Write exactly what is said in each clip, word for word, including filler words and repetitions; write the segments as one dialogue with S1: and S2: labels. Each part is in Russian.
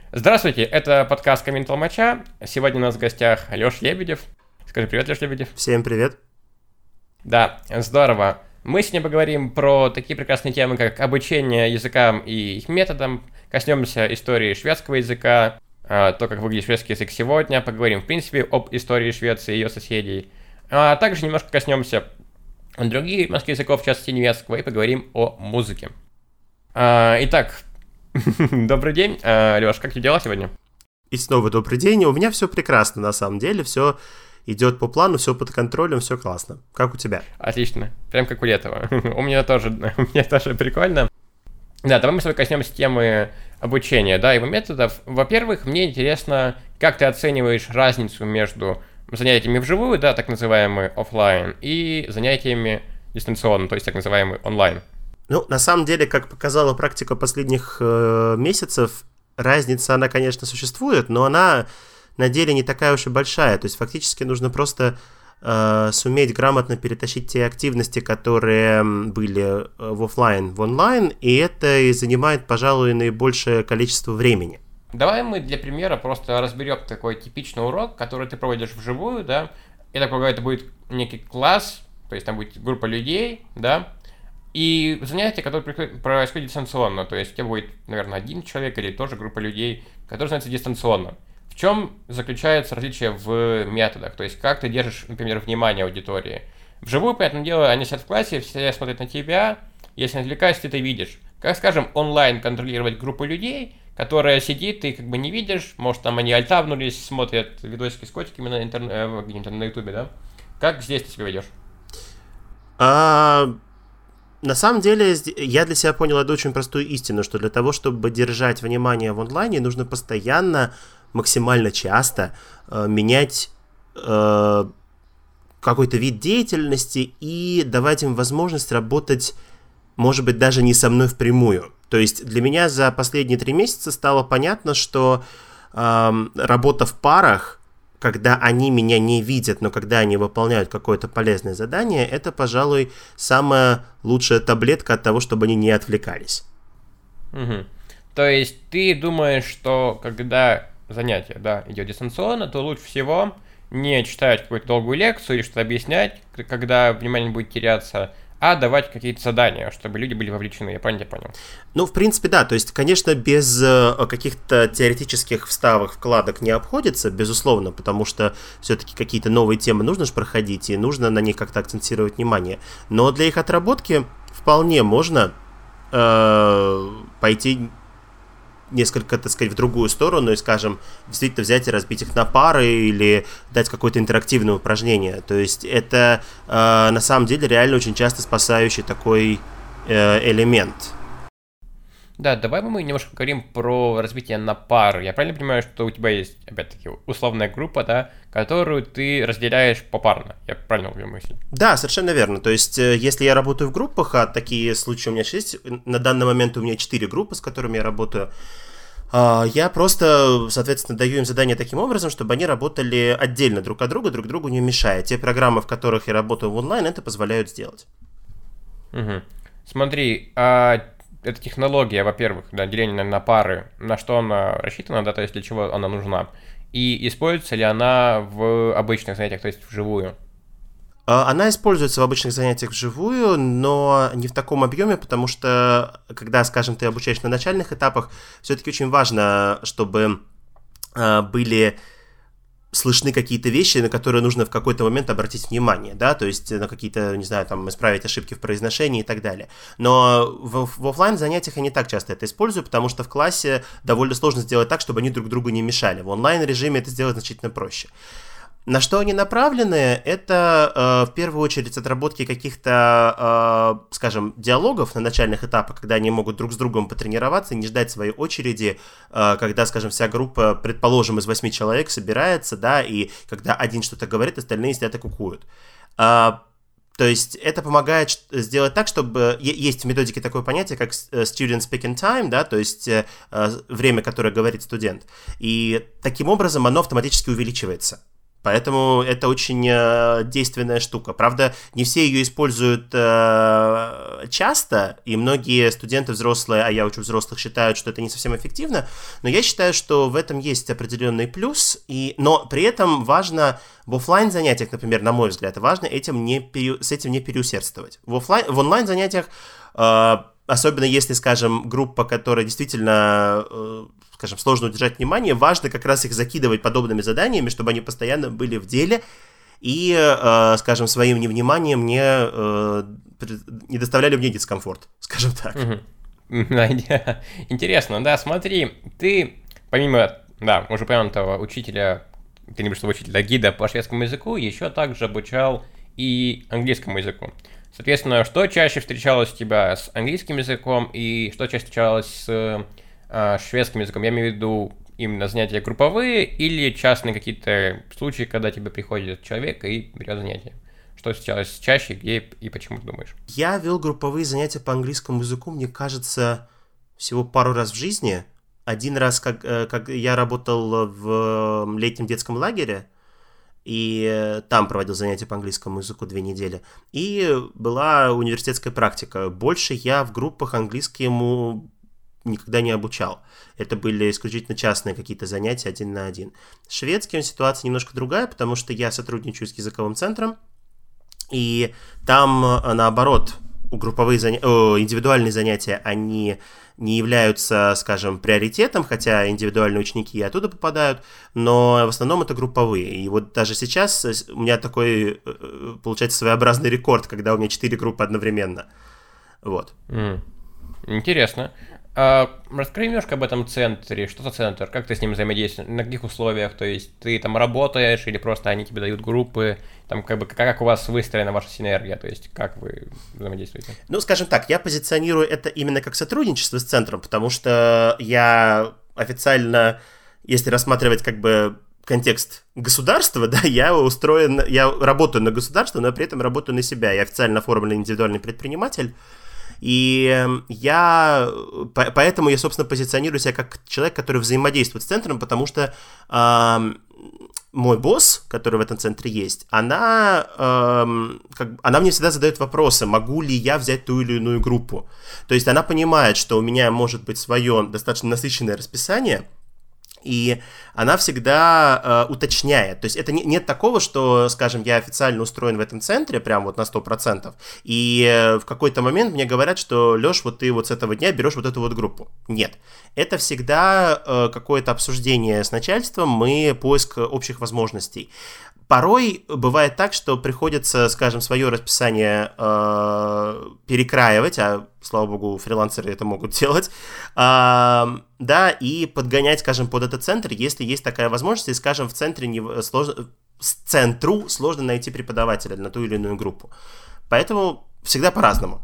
S1: Здравствуйте, это подкаст «Камин Толмача». Сегодня у нас в гостях Лёш Лебедев. Скажи привет, Лёш Лебедев.
S2: Всем привет.
S1: Да, здорово. Мы сегодня поговорим про такие прекрасные темы, как обучение языкам и их методам. Коснемся истории шведского языка, то, как выглядит шведский язык сегодня. Поговорим, в принципе, об истории Швеции и ее соседей. А также немножко коснемся других языков языков, в частности немецкого, и поговорим о музыке. Итак, добрый день, Лёш, как тебе дела сегодня?
S2: И снова добрый день. У меня все прекрасно, на самом деле. Все идет по плану, все под контролем, все классно. Как у тебя?
S1: Отлично, прям как у Летова. У меня тоже, у меня тоже прикольно. Да, давай мы с тобой коснемся темы обучения, да, его методов. Во-первых, мне интересно, как ты оцениваешь разницу между занятиями вживую, да, так называемые офлайн, и занятиями дистанционно, то есть так называемый онлайн.
S2: Ну, на самом деле, как показала практика последних э, месяцев, разница, она, конечно, существует, но она на деле не такая уж и большая. То есть фактически нужно просто э, суметь грамотно перетащить те активности, которые были в офлайн в онлайн, и это и занимает, пожалуй, наибольшее количество времени.
S1: Давай мы для примера просто разберем такой типичный урок, который ты проводишь вживую, да. Я так полагаю, это будет некий класс, то есть там будет группа людей, да. И занятие, которое происходит дистанционно, то есть у тебя будет, наверное, один человек или тоже группа людей, которые занимаются дистанционно. В чем заключается различие в методах? То есть как ты держишь, например, внимание аудитории? Вживую, понятное дело, они сидят в классе, все смотрят на тебя, если не отвлекаешься, ты это видишь. Как, скажем, онлайн контролировать группу людей, которая сидит, ты как бы не видишь, может, там они альтабнулись, смотрят видосики с котиками на интернете, где-то на ютубе, да? Как здесь ты себя ведешь?
S2: А... На самом деле, я для себя понял одну очень простую истину, что для того, чтобы держать внимание в онлайне, нужно постоянно, максимально часто э, менять э, какой-то вид деятельности и давать им возможность работать, может быть, даже не со мной впрямую. То есть для меня за последние три месяца стало понятно, что э, работа в парах, когда они меня не видят, но когда они выполняют какое-то полезное задание, это, пожалуй, самая лучшая таблетка от того, чтобы они не отвлекались.
S1: Угу. То есть ты думаешь, что когда занятие, да, идет дистанционно, то лучше всего не читать какую-то долгую лекцию или что-то объяснять, когда внимание будет теряться, а давать какие-то задания, чтобы люди были вовлечены. Я правильно тебя понял?
S2: Ну, в принципе, да. То есть, конечно, без э, каких-то теоретических вставок, вкладок не обходится, безусловно, потому что все-таки какие-то новые темы нужно же проходить, и нужно на них как-то акцентировать внимание. Но для их отработки вполне можно э, пойти несколько, так сказать, в другую сторону и, скажем, действительно взять и разбить их на пары или дать какое-то интерактивное упражнение. То есть это э, на самом деле реально очень часто спасающий такой э, элемент.
S1: Да, давай мы немножко поговорим про разбитие на пары. Я правильно понимаю, что у тебя есть, опять-таки, условная группа, да, которую ты разделяешь попарно? Я правильно говорю мысль?
S2: Да, совершенно верно. То есть, если я работаю в группах, а такие случаи у меня есть, на данный момент у меня четыре группы, с которыми я работаю, я просто, соответственно, даю им задание таким образом, чтобы они работали отдельно друг от друга, друг другу не мешая. Те программы, в которых я работаю в онлайн, это позволяют сделать.
S1: Угу. Смотри, а эта технология, во-первых, да, деление на пары, на что она рассчитана, да, то есть для чего она нужна, и используется ли она в обычных занятиях, то есть вживую?
S2: Она используется в обычных занятиях вживую, но не в таком объеме, потому что, когда, скажем, ты обучаешь на начальных этапах, все-таки очень важно, чтобы были слышны какие-то вещи, на которые нужно в какой-то момент обратить внимание, да, то есть на какие-то, не знаю, там, исправить ошибки в произношении и так далее. Но в, в офлайн занятиях я не так часто это использую, потому что в классе довольно сложно сделать так, чтобы они друг другу не мешали. В онлайн-режиме это сделать значительно проще. На что они направлены, это э, в первую очередь отработки каких-то, э, скажем, диалогов на начальных этапах, когда они могут друг с другом потренироваться и не ждать своей очереди, э, когда, скажем, вся группа, предположим, из восьми человек собирается, да, и когда один что-то говорит, остальные сидят и кукуют. Э, то есть это помогает сделать так, чтобы... Есть в методике такое понятие, как student speaking time, да, то есть э, время, которое говорит студент, и таким образом оно автоматически увеличивается. Поэтому это очень э, действенная штука. Правда, не все ее используют э, часто, и многие студенты взрослые, а я учу взрослых, считают, что это не совсем эффективно, но я считаю, что в этом есть определенный плюс, и, но при этом важно в офлайн занятиях, например, на мой взгляд, важно этим не пере, с этим не переусердствовать. В, офлайн, в онлайн занятиях, э, особенно если, скажем, группа, которая действительно... Э, скажем, сложно удержать внимание, важно как раз их закидывать подобными заданиями, чтобы они постоянно были в деле и, э, скажем, своим невниманием не, э, не доставляли мне дискомфорт, скажем так.
S1: Интересно, да, смотри, ты помимо, да, уже упомянутого учителя, ты не что учителя, гида по шведскому языку, еще также обучал и английскому языку. Соответственно, что чаще встречалось у тебя с английским языком и что чаще встречалось с шведским языком? Я имею в виду именно занятия групповые или частные какие-то случаи, когда тебе приходит человек и берет занятия? Что сейчас чаще, где и почему ты думаешь?
S2: Я вел групповые занятия по английскому языку, мне кажется, всего пару раз в жизни. Один раз, как, как я работал в летнем детском лагере, и там проводил занятия по английскому языку две недели. И была университетская практика. Больше я в группах английскому никогда не обучал. Это были исключительно частные какие-то занятия один на один. С шведским ситуация немножко другая, потому что я сотрудничаю с языковым центром, и там, наоборот, групповые заня... О, индивидуальные занятия, они не являются, скажем, приоритетом, хотя индивидуальные ученики и оттуда попадают, но в основном это групповые. И вот даже сейчас у меня такой, получается, своеобразный рекорд, когда у меня четыре группы одновременно. Вот.
S1: Mm. Интересно. А, расскажи немножко об этом центре. Что за центр? Как ты с ним взаимодействуешь? На каких условиях? То есть ты там работаешь или просто они тебе дают группы? Там как бы как у вас выстроена ваша синергия? То есть как вы взаимодействуете?
S2: Ну, скажем так, я позиционирую это именно как сотрудничество с центром, потому что я официально, если рассматривать как бы контекст государства, да, я устроен, я работаю на государство, но при этом работаю на себя. Я официально оформленный индивидуальный предприниматель. И я, поэтому я, собственно, позиционирую себя как человек, который взаимодействует с центром, потому что э, мой босс, который в этом центре есть, она, э, как, она мне всегда задает вопросы, могу ли я взять ту или иную группу. То есть она понимает, что у меня может быть свое достаточно насыщенное расписание, и она всегда э, уточняет. То есть это не, нет такого, что, скажем, я официально устроен в этом центре, прям вот на сто процентов, и э, в какой-то момент мне говорят, что, Лёш, вот ты вот с этого дня берешь вот эту вот группу. Нет. Это всегда э, какое-то обсуждение с начальством, мы поиск общих возможностей. Порой бывает так, что приходится, скажем, свое расписание э, перекраивать, а, слава богу, фрилансеры это могут делать, э, да, и подгонять, скажем, под этот центр, если есть такая возможность, и, скажем, в центре не, сложно, с центру сложно найти преподавателя на ту или иную группу. Поэтому всегда по-разному.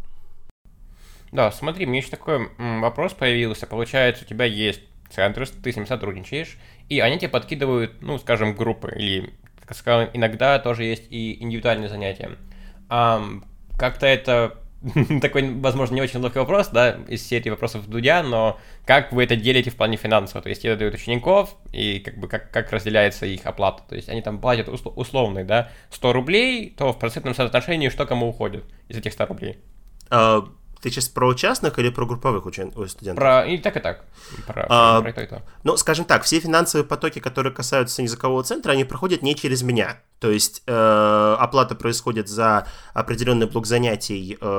S1: Да, смотри, мне еще такой вопрос появился. Получается, у тебя есть центр, ты с ним сотрудничаешь, и они тебе подкидывают, ну, скажем, группы, или... Как сказал, иногда тоже есть и индивидуальные занятия. А, как-то это такой, возможно, не очень легкий вопрос, да, из серии вопросов Дудя, но как вы это делите в плане финансово? То есть тебе дают учеников, и как бы как, как разделяется их оплата? То есть они там платят услов, условный, да, сто рублей, то в процентном соотношении что кому уходит из этих ста рублей?
S2: Uh... Ты сейчас про частных или про групповых учен... студентов?
S1: Про и так, и так. Про,
S2: а,
S1: про то, и то.
S2: Ну, скажем так, все финансовые потоки, которые касаются языкового центра, они проходят не через меня. То есть э, оплата происходит за определенный блок занятий э,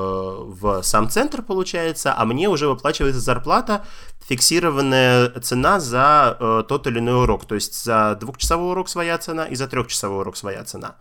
S2: в сам центр, получается, а мне уже выплачивается зарплата, фиксированная цена за э, тот или иной урок. То есть за двухчасовой урок своя цена и за трехчасовой урок своя цена.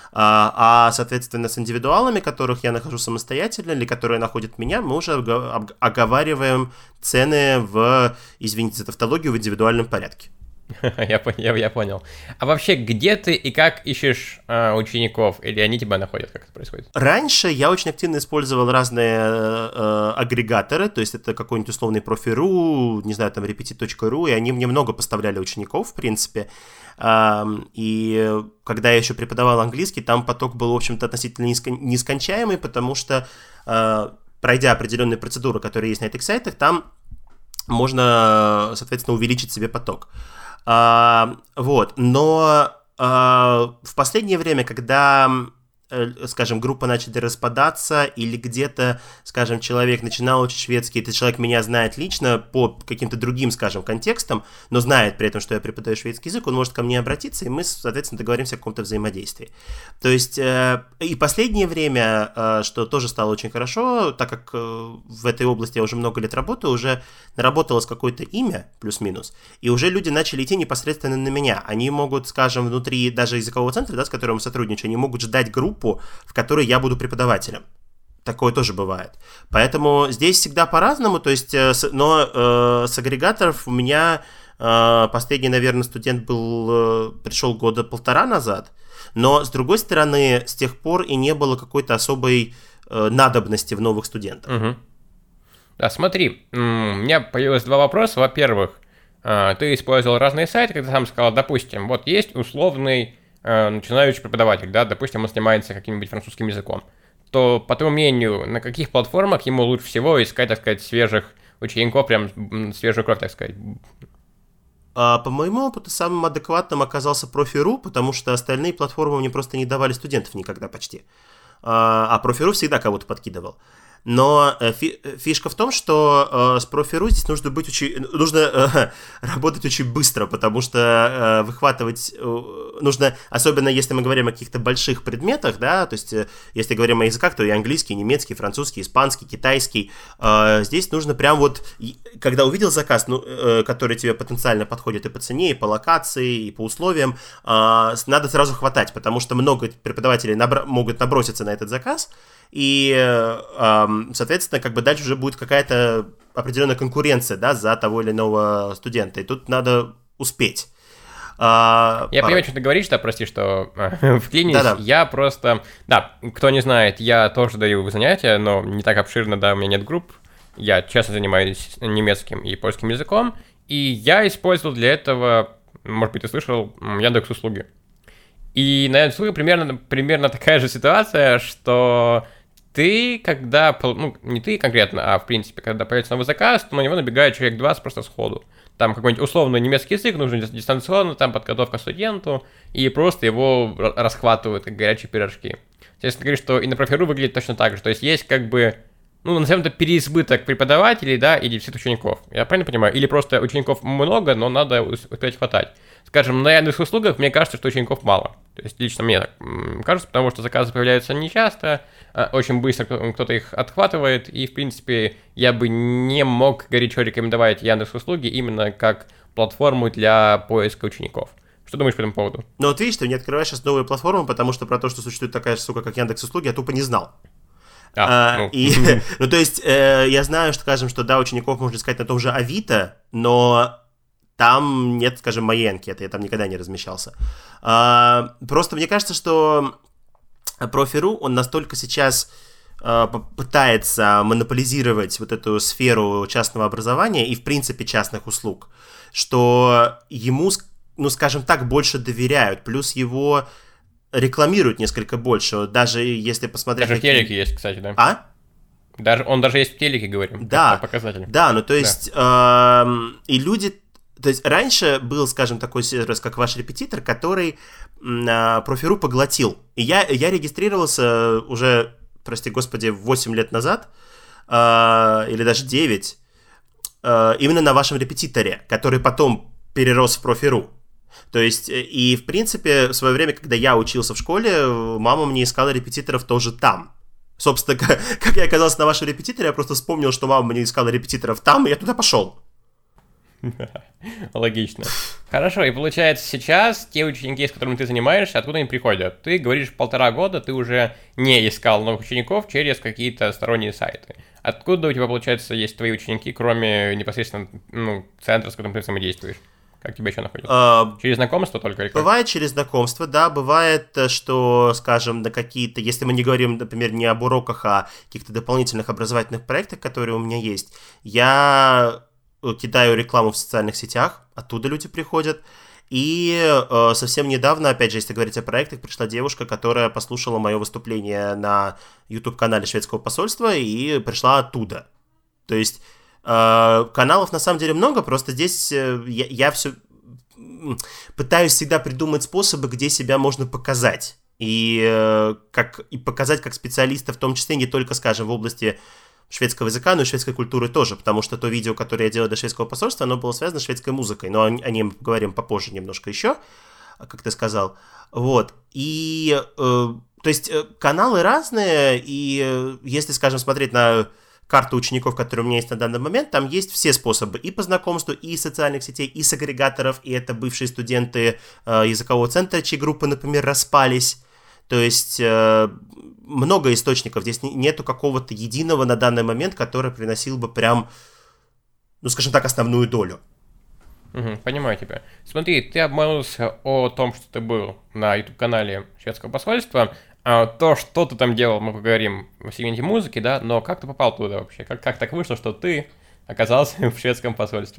S2: А, соответственно, с индивидуалами, которых я нахожу самостоятельно или которые находят меня, мы уже оговариваем цены в, извините за тавтологию, в индивидуальном порядке.
S1: Я, я, я понял. А вообще, где ты и как ищешь э, учеников? Или они тебя находят? Как это происходит?
S2: Раньше я очень активно использовал разные э, агрегаторы, то есть это какой-нибудь условный профи.ру, не знаю, там репетит точка ру, и они мне много поставляли учеников, в принципе. Э, и когда я еще преподавал английский, там поток был, в общем-то, относительно нескон- нескончаемый, потому что, э, пройдя определенные процедуры, которые есть на этих сайтах, там можно, соответственно, увеличить себе поток. А, вот, но в последнее время, когда, скажем, группы начали распадаться, или где-то, скажем, человек начинал учить шведский, этот человек меня знает лично по каким-то другим, скажем, контекстам, но знает при этом, что я преподаю шведский язык, он может ко мне обратиться, и мы, соответственно, договоримся о каком-то взаимодействии. То есть, и последнее время, что тоже стало очень хорошо, так как в этой области я уже много лет работаю, уже наработалось какое-то имя, плюс-минус, и уже люди начали идти непосредственно на меня. Они могут, скажем, внутри даже языкового центра, да, с которым мы сотрудничаем, они могут ждать группу, в которой я буду преподавателем. Такое тоже бывает. Поэтому здесь всегда по-разному, то есть, но э, с агрегаторов у меня э, последний, наверное, студент был, э, пришел года полтора назад, но, с другой стороны, с тех пор и не было какой-то особой э, надобности в новых студентах.
S1: Угу. Да, смотри, у меня появилось два вопроса. Во-первых, э, ты использовал разные сайты, как ты сам сказал, допустим, вот есть условный начинающий преподаватель, да, допустим, он занимается каким-нибудь французским языком, то, по твоему мнению, на каких платформах ему лучше всего искать, так сказать, свежих учеников, прям свежую кровь, так сказать?
S2: А, по моему опыту, самым адекватным оказался Профи.ру, потому что остальные платформы мне просто не давали студентов никогда почти. А, а Профи.ру всегда кого-то подкидывал. Но фи- фишка в том, что э, с Профи.ру здесь нужно быть очень, нужно э, работать очень быстро, потому что э, выхватывать э, нужно, особенно если мы говорим о каких-то больших предметах, да, то есть э, если говорим о языках, то и английский, немецкий, французский, испанский, китайский. Э, здесь нужно прям вот, когда увидел заказ, ну, э, который тебе потенциально подходит и по цене, и по локации, и по условиям, э, надо сразу хватать, потому что много преподавателей набра- могут наброситься на этот заказ. И, соответственно, как бы дальше уже будет какая-то определенная конкуренция, да, за того или иного студента. И тут надо успеть.
S1: Я Пора. понимаю, что ты говоришь, да, прости, что вклинись. Да-да. Я просто... Да, кто не знает, я тоже даю занятия, но не так обширно, да, у меня нет групп. Я часто занимаюсь немецким и польским языком. И я использовал для этого, может быть, ты слышал, Яндекс.Услуги. И на Яндекс.Услуги примерно, примерно такая же ситуация, что ты, когда, ну, не ты конкретно, а в принципе, когда появится новый заказ, то на него набегает человек двадцать просто сходу. Там какой-нибудь условный немецкий язык, нужно дистанционно, там подготовка студенту, и просто его расхватывают, как горячие пирожки. Если ты говоришь, что и на Профи.ру выглядит точно так же, то есть есть как бы, ну, назовем это переизбыток преподавателей, да, и дефицит учеников. Я правильно понимаю? Или просто учеников много, но надо успеть хватать. Скажем, на Яндекс.Услугах мне кажется, что учеников мало. То есть лично мне так кажется, потому что заказы появляются нечасто, очень быстро кто-то их отхватывает, и, в принципе, я бы не мог горячо рекомендовать Яндекс.Услуги именно как платформу для поиска учеников. Что думаешь по этому поводу?
S2: Ну вот видишь, ты не открываешь сейчас новые платформы, потому что про то, что существует такая штука, как Яндекс.Услуги, я тупо не знал. А, а, ну. И, ну, то есть, э, я знаю, что, скажем, что, да, учеников можно искать на том же Авито, но там нет, скажем, моей анкеты, я там никогда не размещался. А, просто мне кажется, что Профи.ру, он настолько сейчас а, пытается монополизировать вот эту сферу частного образования и, в принципе, частных услуг, что ему, ну, скажем так, больше доверяют, плюс его рекламируют несколько больше, даже если посмотреть...
S1: Даже какие... в телеке есть, кстати, да?
S2: А?
S1: Даже, он даже есть в телеке, говорим.
S2: Да,
S1: показатель.
S2: Да, ну то есть, да. э, и люди... То есть раньше был, скажем, такой сервис, как ваш репетитор, который э, Профи.ру поглотил. И я, я регистрировался уже, прости господи, восемь лет назад, э, или даже девять, э, именно на вашем репетиторе, который потом перерос в Профи.ру. То есть, и, в принципе, в свое время, когда я учился в школе, мама мне искала репетиторов тоже там. Собственно, как, как я оказался на вашем репетиторе, я просто вспомнил, что мама мне искала репетиторов там, и я туда пошел.
S1: Логично. Хорошо, и получается, сейчас те ученики, с которыми ты занимаешься, откуда они приходят? Ты говоришь, полтора года ты уже не искал новых учеников через какие-то сторонние сайты. Откуда у тебя, получается, есть твои ученики, кроме непосредственно, ну, центра, с которым ты взаимодействуешь? Как тебя еще находят? А, через знакомство только? Или как?
S2: Бывает через знакомство, да. Бывает, что, скажем, на какие-то... Если мы не говорим, например, не об уроках, а о каких-то дополнительных образовательных проектах, которые у меня есть, я кидаю рекламу в социальных сетях, оттуда люди приходят. И э, совсем недавно, опять же, если говорить о проектах, пришла девушка, которая послушала мое выступление на YouTube-канале шведского посольства и пришла оттуда. То есть... Каналов на самом деле много, просто здесь я, я все... пытаюсь всегда придумать способы, где себя можно показать. И, э, как, и показать как специалиста, в том числе не только, скажем, в области шведского языка, но и шведской культуры тоже, потому что то видео, которое я делал для шведского посольства, оно было связано с шведской музыкой, но о, о ней мы поговорим попозже немножко еще, как ты сказал. Вот. И, э, то есть, э, каналы разные, и э, если, скажем, смотреть на карту учеников, которые у меня есть на данный момент, там есть все способы и по знакомству, и из социальных сетей, и с агрегаторов, и это бывшие студенты э, языкового центра, чьи группы, например, распались. То есть э, много источников, здесь нету какого-то единого на данный момент, который приносил бы прям, ну, скажем так, основную долю.
S1: Угу, понимаю тебя. Смотри, ты обмолвился о том, что ты был на YouTube-канале шведского посольства. А то, что ты там делал, мы поговорим в сегменте музыки, да, но как ты попал туда вообще? Как, как так вышло, что ты оказался в шведском посольстве?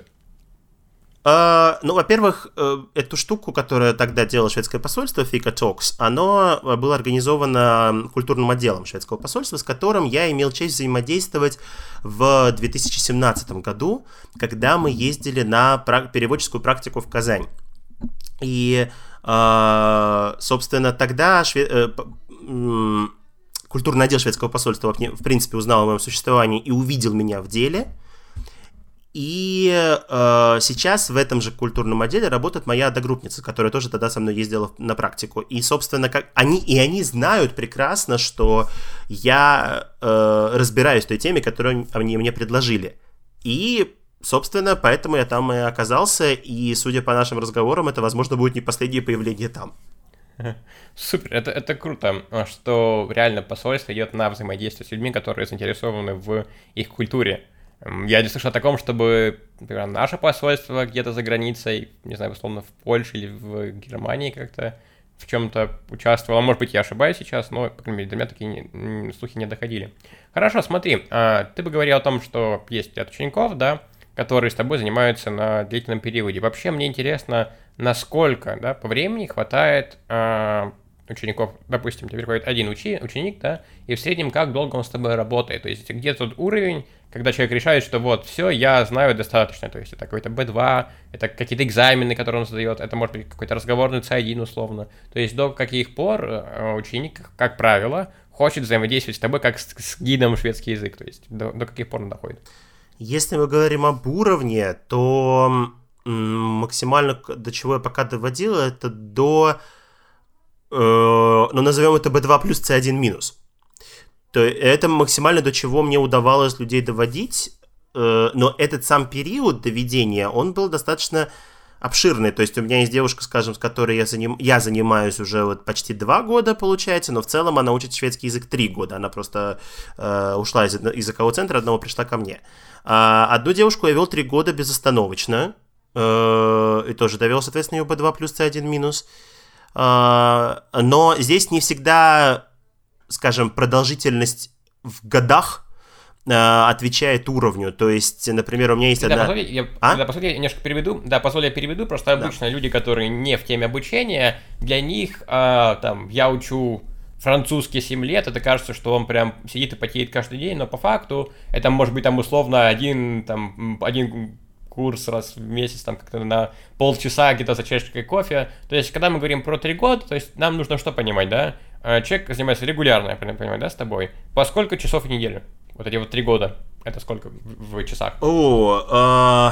S2: Uh, ну, во-первых, uh, эту штуку, которую тогда делало шведское посольство, Fika Talks, оно было организовано культурным отделом шведского посольства, с которым я имел честь взаимодействовать в две тысячи семнадцатом году, когда мы ездили на пра- переводческую практику в Казань. И, uh, собственно, тогда шве- uh, культурный отдел шведского посольства, в принципе, узнал о моем существовании и увидел меня в деле. И э, сейчас в этом же культурном отделе работает моя одногруппница, которая тоже тогда со мной ездила на практику. И, собственно, как они, и они знают прекрасно, что я э, разбираюсь в той теме, которую они мне предложили. И, собственно, поэтому я там и оказался. И, судя по нашим разговорам, это, возможно, будет не последнее появление там.
S1: Супер, это, это круто, что реально посольство идет на взаимодействие с людьми, которые заинтересованы в их культуре. Я не слышал о таком, чтобы, например, наше посольство где-то за границей, не знаю, условно, в Польше или в Германии как-то в чем-то участвовало. Может быть, я ошибаюсь сейчас, но, по крайней мере, до меня такие не, слухи не доходили. Хорошо, смотри, ты бы говорил о том, что есть ряд учеников, да, которые с тобой занимаются на длительном периоде. Вообще, мне интересно, насколько, да, по времени хватает а, учеников, допустим, тебе приходит один учи, ученик, да, и в среднем как долго он с тобой работает. То есть где тот уровень, когда человек решает, что вот, все, я знаю достаточно, то есть это какой-то би два, это какие-то экзамены, которые он сдает, это может быть какой-то разговорный си один условно. То есть до каких пор ученик, как правило, хочет взаимодействовать с тобой как с, с гидом шведский язык, то есть до, до каких пор он доходит?
S2: Если мы говорим об уровне, то м- максимально до чего я пока доводил, это до, э, ну назовем это би два плюс си один минус. То это максимально до чего мне удавалось людей доводить, э, но этот сам период доведения, он был достаточно обширный. То есть у меня есть девушка, скажем, с которой я, заним... я занимаюсь уже вот почти два года, получается, но в целом она учит шведский язык три года. Она просто э, ушла из языкового центра, одного пришла ко мне. А одну девушку я вел три года безостановочно, э, и тоже довел, соответственно, ее би два плюс си один минус. Э, но здесь не всегда, скажем, продолжительность в годах отвечает уровню. То есть, например, у меня есть
S1: да,
S2: одна...
S1: Позволь, я,
S2: а?
S1: да, позволь, я немножко переведу. Да, позволь, я переведу. Просто обычно да. люди, которые не в теме обучения, для них, а, там, я учу французский семь лет, это кажется, что он прям сидит и потеет каждый день, но по факту это может быть там условно один, там, один курс раз в месяц, там, как-то на полчаса где-то за чашкой кофе. То есть, когда мы говорим про три года, то есть нам нужно что понимать, да? Человек занимается регулярно, я понимаю, да, с тобой? По сколько часов в неделю? Вот эти вот три года, это сколько в, в часах?
S2: О, а...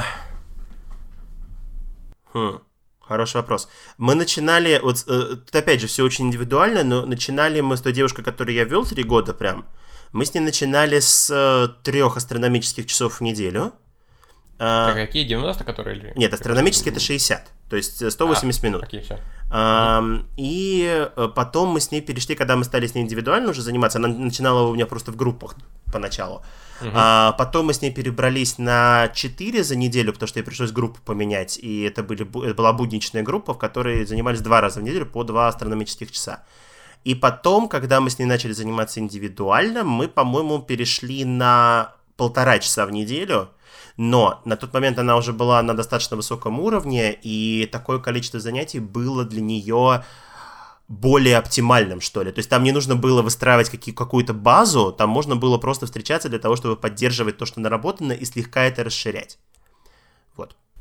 S2: хм, хороший вопрос. Мы начинали, вот тут опять же все очень индивидуально, но начинали мы с той девушкой, которую я вел три года прям, мы с ней начинали с трех астрономических часов в неделю.
S1: А какие, девяносто, которые?
S2: Нет, астрономические это шестьдесят, то есть сто восемьдесят а, минут.
S1: Окей, все.
S2: А, и потом мы с ней перешли, когда мы стали с ней индивидуально уже заниматься, она начинала у меня просто в группах поначалу. Uh-huh. А, потом мы с ней перебрались на четыре за неделю, потому что ей пришлось группу поменять, и это, были, это была будничная группа, в которой занимались два раза в неделю по два астрономических часа. И потом, когда мы с ней начали заниматься индивидуально, мы, по-моему, перешли на полтора часа в неделю. Но на тот момент она уже была на достаточно высоком уровне, и такое количество занятий было для нее более оптимальным, что ли. То есть там не нужно было выстраивать какие- какую-то базу, там можно было просто встречаться для того, чтобы поддерживать то, что наработано, и слегка это расширять. Вот.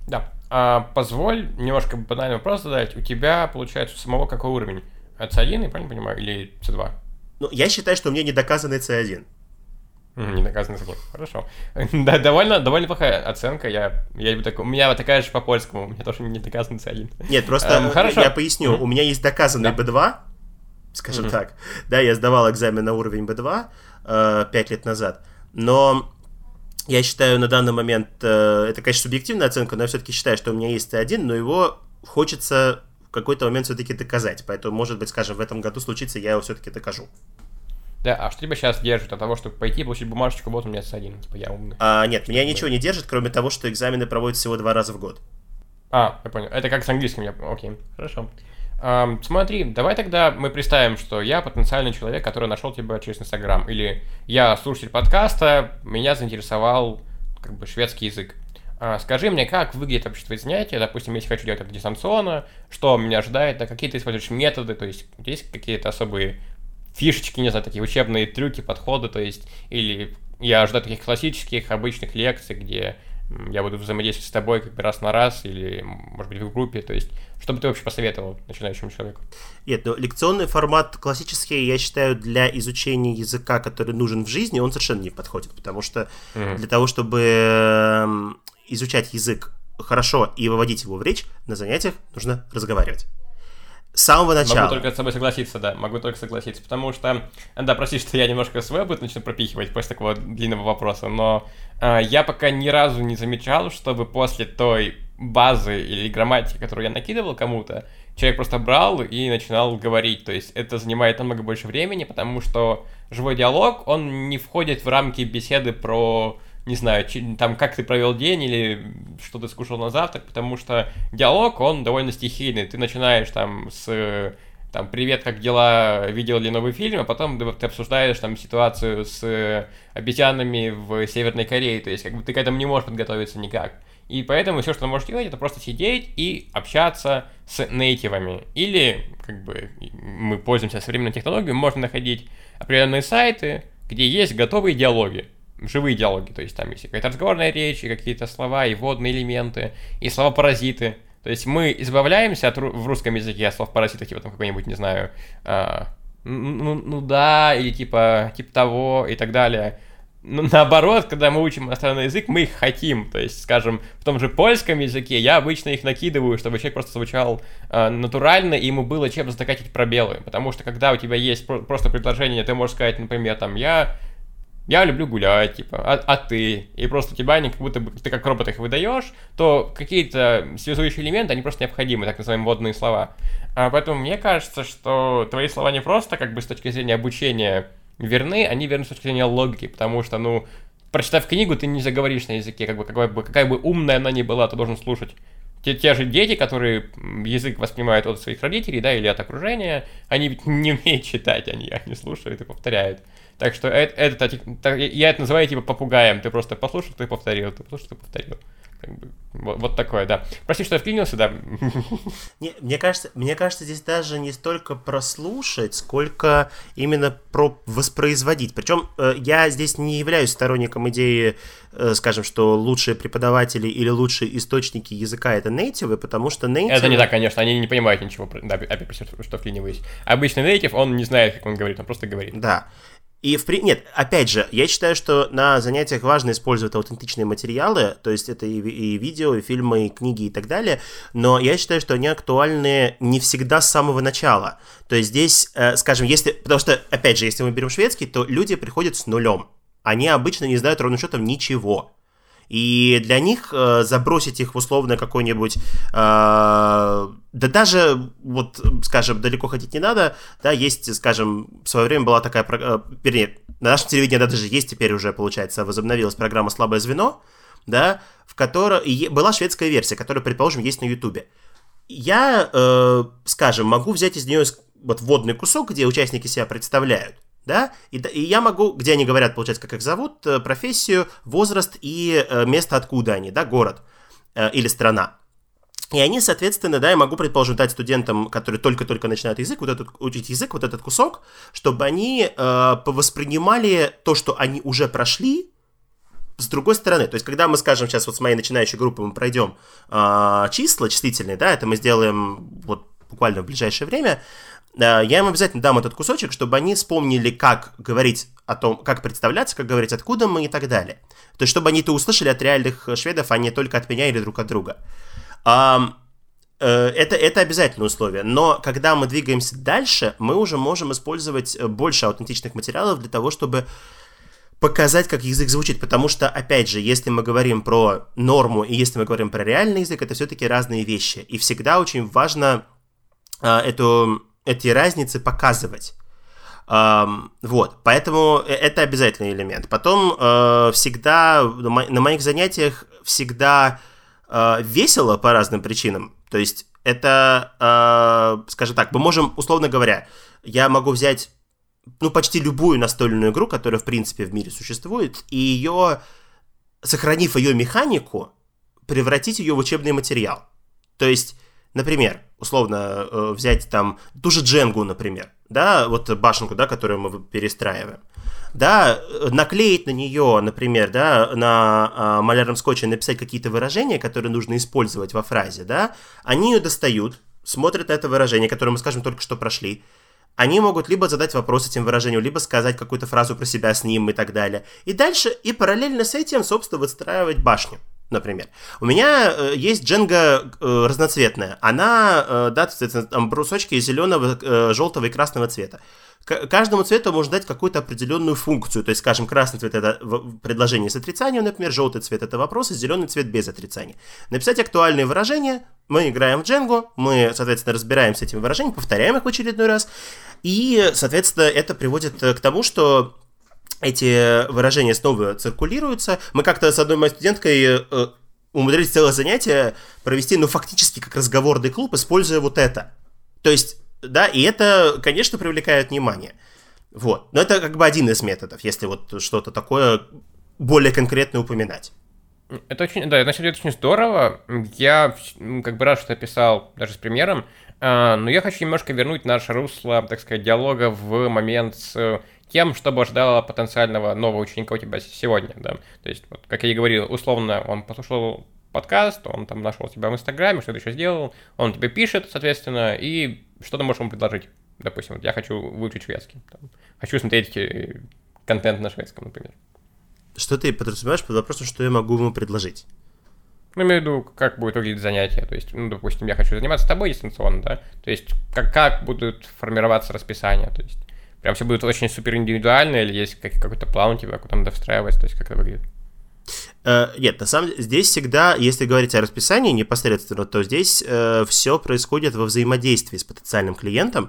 S1: Да. А, позволь немножко банальный вопрос задать. У тебя, получается, у самого какой уровень? си один, я правильно понимаю, или си два?
S2: Ну, я считаю, что у меня недоказанный си один.
S1: Не доказанный си один. Хорошо. Да, довольно, довольно плохая оценка. Я, я так, у меня такая же по польскому. У меня тоже не доказанный си один.
S2: Нет, просто
S1: эм, хорошо.
S2: Я поясню. Mm-hmm. У меня есть доказанный
S1: да.
S2: би два, скажем mm-hmm. так. Да, я сдавал экзамен на уровень би два э, пять лет назад. Но я считаю, на данный момент, э, это, конечно, субъективная оценка, но я все-таки считаю, что у меня есть си один, но его хочется в какой-то момент все-таки доказать. Поэтому, может быть, скажем, в этом году случится, я его все-таки докажу.
S1: Да, а что тебя сейчас держит от того, чтобы пойти и получить бумажечку, вот у меня си один, типа я умный?
S2: А, нет, меня ничего не держит, кроме того, что экзамены проводят всего два раза в год.
S1: А, я понял. Это как с английским, я окей, хорошо. Um, смотри, давай тогда мы представим, что я потенциальный человек, который нашел тебя через Инстаграм, или я слушатель подкаста, меня заинтересовал как бы шведский язык. Uh, скажи мне, как выглядит вообще твои занятия, допустим, если хочу делать это дистанционно, что меня ожидает, да, какие ты используешь методы, то есть есть какие-то особые фишечки, не знаю, такие учебные трюки, подходы, то есть, или я ожидаю таких классических, обычных лекций, где я буду взаимодействовать с тобой как бы раз на раз, или, может быть, в группе, то есть, что бы ты вообще посоветовал начинающему человеку?
S2: Нет, ну, лекционный формат классический, я считаю, для изучения языка, который нужен в жизни, он совершенно не подходит, потому что mm-hmm. для того, чтобы изучать язык хорошо и выводить его в речь, на занятиях нужно разговаривать. С самого начала.
S1: Могу только с тобой согласиться, да, могу только согласиться, потому что, да, прости, что я немножко свой опыт начну пропихивать после такого длинного вопроса, но э, я пока ни разу не замечал, чтобы после той базы или грамматики, которую я накидывал кому-то, человек просто брал и начинал говорить, то есть это занимает намного больше времени, потому что живой диалог, он не входит в рамки беседы про... не знаю, там, как ты провел день или что ты скушал на завтрак, потому что диалог, он довольно стихийный. Ты начинаешь там с, там, привет, как дела, видел ли новый фильм, а потом ты обсуждаешь там ситуацию с обезьянами в Северной Корее, то есть как бы ты к этому не можешь подготовиться никак. И поэтому все, что ты можешь делать, это просто сидеть и общаться с нейтивами. Или, как бы, мы пользуемся современной технологией, можно находить определенные сайты, где есть готовые диалоги. Живые диалоги, то есть там есть какая-то разговорная речь, и какие-то слова, и вводные элементы, и слова-паразиты. То есть мы избавляемся от, в русском языке от слов-паразитов, типа там какой-нибудь, не знаю, а, ну, ну да, или типа, типа того, и так далее. Но наоборот, когда мы учим иностранный язык, мы их хотим. То есть, скажем, в том же польском языке я обычно их накидываю, чтобы человек просто звучал э, натурально, и ему было чем затыкать эти пробелы. Потому что когда у тебя есть про- просто предложение, ты можешь сказать, например, там, я... Я люблю гулять, типа, а, а ты? И просто у тебя они как будто бы, ты как робот их выдаешь, то какие-то связующие элементы, они просто необходимы, так называемые вводные слова. А поэтому мне кажется, что твои слова не просто как бы с точки зрения обучения верны, они верны с точки зрения логики, потому что, ну, прочитав книгу, ты не заговоришь на языке, как бы, какая бы, какая бы умная она ни была, ты должен слушать. Те, те же дети, которые язык воспринимают от своих родителей, да, или от окружения, они ведь не умеют читать, они, они слушают и повторяют. Так что это, это, я это называю типа попугаем. Ты просто послушал, ты повторил, ты послушал, ты повторил. Как бы, вот, вот такое, да. Прости, что я вклинился, да.
S2: Не, мне кажется, мне кажется, здесь даже не столько прослушать, сколько именно про воспроизводить. Причем э, я здесь не являюсь сторонником идеи, э, скажем, что лучшие преподаватели или лучшие источники языка — это нейтивы, потому что нейтивы...
S1: Это не так, конечно, они не понимают ничего. Да, опять, что вклиниваюсь. Обычный нейтив, он не знает, как он говорит, он просто говорит.
S2: Да. И в при... Нет, опять же, я считаю, что на занятиях важно использовать аутентичные материалы, то есть это и, и видео, и фильмы, и книги, и так далее, но я считаю, что они актуальны не всегда с самого начала. То есть здесь, э, скажем, если... Потому что, опять же, если мы берем шведский, то люди приходят с нулем. Они обычно не знают ровным счетом ничего. И для них э, забросить их в условно какой-нибудь, э, да даже, вот, скажем, далеко ходить не надо, да, есть, скажем, в свое время была такая, э, вернее, на нашем телевидении да, даже есть теперь уже, получается, возобновилась программа «Слабое звено», да, в которой и была шведская версия, которая, предположим, есть на Ютубе. Я, э, скажем, могу взять из нее вот вводный кусок, где участники себя представляют. Да, и, и я могу, где они говорят, получается, как их зовут, профессию, возраст и э, место, откуда они, да, город э, или страна. И они, соответственно, да, я могу, предположим, дать студентам, которые только-только начинают язык, вот этот, учить язык, вот этот кусок, чтобы они э, повоспринимали то, что они уже прошли, с другой стороны, то есть, когда мы скажем, сейчас вот с моей начинающей группы мы пройдем э, числа числительные, да, это мы сделаем вот буквально в ближайшее время, э, я им обязательно дам этот кусочек, чтобы они вспомнили, как говорить о том, как представляться, как говорить, откуда мы и так далее. То есть, чтобы они это услышали от реальных шведов, а не только от меня или друг от друга. Э, э, это, это обязательное условие, но когда мы двигаемся дальше, мы уже можем использовать больше аутентичных материалов для того, чтобы показать, как язык звучит, потому что, опять же, если мы говорим про норму и если мы говорим про реальный язык, это все-таки разные вещи, и всегда очень важно а, эту, эти разницы показывать. А, вот, поэтому это обязательный элемент. Потом а, всегда, на моих занятиях всегда а, весело по разным причинам, то есть это, а, скажем так, мы можем, условно говоря, я могу взять ну, почти любую настольную игру, которая, в принципе, в мире существует, и ее, сохранив ее механику, превратить ее в учебный материал. То есть, например, условно, взять там ту же Дженгу, например, да, вот башенку, да, которую мы перестраиваем, да, наклеить на нее, например, да, на а, малярном скотче написать какие-то выражения, которые нужно использовать во фразе, да, они ее достают, смотрят на это выражение, которое мы, скажем, только что прошли. Они могут либо задать вопрос этим выражением, либо сказать какую-то фразу про себя с ним и так далее. И дальше, и параллельно с этим, собственно, выстраивать башню, например. У меня э, есть Дженга э, разноцветная. Она, э, да, соответственно, там брусочки зеленого, э, желтого и красного цвета. К- каждому цвету можно дать какую-то определенную функцию. То есть, скажем, красный цвет — это предложение с отрицанием, например, желтый цвет — это вопрос, и зеленый цвет без отрицания. Написать актуальные выражения. Мы играем в Дженгу, мы, соответственно, разбираем с этими выражениями, повторяем их в очередной раз. И, соответственно, это приводит к тому, что эти выражения снова циркулируются. Мы как-то с одной моей студенткой э, умудрились целое занятие провести, ну, фактически как разговорный клуб, используя вот это. То есть, да, и это, конечно, привлекает внимание. Вот. Но это как бы один из методов, если вот что-то такое более конкретно упоминать.
S1: Это очень, да, на самом деле это очень здорово. Я как бы рад, что ты описал даже с примером, но я хочу немножко вернуть наше русло, так сказать, диалога в момент с тем, что бы ожидало потенциального нового ученика у тебя сегодня, да. То есть, вот, как я и говорил, условно, он послушал подкаст, он там нашел тебя в Инстаграме, что-то еще сделал, он тебе пишет, соответственно, и что ты можешь ему предложить. Допустим, вот я хочу выучить шведский, там, хочу смотреть контент на шведском, например.
S2: Что ты подразумеваешь под вопросом, что я могу ему предложить?
S1: Ну, имею в виду, как будет выглядеть занятие. То есть, ну, допустим, я хочу заниматься с тобой дистанционно, да? То есть, как, как будут формироваться расписания? То есть, прям все будет очень супер индивидуально, или есть как, какой-то план у тебя, куда надо встраивать, то есть, как это выглядит?
S2: Uh, нет, на самом деле, здесь всегда, если говорить о расписании непосредственно, то здесь uh, все происходит во взаимодействии с потенциальным клиентом.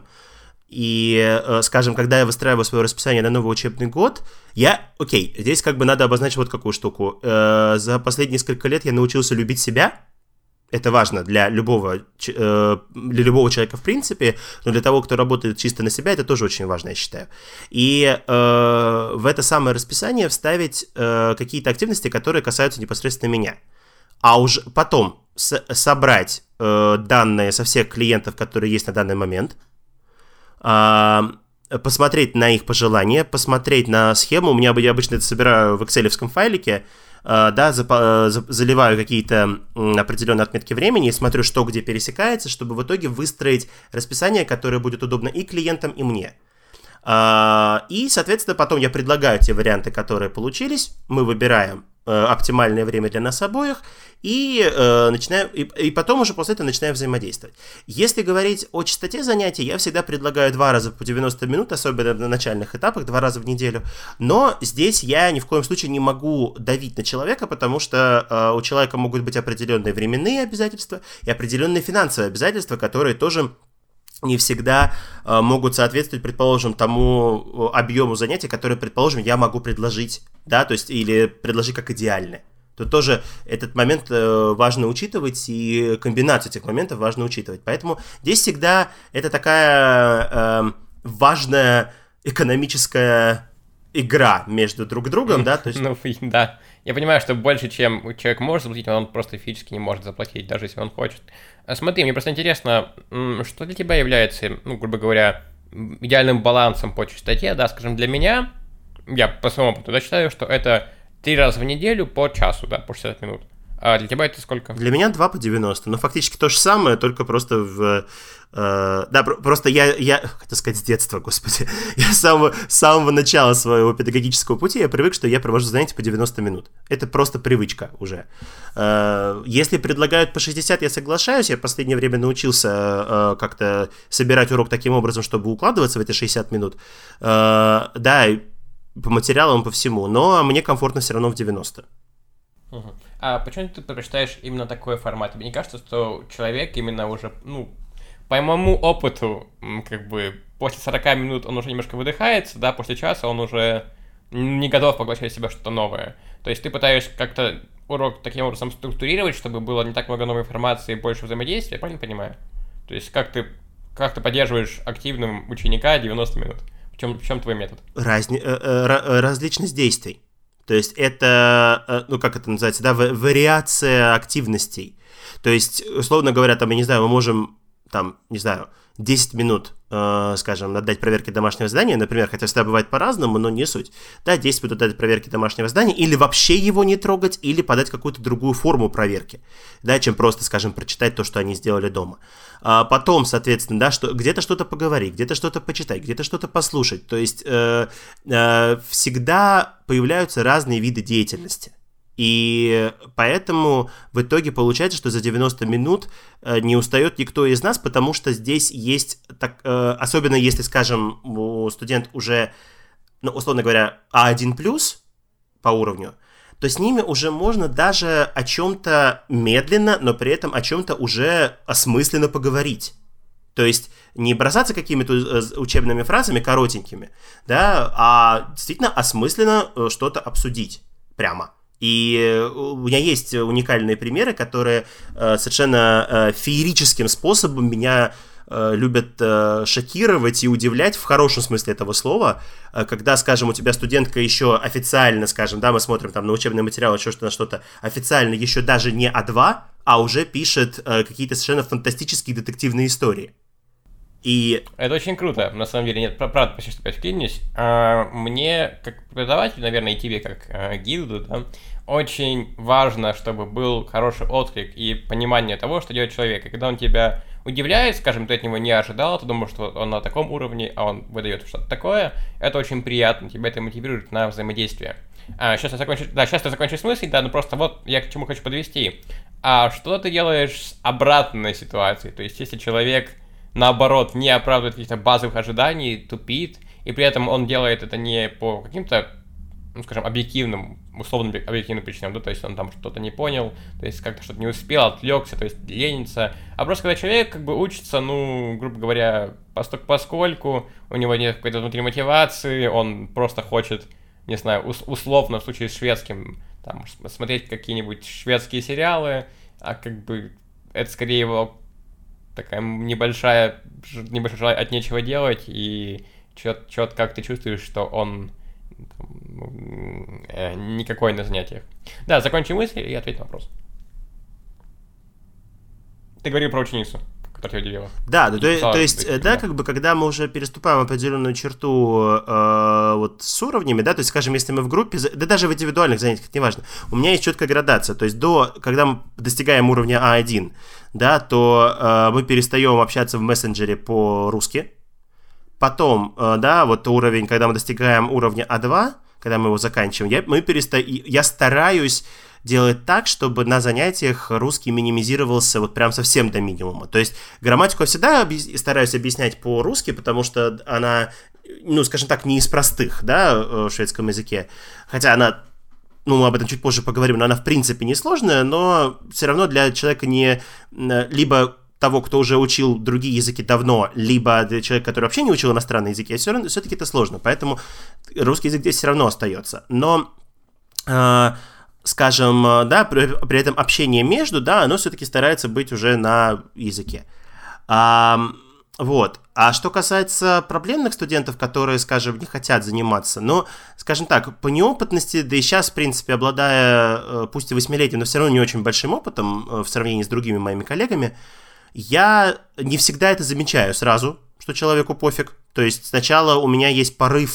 S2: И, скажем, когда я выстраиваю свое расписание на новый учебный год, я, окей, здесь как бы надо обозначить вот какую штуку. За последние несколько лет я научился любить себя. Это важно для любого, для любого человека в принципе, но для того, кто работает чисто на себя, это тоже очень важно, я считаю. И э, в это самое расписание вставить э, какие-то активности, которые касаются непосредственно меня. А уже потом с- собрать э, данные со всех клиентов, которые есть на данный момент, посмотреть на их пожелания, посмотреть на схему. У меня я обычно это собираю в экселевском файлике, да, заливаю какие-то определенные отметки времени и смотрю, что где пересекается, чтобы в итоге выстроить расписание, которое будет удобно и клиентам, и мне. И, соответственно, потом я предлагаю те варианты, которые получились, мы выбираем оптимальное время для нас обоих, и, э, начинаем, и, и потом уже после этого начинаем взаимодействовать. Если говорить о частоте занятий, я всегда предлагаю два раза по девяносто минут, особенно на начальных этапах, два раза в неделю, но здесь я ни в коем случае не могу давить на человека, потому что э, у человека могут быть определенные временные обязательства и определенные финансовые обязательства, которые тоже не всегда э, могут соответствовать, предположим, тому объему занятий, который, предположим, я могу предложить, да, то есть, или предложить как идеальное. Тут тоже этот момент э, важно учитывать, и комбинацию этих моментов важно учитывать. Поэтому здесь всегда это такая э, важная экономическая игра между друг другом, да, то есть...
S1: Ну, да. Я понимаю, что больше, чем человек может заплатить, он просто физически не может заплатить, даже если он хочет. Смотри, мне просто интересно, что для тебя является, ну, грубо говоря, идеальным балансом по частоте, да, скажем, для меня, я по своему опыту считаю, что это три раза в неделю по часу, да, по шестьдесят минут. А для тебя это сколько?
S2: Для меня два по девяносто. Ну, фактически то же самое, только просто в... Э, да, просто я, я... Хотел сказать, с детства, господи. Я с самого, с самого начала своего педагогического пути я привык, что я провожу занятия по девяносто минут. Это просто привычка уже. Э, если предлагают по шестьдесят, я соглашаюсь. Я в последнее время научился э, как-то собирать урок таким образом, чтобы укладываться в эти шестьдесят минут. Э, да, по материалам, по всему. Но мне комфортно все равно в девяносто.
S1: Угу. А почему ты предпочитаешь именно такой формат? Тебе не кажется, что человек именно уже, ну, по моему опыту, как бы после сорока минут он уже немножко выдыхается, да, после часа он уже не готов поглощать в себя что-то новое. То есть ты пытаешься как-то урок таким образом структурировать, чтобы было не так много новой информации и больше взаимодействия, правильно понимаю? То есть как ты, как ты поддерживаешь активным ученика девяносто минут? В чем, в чем твой метод?
S2: Разни... Различность действий. То есть это, ну как это называется, да, вариация активностей. То есть, условно говоря, там, я не знаю, мы можем, там, не знаю, десять минут, э, скажем, отдать проверке домашнего задания, например, хотя всегда бывает по-разному, но не суть. Да, десять минут отдать проверке домашнего задания, или вообще его не трогать, или подать какую-то другую форму проверки, да, чем просто, скажем, прочитать то, что они сделали дома. А потом, соответственно, да, что, где-то что-то поговорить, где-то что-то почитать, где-то что-то послушать. То есть э, э, всегда появляются разные виды деятельности. И поэтому в итоге получается, что за девяносто минут не устает никто из нас, потому что здесь есть, так, особенно если, скажем, студент уже, ну, условно говоря, а один плюс по уровню, то с ними уже можно даже о чем-то медленно, но при этом о чем-то уже осмысленно поговорить. То есть не бросаться какими-то учебными фразами коротенькими, да, а действительно осмысленно что-то обсудить прямо. И у меня есть уникальные примеры, которые э, совершенно э, феерическим способом меня э, любят э, шокировать и удивлять в хорошем смысле этого слова, э, когда, скажем, у тебя студентка еще официально, скажем, да, мы смотрим там на учебный материал, еще что-то на что-то, официально еще даже не а два, а уже пишет э, какие-то совершенно фантастические детективные истории. И...
S1: Это очень круто, на самом деле. Нет, правда, почти что опять вклинюсь. А, мне, как преподавателю, наверное, и тебе, как а, гиду, да, очень важно, чтобы был хороший отклик и понимание того, что делает человек. И когда он тебя удивляет, скажем, ты от него не ожидал, ты думал, что он на таком уровне, а он выдает что-то такое, это очень приятно, тебя это мотивирует на взаимодействие. А, сейчас я закончу, да, сейчас я закончу с мыслью, да, ну просто вот я к чему хочу подвести. А что ты делаешь с обратной ситуацией? То есть, если человек... наоборот, не оправдывает каких-то базовых ожиданий, тупит, и при этом он делает это не по каким-то, ну, скажем, объективным, условно объективным причинам, да, то есть он там что-то не понял, то есть как-то что-то не успел, отвлекся, то есть ленится. А просто когда человек как бы учится, ну, грубо говоря, постольку-поскольку, у него нет какой-то внутренней мотивации, он просто хочет, не знаю, ус- условно в случае с шведским, там, смотреть какие-нибудь шведские сериалы, а как бы это скорее его такая небольшая, небольшое желание от нечего делать, и чё-то как ты чувствуешь, что он там, э, никакой на занятиях. Да, закончи мысль и ответь на вопрос. Ты говорил про ученицу, которая тебя удивила.
S2: Да, да, то, то есть, да, да, как бы, когда мы уже переступаем определенную черту э, вот с уровнями, да, то есть, скажем, если мы в группе, да даже в индивидуальных занятиях, неважно, у меня есть четкая градация, то есть, до, когда мы достигаем уровня а один, да, то э, мы перестаем общаться в мессенджере по-русски, потом, э, да, вот уровень, когда мы достигаем уровня а два, когда мы его заканчиваем, я, мы переста... я стараюсь делать так, чтобы на занятиях русский минимизировался вот прям совсем до минимума. То есть грамматику я всегда объяс... стараюсь объяснять по-русски, потому что она, ну, скажем так, не из простых, да, в шведском языке. Хотя она, ну, мы об этом чуть позже поговорим, но она в принципе несложная, но все равно для человека не либо того, кто уже учил другие языки давно, либо для человека, который вообще не учил иностранные языки, все равно, все-таки это сложно, поэтому русский язык здесь все равно остается. Но... Э- скажем, да, при, при этом общение между, да, оно все-таки старается быть уже на языке. А, вот. А что касается проблемных студентов, которые, скажем, не хотят заниматься, ну, скажем так, по неопытности, да и сейчас, в принципе, обладая, пусть и восьмилетним, но все равно не очень большим опытом в сравнении с другими моими коллегами, я не всегда это замечаю сразу, что человеку пофиг. То есть сначала у меня есть порыв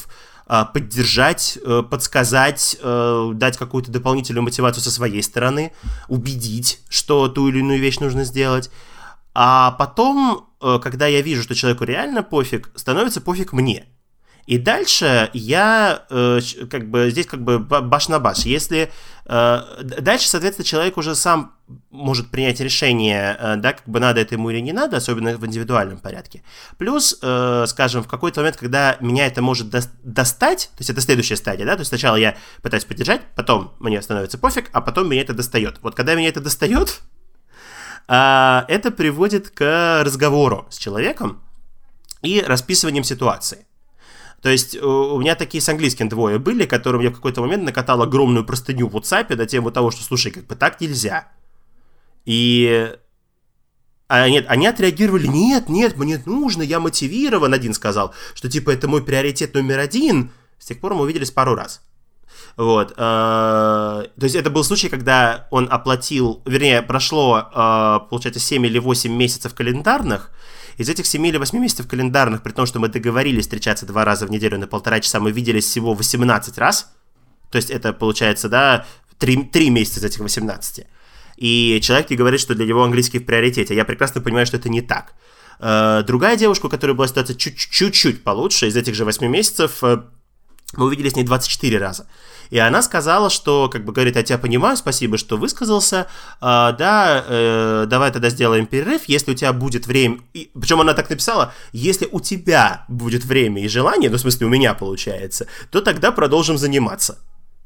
S2: поддержать, подсказать, дать какую-то дополнительную мотивацию со своей стороны, убедить, что ту или иную вещь нужно сделать. А потом, когда я вижу, что человеку реально пофиг, становится пофиг мне. И дальше я э, как бы здесь как бы баш на баш. Если э, дальше, соответственно, человек уже сам может принять решение, э, да, как бы надо это ему или не надо, особенно в индивидуальном порядке. Плюс, э, скажем, в какой-то момент, когда меня это может до- достать, то есть это следующая стадия, да, то есть сначала я пытаюсь поддержать, потом мне становится пофиг, а потом меня это достает. Вот когда меня это достает, э, это приводит к разговору с человеком и расписыванием ситуации. То есть у меня такие с английским двое были, которым я в какой-то момент накатал огромную простыню в WhatsApp на тему того, что, слушай, как бы так нельзя. И а нет, они отреагировали, нет, нет, мне нужно, я мотивирован, один сказал, что типа это мой приоритет номер один. С тех пор мы увиделись пару раз. Вот. То есть это был случай, когда он оплатил, вернее, прошло, получается, семь или восемь месяцев календарных. Из этих семи или восьми месяцев календарных, при том, что мы договорились встречаться два раза в неделю на полтора часа, мы виделись всего восемнадцать раз. То есть это, получается, да, три месяца из этих восемнадцати. И человек мне говорит, что для него английский в приоритете. Я прекрасно понимаю, что это не так. Другая девушка, у которой была ситуация чуть-чуть получше, из этих же восьми месяцев, мы увиделись с ней двадцать четыре раза. И она сказала, что, как бы, говорит, я тебя понимаю, спасибо, что высказался, а, да, э, давай тогда сделаем перерыв, если у тебя будет время, и, причем она так написала, если у тебя будет время и желание, ну, в смысле, у меня получается, то тогда продолжим заниматься.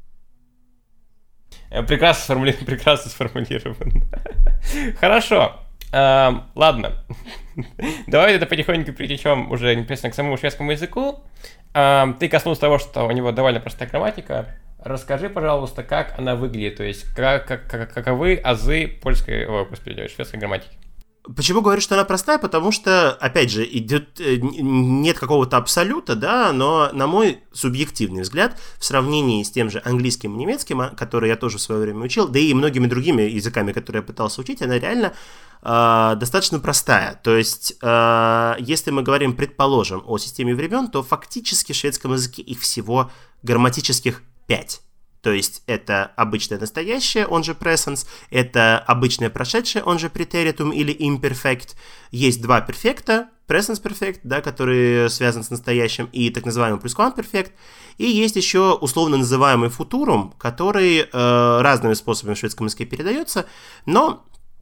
S1: Прекрасно сформулировано. Прекрасно сформулировано. Хорошо. Uh, ладно, давай это потихоньку перетечем уже непосредственно к самому шведскому языку. Uh, ты коснулся того, что у него довольно простая грамматика. Расскажи, пожалуйста, как она выглядит, то есть как, как, как, каковы азы польской, о, господи, шведской грамматики.
S2: Почему говорю, что она простая? Потому что, опять же, идет, нет какого-то абсолюта, да, но, на мой субъективный взгляд, в сравнении с тем же английским и немецким, который я тоже в свое время учил, да и многими другими языками, которые я пытался учить, она реально э, достаточно простая. То есть, э, если мы говорим, предположим, о системе времен, то фактически в шведском языке их всего грамматических пять. То есть это обычное настоящее, он же presens, это обычное прошедшее, он же претеритум или imperfect. Есть два перфекта, presens perfect, да, который связан с настоящим, и так называемый plusquamperfect. И есть еще условно называемый futurum, который э, разными способами в шведском языке передается, но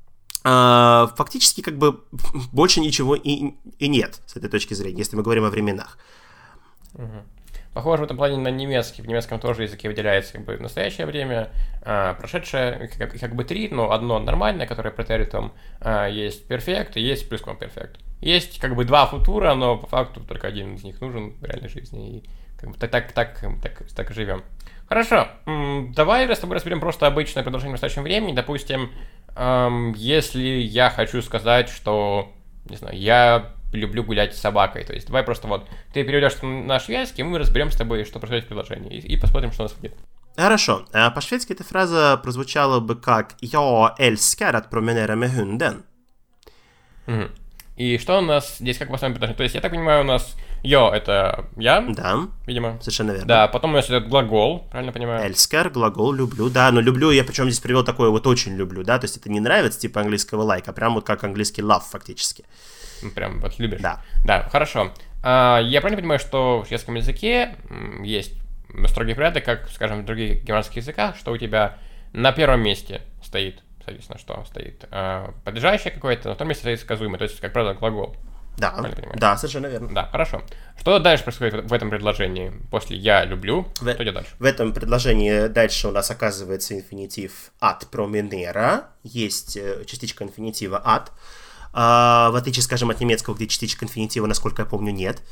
S2: э, фактически как бы больше ничего и, и нет с этой точки зрения, если мы говорим о временах.
S1: Угу. Похоже в этом плане на немецкий. В немецком тоже языке выделяется как бы настоящее время, а, прошедшее, как, как бы три, но одно нормальное, которое претеритум, а, есть перфект и есть plusquamperfect. Есть как бы два футура, но по факту только один из них нужен в реальной жизни. И как бы так, так, так, так, так и живем. Хорошо, давай с тобой разберем просто обычное предложение в настоящем времени. Допустим, эм, если я хочу сказать, что, не знаю, я люблю гулять с собакой. То есть давай просто вот ты переведешь на шведский, мы разберем с тобой, что происходит в предложении, и, и посмотрим, что у нас будет.
S2: Хорошо. По-шведски эта фраза прозвучала бы как «Я älskar att promenera med hunden».
S1: Угу. И что у нас здесь как поставим предложение? То есть я так понимаю, у нас «я» — это «я»,
S2: да,
S1: видимо.
S2: Совершенно верно.
S1: Да, потом у нас идет глагол, правильно понимаю?
S2: «Älskar», глагол «люблю», да, но «люблю» я причем здесь привел такое вот «очень люблю», да, то есть это не нравится типа английского «like», а прям вот как английский «love» фактически.
S1: Прям вот любишь.
S2: Да.
S1: Да, хорошо. А, я правильно понимаю, что в шведском языке есть строгий порядок, как, скажем, в других германских языках, что у тебя на первом месте стоит, соответственно, что стоит а, подлежащее какое-то, на втором месте стоит сказуемое, то есть, как правило, глагол.
S2: Да, да, совершенно верно.
S1: Да, хорошо. Что дальше происходит в этом предложении? После «я люблю»,
S2: в,
S1: что идет дальше?
S2: В этом предложении дальше у нас оказывается инфинитив «at promenera», есть частичка инфинитива «at», Uh, в отличие, скажем, от немецкого, где частичек инфинитива, насколько я помню, нет.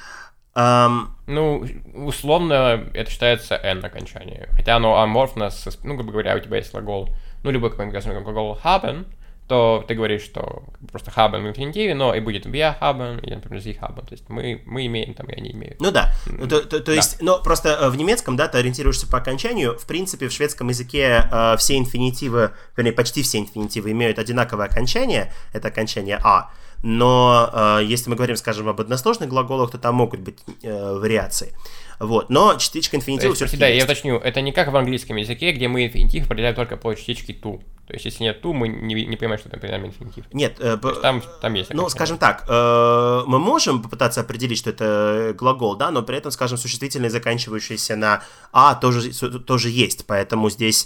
S2: Um,
S1: ну, условно, это считается «n» окончание. Хотя оно аморфно, с, ну, грубо говоря, у тебя есть глагол, ну, любой какой-нибудь глагол «haben», то ты говоришь, что просто «haben» в инфинитиве, но и будет «wir haben», или, например, «sie haben». То есть мы, мы имеем, там, и они имеют.
S2: Ну да, mm-hmm. то, то, то да. есть, но просто в немецком, да, ты ориентируешься по окончанию. В принципе, в шведском языке э, все инфинитивы, вернее, почти все инфинитивы имеют одинаковое окончание, это окончание «а». Но э, если мы говорим, скажем, об односложных глаголах, то там могут быть э, вариации. Вот. Но частичка инфинитива все-таки
S1: да,
S2: есть.
S1: я уточню, это не как в английском языке, где мы инфинитив определяем только по частичке to. То есть, если нет to, мы не, не понимаем, что это определяем инфинитив.
S2: Нет, э,
S1: то есть, там, там есть.
S2: Ну, скажем так, э, мы можем попытаться определить, что это глагол, да, но при этом, скажем, существительные, заканчивающиеся на а, тоже, тоже есть. Поэтому здесь,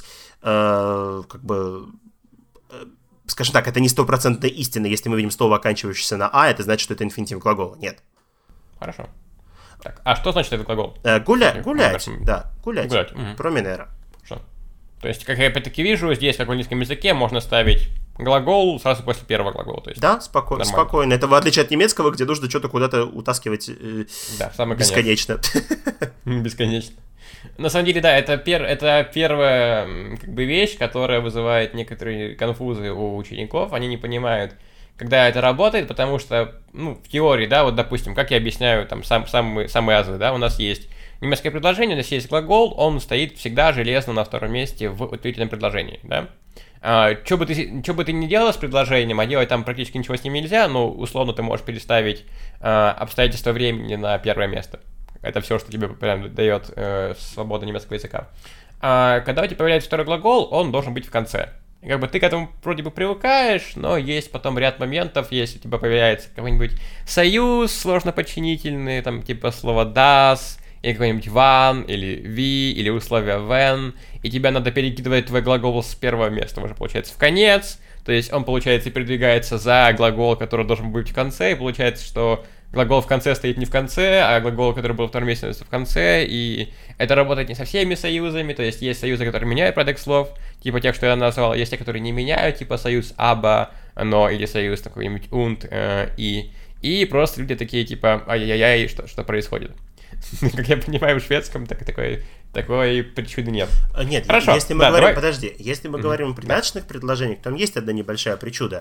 S2: э, как бы, э, скажем так, это не стопроцентная истина. Если мы видим слово, оканчивающееся на а, это значит, что это инфинитив глагола. Нет.
S1: Хорошо. Так, а что значит этот глагол?
S2: Э, гуля, гулять,
S1: ну,
S2: да, гулять.
S1: Гулять. Угу.
S2: Променера.
S1: Хорошо. То есть, как я опять-таки вижу, здесь, как в английском языке, можно ставить глагол сразу после первого глагола. То есть,
S2: да, споко- спокойно. Это в отличие от немецкого, где нужно что-то куда-то утаскивать э,
S1: да, самый
S2: бесконечно.
S1: Бесконечно. На самом деле, да, это, пер, это первая как бы, вещь, которая вызывает некоторые конфузы у учеников. Они не понимают, когда это работает, потому что, ну, в теории, да, вот, допустим, как я объясняю, там, сам, самые, самые азы, да, у нас есть немецкое предложение, у нас есть глагол, он стоит всегда железно на втором месте в утвердительном предложении, да. А, что бы ты, что бы ты ни делал с предложением, а делать там практически ничего с ним нельзя, но, условно, ты можешь переставить а, обстоятельства времени на первое место. Это все, что тебе прям дает э, свобода немецкого языка. А, когда у тебя появляется второй глагол, он должен быть в конце. И как бы ты к этому вроде бы привыкаешь, но есть потом ряд моментов, если у тебя появляется какой-нибудь союз сложноподчинительный, там типа слово das, или какой-нибудь one, или we, или условие when, и тебе надо перекидывать твой глагол с первого места уже, получается, в конец, то есть он, получается, передвигается за глагол, который должен быть в конце, и получается, что глагол в конце стоит не в конце, а глагол, который был в втором месте, в конце, и это работает не со всеми союзами, то есть есть союзы, которые меняют порядок слов, типа тех, что я назвал, есть те, которые не меняют, типа союз aber, но, или союз какой-нибудь und, э, и, и просто люди такие, типа, ай-яй-яй, что, что происходит? Как я понимаю, в шведском так, такой, такой причуды нет.
S2: Нет,
S1: Хорошо.
S2: Если мы
S1: да,
S2: говорим,
S1: давай.
S2: подожди, если мы
S1: Mm-hmm.
S2: говорим о придаточных да. предложениях, там есть одна небольшая причуда.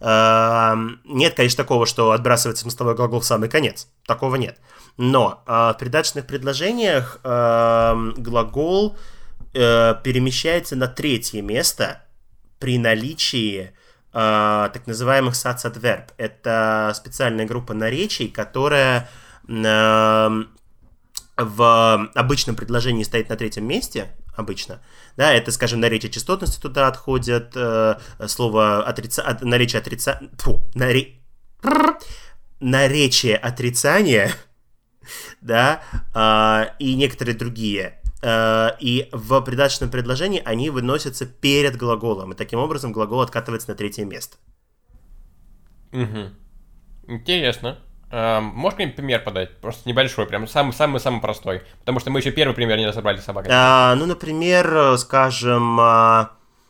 S2: Нет, конечно, такого, что отбрасывать смысловой глагол в самый конец. Такого нет. Но в придаточных предложениях глагол перемещается на третье место при наличии так называемых сацадверб. Это специальная группа наречий, которая в обычном предложении стоит на третьем месте, обычно, да, это, скажем, наречие частотности туда отходят, э, слово отрица... от... наречие отрицания, фу, наре... наречие отрицания, да, э, и некоторые другие, э, и в придаточном предложении они выносятся перед глаголом, и таким образом глагол откатывается на третье место.
S1: Угу. Интересно. Uh, можешь какой-нибудь пример подать? Просто небольшой, прям самый-самый-самый простой. Потому что мы еще первый пример не разобрали с собакой.
S2: Uh, ну, например, скажем... Uh...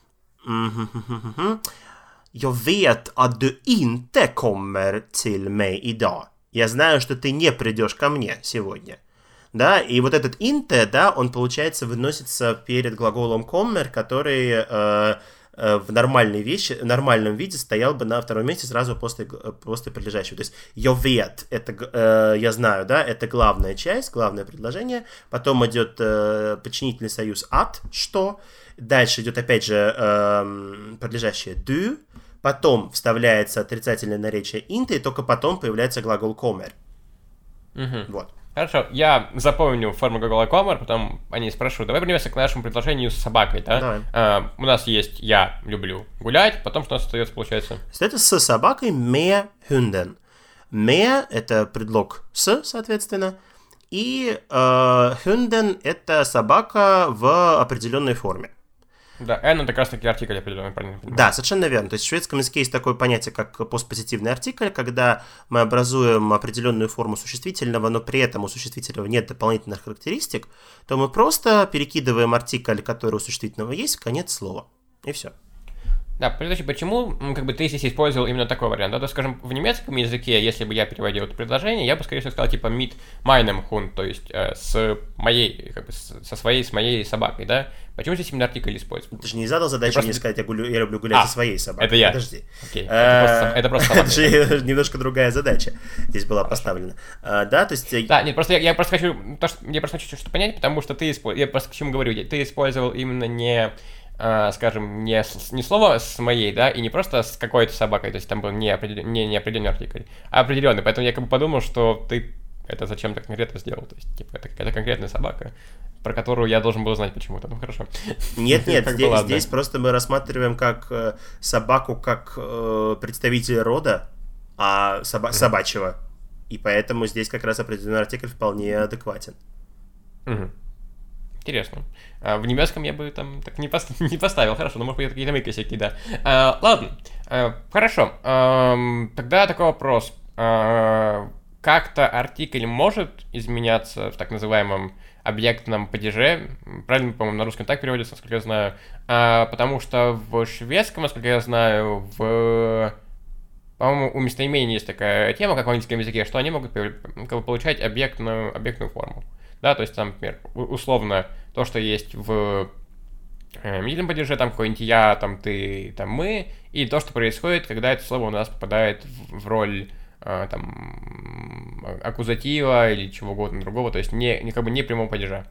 S2: Jag vet att du inte kommer till mig idag. Я знаю, что ты не придешь ко мне сегодня. Да, и вот этот inte, да, он, получается, выносится перед глаголом kommer, который... Uh... в нормальной вещи, нормальном виде стоял бы на втором месте сразу после, после прилежащего. То есть я vet, это э, я знаю, да, это главная часть, главное предложение. Потом идет э, подчинительный союз at, что. Дальше идет опять же э, прилежащее du. Потом вставляется отрицательное наречие inte, и только потом появляется глагол kommer.
S1: Угу.
S2: Вот.
S1: Хорошо, я запомню форму глагола kommer, потом они спрошу, давай вернемся к нашему предложению с собакой, да?
S2: Давай.
S1: А, у нас есть «я люблю гулять», потом что у нас остается, получается?
S2: Это с собакой med hunden. Med — это предлог «с», соответственно, и э, hunden — это собака в определенной форме.
S1: Да, N — это как раз таки артикль определенный, правильно понимаю?
S2: Да, совершенно верно. То есть в шведском языке есть такое понятие, как постпозитивный артикль, когда мы образуем определенную форму существительного, но при этом у существительного нет дополнительных характеристик, то мы просто перекидываем артикль, который у существительного есть, в конец слова. И все.
S1: Да, предыдущий, почему как бы ты здесь использовал именно такой вариант? Да, то, скажем, в немецком языке, если бы я переводил это предложение, я бы, скорее всего, сказал типа mit meinem Hund, то есть э, с моей, как бы, с, со своей, с моей собакой, да? Почему здесь именно артикль используется?
S2: Ты же не задал задачу
S1: просто...
S2: мне сказать, я, гулю, я люблю гулять
S1: а,
S2: со своей собакой.
S1: Это я.
S2: Подожди.
S1: Окей. Это просто собака.
S2: Это же немножко другая задача здесь была поставлена. Да, то есть...
S1: Да, нет, просто я просто хочу, я просто хочу что-то понять, потому что ты использовал, я просто к чему говорю, ты использовал именно не... Uh, скажем, не, не слово с моей, да, и не просто с какой-то собакой, то есть там был не, определен, не, не определенный артикль, а определенный, поэтому я как бы подумал, что ты это зачем так конкретно сделал. То есть, типа, это какая-то конкретная собака, про которую я должен был знать почему-то. Ну, хорошо.
S2: Нет-нет, здесь, здесь просто мы рассматриваем как э, собаку, как э, представителя рода, а соба- mm-hmm. собачьего. И поэтому здесь как раз определенный артикль вполне адекватен.
S1: Mm-hmm. Интересно. А в немецком я бы там так не, пост- не поставил. Хорошо, но может быть какие-то мои косяки, да. А, ладно, а, хорошо. А, тогда такой вопрос. А, как-то артикль может изменяться в так называемом объектном падеже? Правильно, по-моему, на русском так переводится, насколько я знаю. А, потому что в шведском, насколько я знаю, в... По-моему, у местоимений есть такая тема, как в английском языке, что они могут как бы, получать объектную, объектную форму. Да, то есть там, например, условно, то, что есть в э, медленном падеже, там какой-нибудь я, там ты, там мы, и то, что происходит, когда это слово у нас попадает в, в роль э, там аккузатива или чего угодно другого, то есть не, не, как бы не прямого падежа.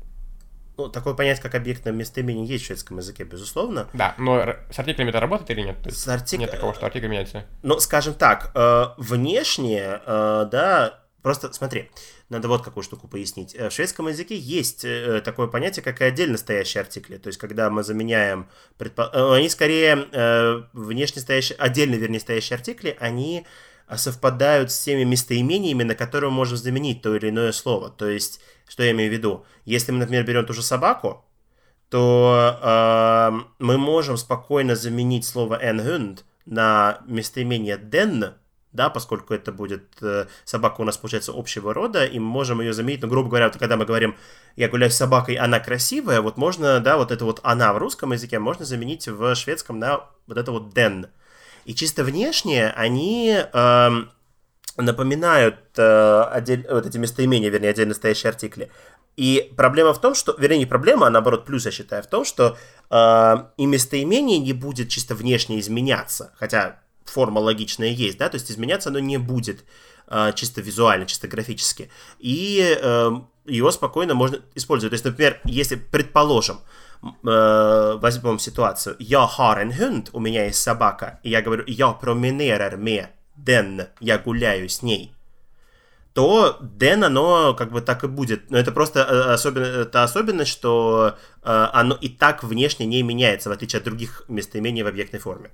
S2: Ну, такое понятие, как объектное местоимение, есть в шведском языке, безусловно.
S1: Да, но с артиклями это работает или нет? То есть
S2: с артик...
S1: Нет такого, что артикль меняется.
S2: Ну, скажем так, э, внешне, э, да, просто смотри, надо вот какую штуку пояснить. В шведском языке есть э, такое понятие, как и отдельно стоящие артикли. То есть, когда мы заменяем... Предпо... Они скорее э, внешне стоящие... Отдельно, вернее, стоящие артикли, они совпадают с теми местоимениями, на которые мы можем заменить то или иное слово. То есть, что я имею в виду? Если мы, например, берем ту же собаку, то э, мы можем спокойно заменить слово en hund на местоимение den, да, поскольку это будет э, собака у нас, получается, общего рода, и мы можем ее заменить, ну, грубо говоря, вот, когда мы говорим «я гуляю с собакой, она красивая», вот можно, да, вот это вот «она» в русском языке можно заменить в шведском на вот это вот «den». И чисто внешне они э, напоминают э, отдель, вот эти местоимения, вернее, отдельно стоящие артикли. И проблема в том, что, вернее, не проблема, а наоборот плюс, я считаю, в том, что э, и местоимение не будет чисто внешне изменяться, хотя форма логичная есть, да, то есть изменяться оно не будет э, чисто визуально, чисто графически. И э, его спокойно можно использовать. То есть, например, если, предположим, э, возьмем ситуацию, «Я har en hund», у меня есть собака, и я говорю «я promenerar med den», я гуляю с ней, то den, оно как бы так и будет. Но это просто особенно, это особенность, что э, оно и так внешне не меняется, в отличие от других местоимений в объектной форме.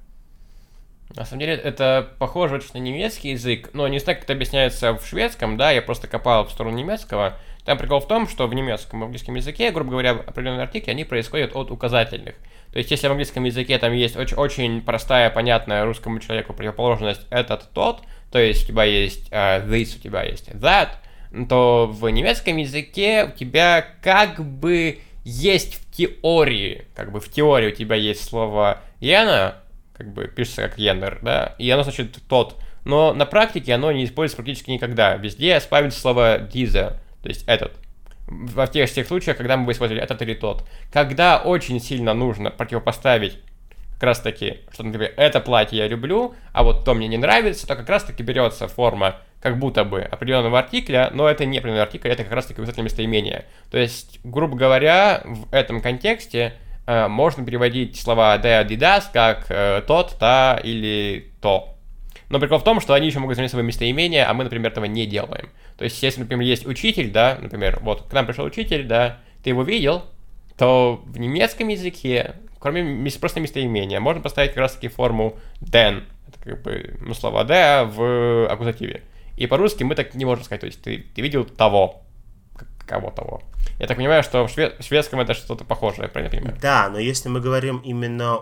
S1: На самом деле, это похоже очень на немецкий язык, но не знаю, как это объясняется в шведском, да, я просто копал в сторону немецкого. Там прикол в том, что в немецком и в английском языке, грубо говоря, определенные артикли, они происходят от указательных. То есть, если в английском языке там есть очень, очень простая, понятная русскому человеку противоположность «этот», «тот», то есть у тебя есть uh, this, у тебя есть that, то в немецком языке у тебя как бы есть в теории, как бы в теории у тебя есть слово «jena», как бы пишется как «jender», да, и оно значит «тот», но на практике оно не используется практически никогда. Везде спавнится слово «diese», то есть «этот». Во тех, тех случаях, когда мы бы использовали «этот» или «тот». Когда очень сильно нужно противопоставить как раз таки, что, например, это платье я люблю, а вот то мне не нравится, то как раз таки берется форма как будто бы определенного артикля, но это не определенный артикль, это как раз таки указательное местоимение. То есть, грубо говоря, в этом контексте э, можно переводить слова «der», «die», «das» как э, «тот», «та» или «то». Но прикол в том, что они еще могут заменить свое местоимение, а мы, например, этого не делаем. То есть, если, например, есть учитель, да, например, вот к нам пришел учитель, да, ты его видел, то в немецком языке, кроме просто местоимения, можно поставить как раз-таки форму den, это как бы, ну, слова «der» в аккузативе. И по-русски мы так не можем сказать, то есть ты, ты видел того, кого того. Я так понимаю, что в, швед... в шведском это что-то похожее, правильно понимаю?
S2: Да, но если мы говорим именно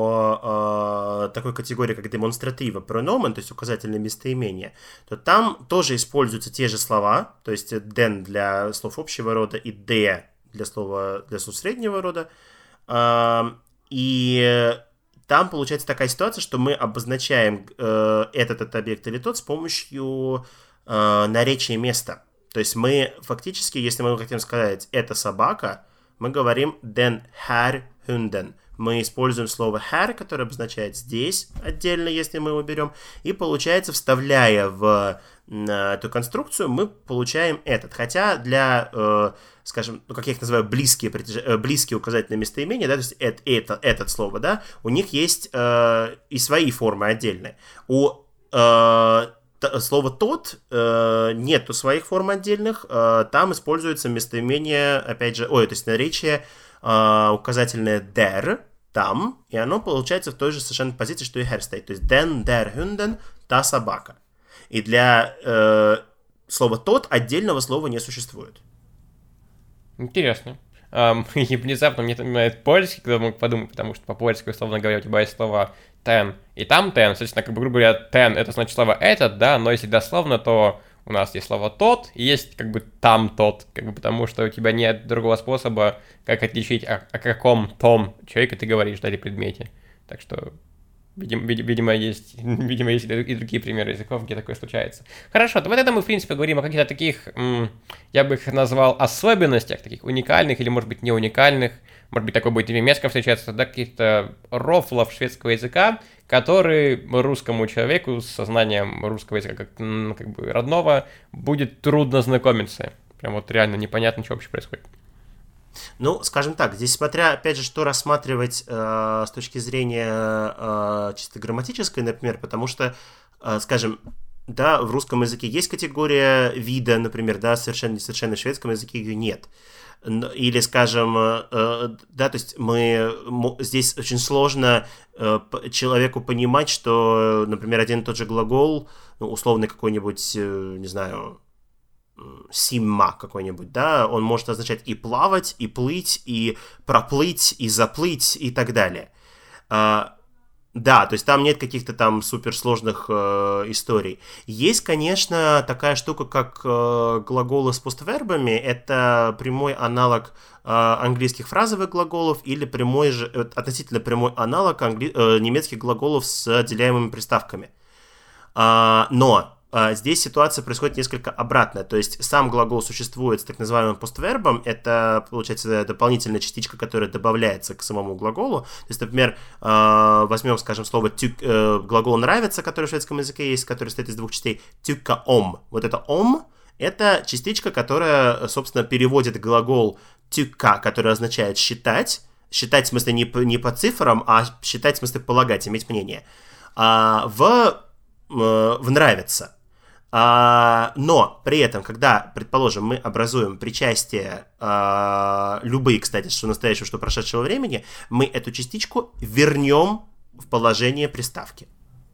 S2: о э, такой категории, как демонстратива прономен, то есть указательное местоимение, то там тоже используются те же слова, то есть den для слов общего рода и de для, слова, для слов среднего рода. Э, и там получается такая ситуация, что мы обозначаем э, этот, этот объект или тот с помощью э, наречия места. То есть мы фактически, если мы хотим сказать «это собака», мы говорим «den Herr Hunden». Мы используем слово «Herr», которое обозначает «здесь» отдельно, если мы его берем. И получается, вставляя в эту конструкцию, мы получаем этот. Хотя для, э, скажем, ну, как я их называю, близкие, близкие указательные местоимения, да, то есть это, это, это слово, да, у них есть э, и свои формы отдельные. У э, т- слово «тот» э, нету своих форм отдельных, э, там используется местоимение, опять же, ой, то есть наречие э, указательное «der», там, и оно получается в той же совершенно позиции, что и «her» стоит, то есть «den der Hunden», та собака. И для э, слова «тот» отдельного слова не существует.
S1: Интересно. Um, и внезапно мне напоминает польский, кто мог подумать, потому что по-польски, условно говоря, у тебя есть слово ten, и там ten, соответственно, как бы, грубо говоря, ten, это значит слово этот, да, но если дословно, то у нас есть слово тот, и есть как бы там тот, как бы, потому что у тебя нет другого способа, как отличить, о, о каком том человеке ты говоришь, да, или предмете. Так что, видимо, видимо, есть, видимо, есть и другие примеры языков, где такое случается. Хорошо, давай тогда мы, в принципе, говорим о каких-то таких, я бы их назвал особенностях, таких уникальных или, может быть, не уникальных, может быть, такое будет и в немецком встречаться, да, каких-то рофлов шведского языка, которые русскому человеку с сознанием русского языка как, как бы родного будет трудно знакомиться. Прям вот реально непонятно, что вообще происходит.
S2: Ну, скажем так, здесь смотря, опять же, что рассматривать э, с точки зрения э, чисто грамматической, например, потому что, э, скажем, да, в русском языке есть категория вида, например, да, совершенно, совершенно в шведском языке ее нет. Или, скажем, э, да, то есть мы, здесь очень сложно э, человеку понимать, что, например, один и тот же глагол, ну, условный какой-нибудь, э, не знаю, симма какой-нибудь, да, он может означать и плавать, и плыть, и проплыть, и заплыть, и так далее. А, да, то есть там нет каких-то там суперсложных э, историй. Есть, конечно, такая штука, как э, глаголы с поствербами. Это прямой аналог э, английских фразовых глаголов или прямой же, э, относительно прямой аналог англи- э, немецких глаголов с отделяемыми приставками. А, но здесь ситуация происходит несколько обратная, то есть сам глагол существует с так называемым поствербом, это, получается, дополнительная частичка, которая добавляется к самому глаголу, то есть, например, возьмем, скажем, слово тюк, глагол «нравится», который в шведском языке есть, который состоит из двух частей, «тюкка ом», вот это «ом», это частичка, которая, собственно, переводит глагол «тюкка», который означает «считать», считать в смысле не по, не по цифрам, а считать в смысле полагать, иметь мнение, в, в «нравится». А, но при этом, когда, предположим, мы образуем причастие, а, любые, кстати, что настоящего, что прошедшего времени, мы эту частичку вернем в положение приставки.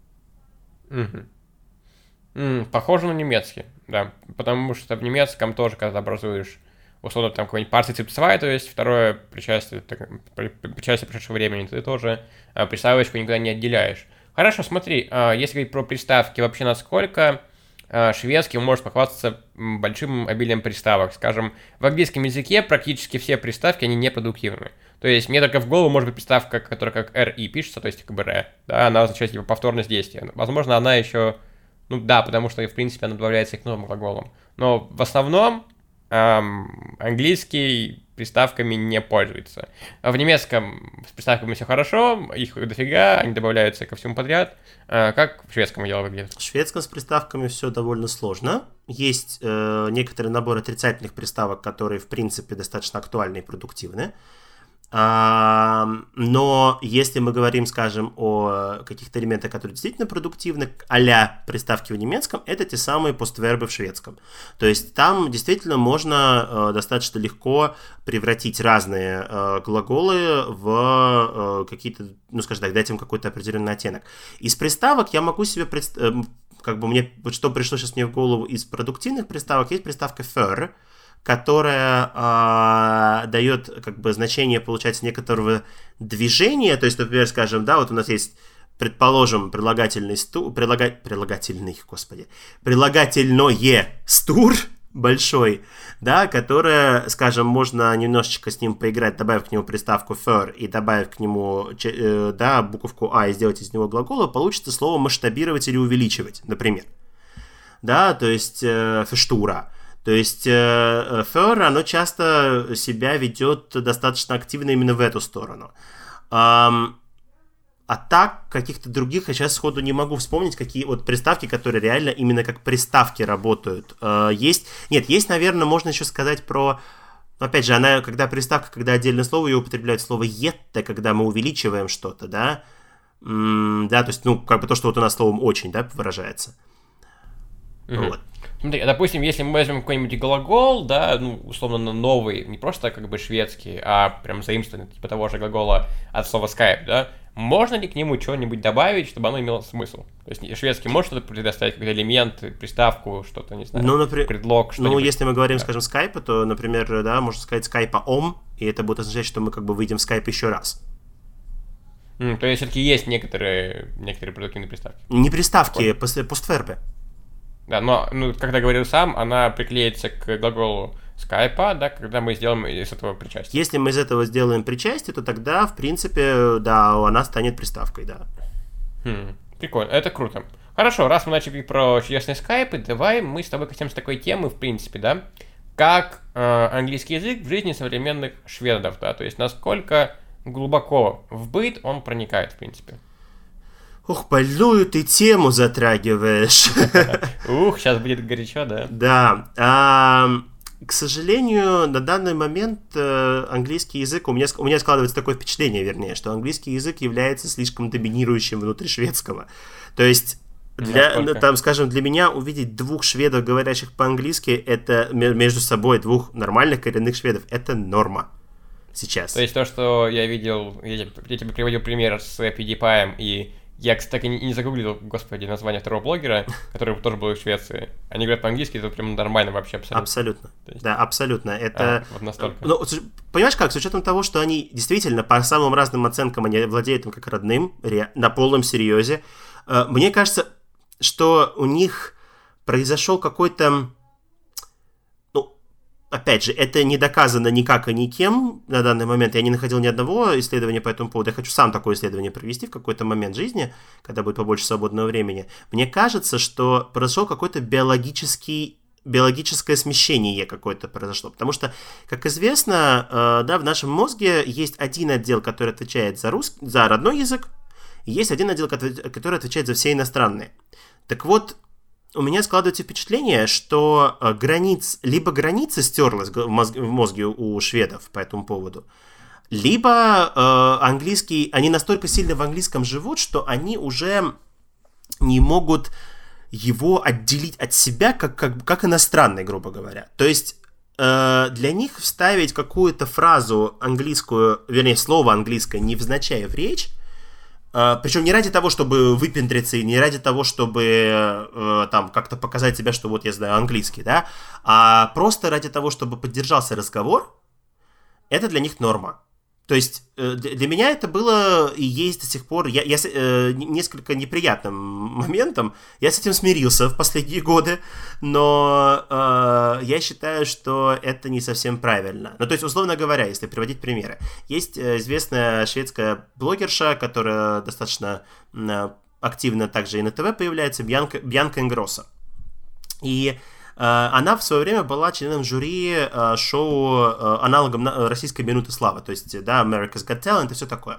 S1: Угу. М, похоже на немецкий, да, потому что в немецком тоже, когда образуешь, условно, там какой-нибудь партиципл два, то есть второе причастие, так, причастие прошедшего времени, ты тоже а, приставочку никогда не отделяешь. Хорошо, смотри, а, если говорить про приставки, вообще насколько шведский может похвастаться большим обилием приставок. Скажем, в английском языке практически все приставки, они непродуктивны. То есть мне только в голову может быть приставка, которая как ri пишется, то есть как бы re, да, она означает типа повторность действия. Возможно, она еще, ну да, потому что в принципе она добавляется и к новым глаголам. Но в основном эм, английский приставками не пользуется. А в немецком с приставками все хорошо, их дофига, они добавляются ко всему подряд. А как в шведском дело выглядит?
S2: В шведском с приставками все довольно сложно. Есть э, некоторый набор отрицательных приставок, которые, в принципе, достаточно актуальны и продуктивны. А, но если мы говорим, скажем, о каких-то элементах, которые действительно продуктивны, а-ля приставки в немецком, это те самые поствербы в шведском. То есть там действительно можно э, достаточно легко превратить разные э, глаголы в э, какие-то, ну, скажем так, дать им какой-то определенный оттенок. Из приставок я могу себе представить, как бы мне, вот что пришло сейчас мне в голову из продуктивных приставок, есть приставка «för», которая э, дает как бы значение, получается, некоторого движения, то есть, например, скажем, да, вот у нас есть, предположим, прилагательный стур, прилага... прилагательный, господи, прилагательное стур большой, да, которое, скажем, можно немножечко с ним поиграть, добавив к нему приставку «för» и добавив к нему, э, да, буковку «а» и сделать из него глагол, получится слово масштабировать или увеличивать, например, да, то есть э, «förstора». То есть э, «för», оно часто себя ведет достаточно активно именно в эту сторону. Um, а так, каких-то других я сейчас сходу не могу вспомнить, какие вот приставки, которые реально именно как приставки работают. Uh, есть, нет, есть, наверное, можно еще сказать про... Опять же, она, когда приставка, когда отдельное слово, ее употребляют слово «ette», когда мы увеличиваем что-то, да? М- да, то есть, ну, как бы то, что вот у нас словом «очень», да, выражается.
S1: Угу.
S2: Вот.
S1: Смотри, допустим, если мы возьмем какой-нибудь глагол, да, ну, условно, новый, не просто как бы шведский, а прям заимствованный, типа того же глагола от слова Skype, да, можно ли к нему что-нибудь добавить, чтобы оно имело смысл? То есть шведский может что-то предоставить, какой-то элемент, приставку, что-то, не знаю,
S2: ну, напри...
S1: предлог, что-нибудь?
S2: Ну, если мы говорим,
S1: да.
S2: скажем, Skype, то, например, да, можно сказать Skype-ом, и это будет означать, что мы как бы выйдем в Skype еще раз.
S1: Mm, то есть все-таки есть некоторые, некоторые продуктивные приставки?
S2: Не приставки, поствербы.
S1: Да, но, ну, когда говорил сам, она приклеится к глаголу скайпа, да, когда мы сделаем из этого причастие.
S2: Если мы из этого сделаем причастие, то тогда, в принципе, да, она станет приставкой, да.
S1: Хм, прикольно, это круто. Хорошо, раз мы начали про чудесные скайпы, давай мы с тобой коснемся такой темы, в принципе, да, как э, английский язык в жизни современных шведов, да, то есть насколько глубоко в быт он проникает, в принципе.
S2: Ух, больную ты тему затрагиваешь.
S1: Ух, сейчас будет горячо, да?
S2: Да. А, к сожалению, на данный момент э, английский язык... У меня, у меня складывается такое впечатление, вернее, что английский язык является слишком доминирующим внутри шведского. То есть, для, там, скажем, для меня увидеть двух шведов, говорящих по-английски, это между собой двух нормальных коренных шведов, это норма сейчас.
S1: То есть то, что я видел... Я, я тебе приводил пример с PewDiePie и... Я, кстати, не, не загуглил, господи, название второго блогера, который тоже был в Швеции. Они говорят по-английски, это прям нормально вообще абсолютно.
S2: Абсолютно,
S1: есть...
S2: да, абсолютно. Это...
S1: А, вот настолько.
S2: Ну, понимаешь как, с учетом того, что они действительно по самым разным оценкам, они владеют им как родным, на полном серьезе, мне кажется, что у них произошел какой-то... Опять же, это не доказано никак и никем на данный момент. Я не находил ни одного исследования по этому поводу. Я хочу сам такое исследование провести в какой-то момент жизни, когда будет побольше свободного времени. Мне кажется, что произошел какой-то биологический, биологическое смещение какое-то произошло. Потому что, как известно, э, да, в нашем мозге есть один отдел, который отвечает за, рус... за родной язык, и есть один отдел, который отвечает за все иностранные. Так вот, у меня складывается впечатление, что границ, либо граница стерлась в мозге, в мозге у шведов по этому поводу, либо э, английский, они настолько сильно в английском живут, что они уже не могут его отделить от себя как, как, как иностранный, грубо говоря. То есть э, для них вставить какую-то фразу английскую, вернее, слово английское, невзначай в речь, Uh, причем не ради того, чтобы выпендриться, и не ради того, чтобы uh, там как-то показать себя, что вот я знаю английский, да, а просто ради того, чтобы поддержался разговор, это для них норма. То есть uh, для меня это было и есть до сих пор я, я, uh, несколько неприятным моментом. Я с этим смирился в последние годы, но uh, я считаю, что это не совсем правильно. Ну, то есть, условно говоря, если приводить примеры, есть uh, известная шведская блогерша, которая достаточно uh, активно также и на ТВ появляется, Бьянка, Бьянка Ингросса. И она в свое время была членом жюри uh, шоу uh, аналогом российской «Минуты славы», то есть, да, America's Got Talent и все такое.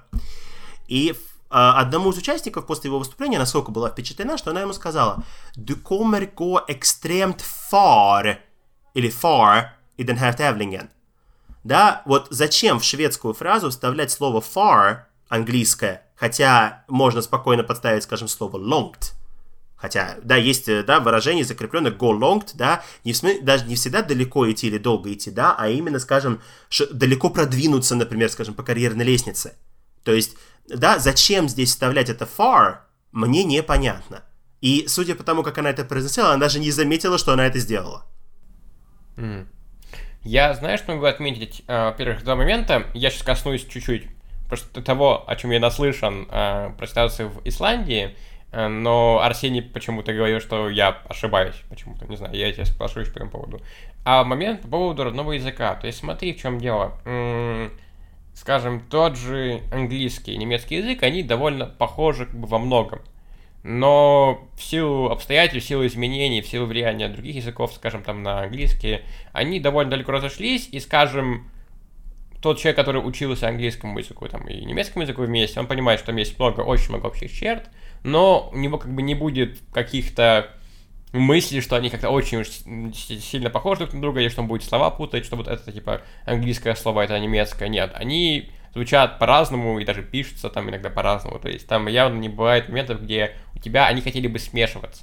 S2: И uh, одному из участников после его выступления насколько была впечатлена, что она ему сказала «Du kommer gå extremt far» или «far» i den här tävlingen. Да, вот зачем в шведскую фразу вставлять слово «far» английское, хотя можно спокойно подставить, скажем, слово «långt». Хотя, да, есть, да, выражение закрепленное go long, да, не в смысле, даже не всегда далеко идти или долго идти, да, а именно, скажем, ш- далеко продвинуться, например, скажем, по карьерной лестнице. То есть, да, зачем здесь вставлять это far, мне непонятно. И судя по тому, как она это произносила, она даже не заметила, что она это сделала.
S1: Mm. Я, знаешь, что могу отметить? Во-первых, два момента. Я сейчас коснусь чуть-чуть просто того, о чем я наслышан про ситуацию в Исландии. Но Арсений почему-то говорил, что я ошибаюсь почему-то, не знаю, я тебя спрашиваю по этому поводу. А момент по поводу родного языка, то есть смотри, в чем дело. М-м, скажем, тот же английский и немецкий язык, они довольно похожи как бы во многом. Но в силу обстоятельств, в силу изменений, в силу влияния других языков, скажем, там на английский, они довольно далеко разошлись, и, скажем, тот человек, который учился английскому языку там, и немецкому языку вместе, он понимает, что там есть много, очень много общих черт, но у него как бы не будет каких-то мыслей, что они как-то очень сильно похожи друг на друга, или что он будет слова путать, что вот это типа английское слово, это немецкое. Нет, они звучат по-разному и даже пишутся там иногда по-разному. То есть там явно не бывает моментов, где у тебя они хотели бы смешиваться.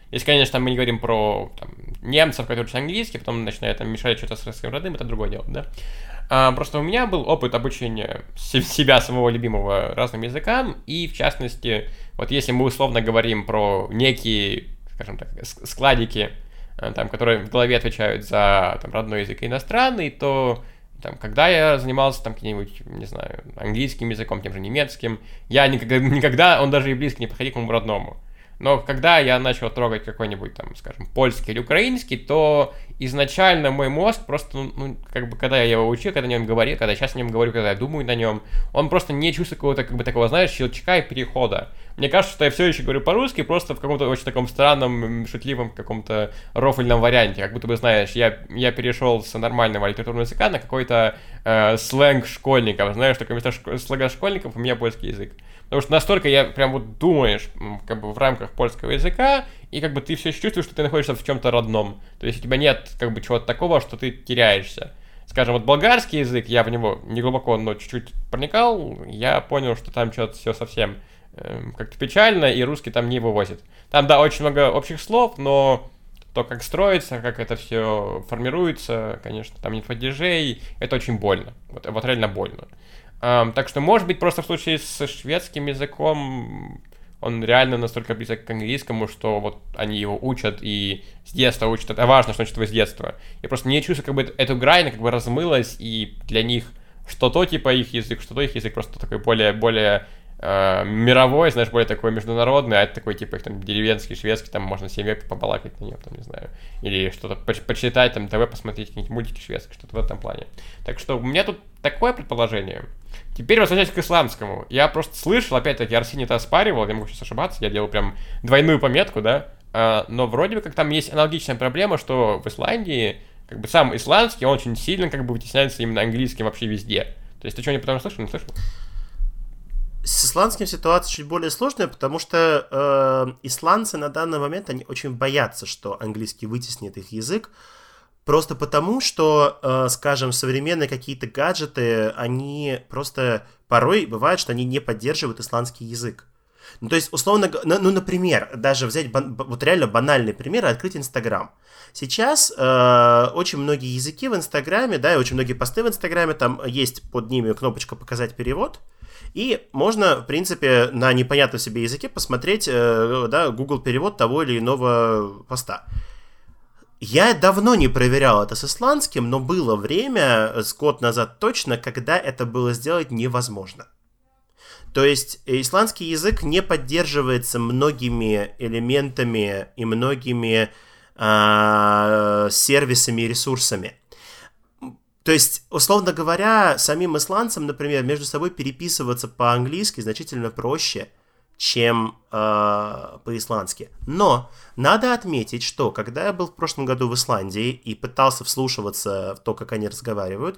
S1: Если, конечно, там мы не говорим про там, немцев, которые учат английский, потом начинают там мешать что-то с русским родным, это другое дело, да. А, просто у меня был опыт обучения себя, самого любимого, разным языкам, и, в частности, вот если мы условно говорим про некие, скажем так, складики, там, которые в голове отвечают за там, родной язык и иностранный, то там, когда я занимался там каким-нибудь, не знаю, английским языком, тем же немецким, я никогда, никогда он даже и близко не подходил к моему родному. Но когда я начал трогать какой-нибудь там, скажем, польский или украинский, то изначально мой мозг просто, ну, как бы, когда я его учил, когда я о нем говорил, когда я сейчас о нем говорю, когда я думаю на нем, он просто не чувствует какого-то, как бы, такого, знаешь, щелчка и перехода. Мне кажется, что я все еще говорю по-русски, просто в каком-то очень таком странном, шутливом, каком-то рофльном варианте. Как будто бы, знаешь, я, я перешел с нормального литературного языка на какой-то э, сленг школьников. Знаешь, такой вместо шко- слога школьников у меня польский язык. Потому что настолько я прям вот думаешь, как бы в рамках польского языка, и как бы ты все еще чувствуешь, что ты находишься в чем-то родном. То есть у тебя нет как бы чего-то такого, что ты теряешься. Скажем, вот болгарский язык, я в него не глубоко, но чуть-чуть проникал, я понял, что там что-то все совсем э, как-то печально, и русский там не вывозит. Там, да, очень много общих слов, но то, как строится, как это все формируется, конечно, там нет падежей, это очень больно. Вот, вот реально больно. Um, так что, может быть, просто в случае с шведским языком он реально настолько близок к английскому, что вот они его учат и с детства учат. Это важно, что значит его с детства. Я просто не чувствую, как бы эту грань как бы размылась, и для них что то типа их язык, что то их язык просто такой более, более э, мировой, знаешь, более такой международный, а это такой типа их там деревенский, шведский, там можно семь век побалакать на нем, там, не знаю. Или что-то по- почитать, там, ТВ посмотреть, какие-нибудь мультики шведские, что-то в этом плане. Так что у меня тут такое предположение. Теперь возвращаясь к исламскому. Я просто слышал, опять-таки, Арсений это оспаривал, я могу сейчас ошибаться, я делал прям двойную пометку, да, а, но вроде бы как там есть аналогичная проблема, что в Исландии, как бы сам исландский, он очень сильно как бы вытесняется именно английским вообще везде. То есть ты что-нибудь потом слышал, не слышал?
S2: С исландским ситуация чуть более сложная, потому что э, исландцы на данный момент, они очень боятся, что английский вытеснит их язык. Просто потому, что, э, скажем, современные какие-то гаджеты, они просто порой бывает, что они не поддерживают исландский язык. Ну, то есть, условно, ну, например, даже взять бан- вот реально банальный пример, открыть Инстаграм. Сейчас э, очень многие языки в Инстаграме, да, и очень многие посты в Инстаграме, там есть под ними кнопочка «Показать перевод», и можно, в принципе, на непонятном себе языке посмотреть, э, да, Google перевод того или иного поста. Я давно не проверял это с исландским, но было время, с год назад точно, когда это было сделать невозможно. То есть исландский язык не поддерживается многими элементами и многими э, сервисами и ресурсами. То есть, условно говоря, самим исландцам, например, между собой переписываться по-английски значительно проще, чем э, по-исландски. Но надо отметить, что когда я был в прошлом году в Исландии и пытался вслушиваться в то, как они разговаривают,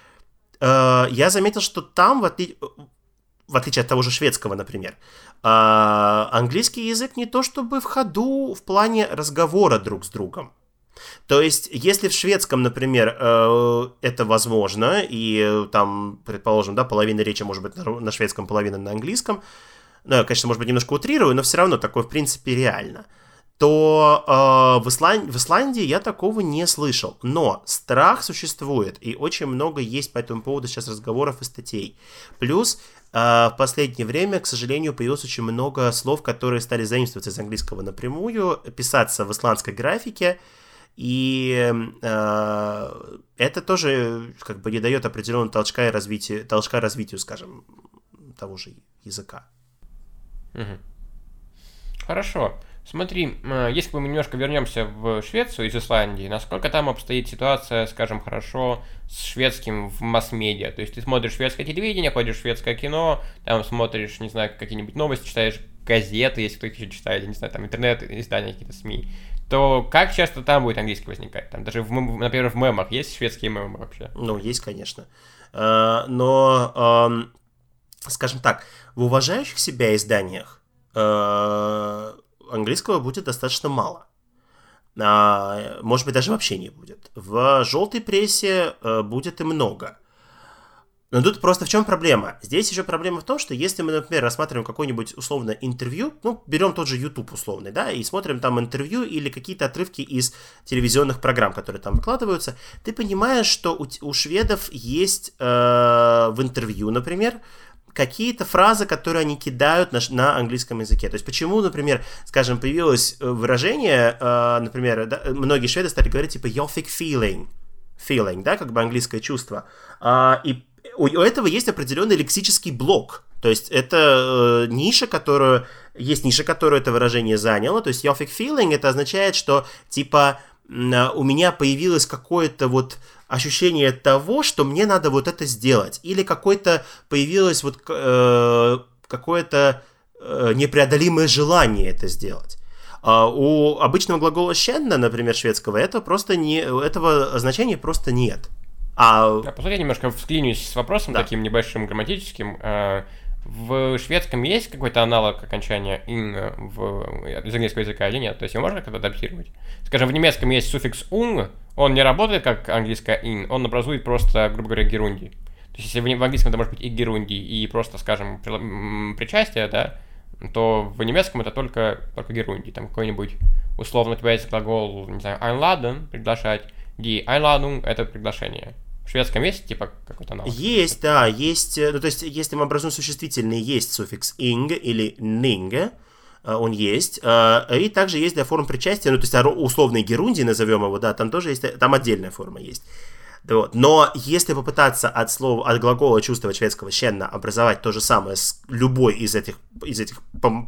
S2: э, я заметил, что там, в, отли... в отличие от того же шведского, например, э, английский язык не то чтобы в ходу в плане разговора друг с другом. То есть, если в шведском, например, э, это возможно, и там, предположим, да, половина речи может быть на, на шведском, половина на английском, ну, я, конечно, может быть, немножко утрирую, но все равно такое, в принципе, реально, то э, в, Исланд... в Исландии я такого не слышал. Но страх существует, и очень много есть по этому поводу сейчас разговоров и статей. Плюс э, в последнее время, к сожалению, появилось очень много слов, которые стали заимствоваться из английского напрямую, писаться в исландской графике, и э, это тоже как бы не дает определенного толчка, и развитию, толчка развитию, скажем, того же языка.
S1: Угу. Хорошо. Смотри, если мы немножко вернемся в Швецию из Исландии, насколько там обстоит ситуация, скажем, хорошо с шведским в масс-медиа? То есть ты смотришь шведское телевидение, ходишь в шведское кино, там смотришь, не знаю, какие-нибудь новости, читаешь газеты, если кто-то еще читает, не знаю, там интернет-издания, какие-то СМИ, то как часто там будет английский возникать? Там даже, в, например, в мемах есть шведские мемы вообще?
S2: Ну, есть, конечно. Но, скажем так, в уважающих себя изданиях английского будет достаточно мало. Может быть, даже вообще не будет. В желтой прессе будет и много. Но тут просто в чем проблема? Здесь еще проблема в том, что если мы, например, рассматриваем какое-нибудь условно интервью, ну, берем тот же YouTube условный, да, и смотрим там интервью или какие-то отрывки из телевизионных программ, которые там выкладываются, ты понимаешь, что у, у шведов есть э, в интервью, например, какие-то фразы, которые они кидают на, на английском языке. То есть почему, например, скажем, появилось выражение, э, например, да, многие шведы стали говорить типа «jag fick feeling», feeling, да, как бы английское чувство, э, и у этого есть определенный лексический блок. То есть это э, ниша, которую... Есть ниша, которую это выражение заняло. То есть «jag fick feeling» это означает, что типа у меня появилось какое-то вот ощущение того, что мне надо вот это сделать. Или какое-то появилось вот э, какое-то э, непреодолимое желание это сделать. А у обычного глагола «känna», например, шведского, это просто не, этого значения просто нет. А...
S1: А, по сути, я немножко вклинюсь с вопросом, да, таким небольшим грамматическим. В шведском есть какой-то аналог окончания «ing» в... из английского языка или нет? То есть его можно как-то адаптировать? Скажем, в немецком есть суффикс «ung», он не работает как английское «in», он образует просто, грубо говоря, герундий. То есть если в английском это может быть и герундий, и просто, скажем, причастие, да, то в немецком это только, только герундий. Там какой-нибудь, условно, у тебя есть глагол, не знаю, «einladen» — приглашать, «die Einladung» — это приглашение. В шведском есть, типа, какой-то аналог?
S2: Есть, да, есть, ну, то есть, если мы образуем существительные, есть суффикс «ing» или «ning», он есть, и также есть для форм причастия, ну, то есть, условный герундий, назовем его, да, там тоже есть, там отдельная форма есть. Вот. Но если попытаться от слова, от глагола чувствовать шведского «känna» образовать то же самое с любой из этих, из этих пом-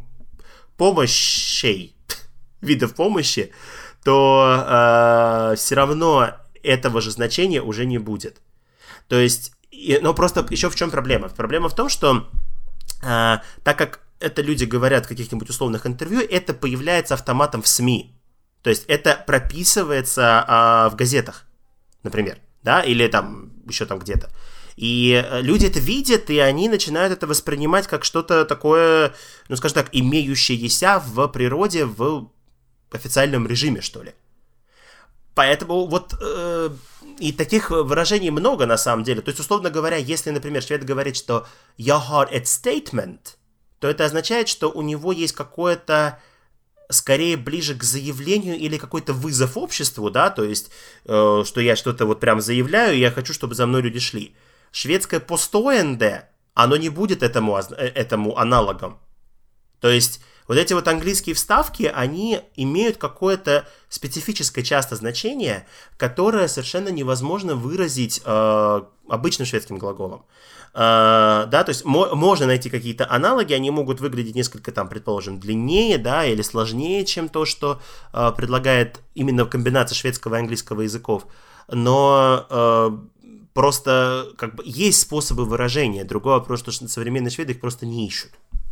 S2: помощей, видов помощи, то э, все равно этого же значения уже не будет. То есть, и, но просто еще в чем проблема? Проблема в том, что э, так как это люди говорят в каких-нибудь условных интервью, это появляется автоматом в СМИ. То есть это прописывается э, в газетах, например, да, или там еще там где-то. И люди это видят, и они начинают это воспринимать как что-то такое, ну, скажем так, имеющееся в природе в официальном режиме, что ли. Поэтому вот э, и таких выражений много на самом деле. То есть, условно говоря, если, например, швед говорит, что «jag har ett statement», то это означает, что у него есть какое-то, скорее ближе к заявлению или какой-то вызов обществу, да, то есть, э, что я что-то вот прям заявляю, и я хочу, чтобы за мной люди шли. Шведское «påstående», оно не будет этому, этому аналогом. То есть, вот эти вот английские вставки, они имеют какое-то специфическое часто значение, которое совершенно невозможно выразить э, обычным шведским глаголом. Э, да, то есть мо- можно найти какие-то аналоги, они могут выглядеть несколько, там, предположим, длиннее, да, или сложнее, чем то, что э, предлагает именно комбинация шведского и английского языков. Но э, просто как бы есть способы выражения. Другой вопрос, что современные шведы их просто не ищут.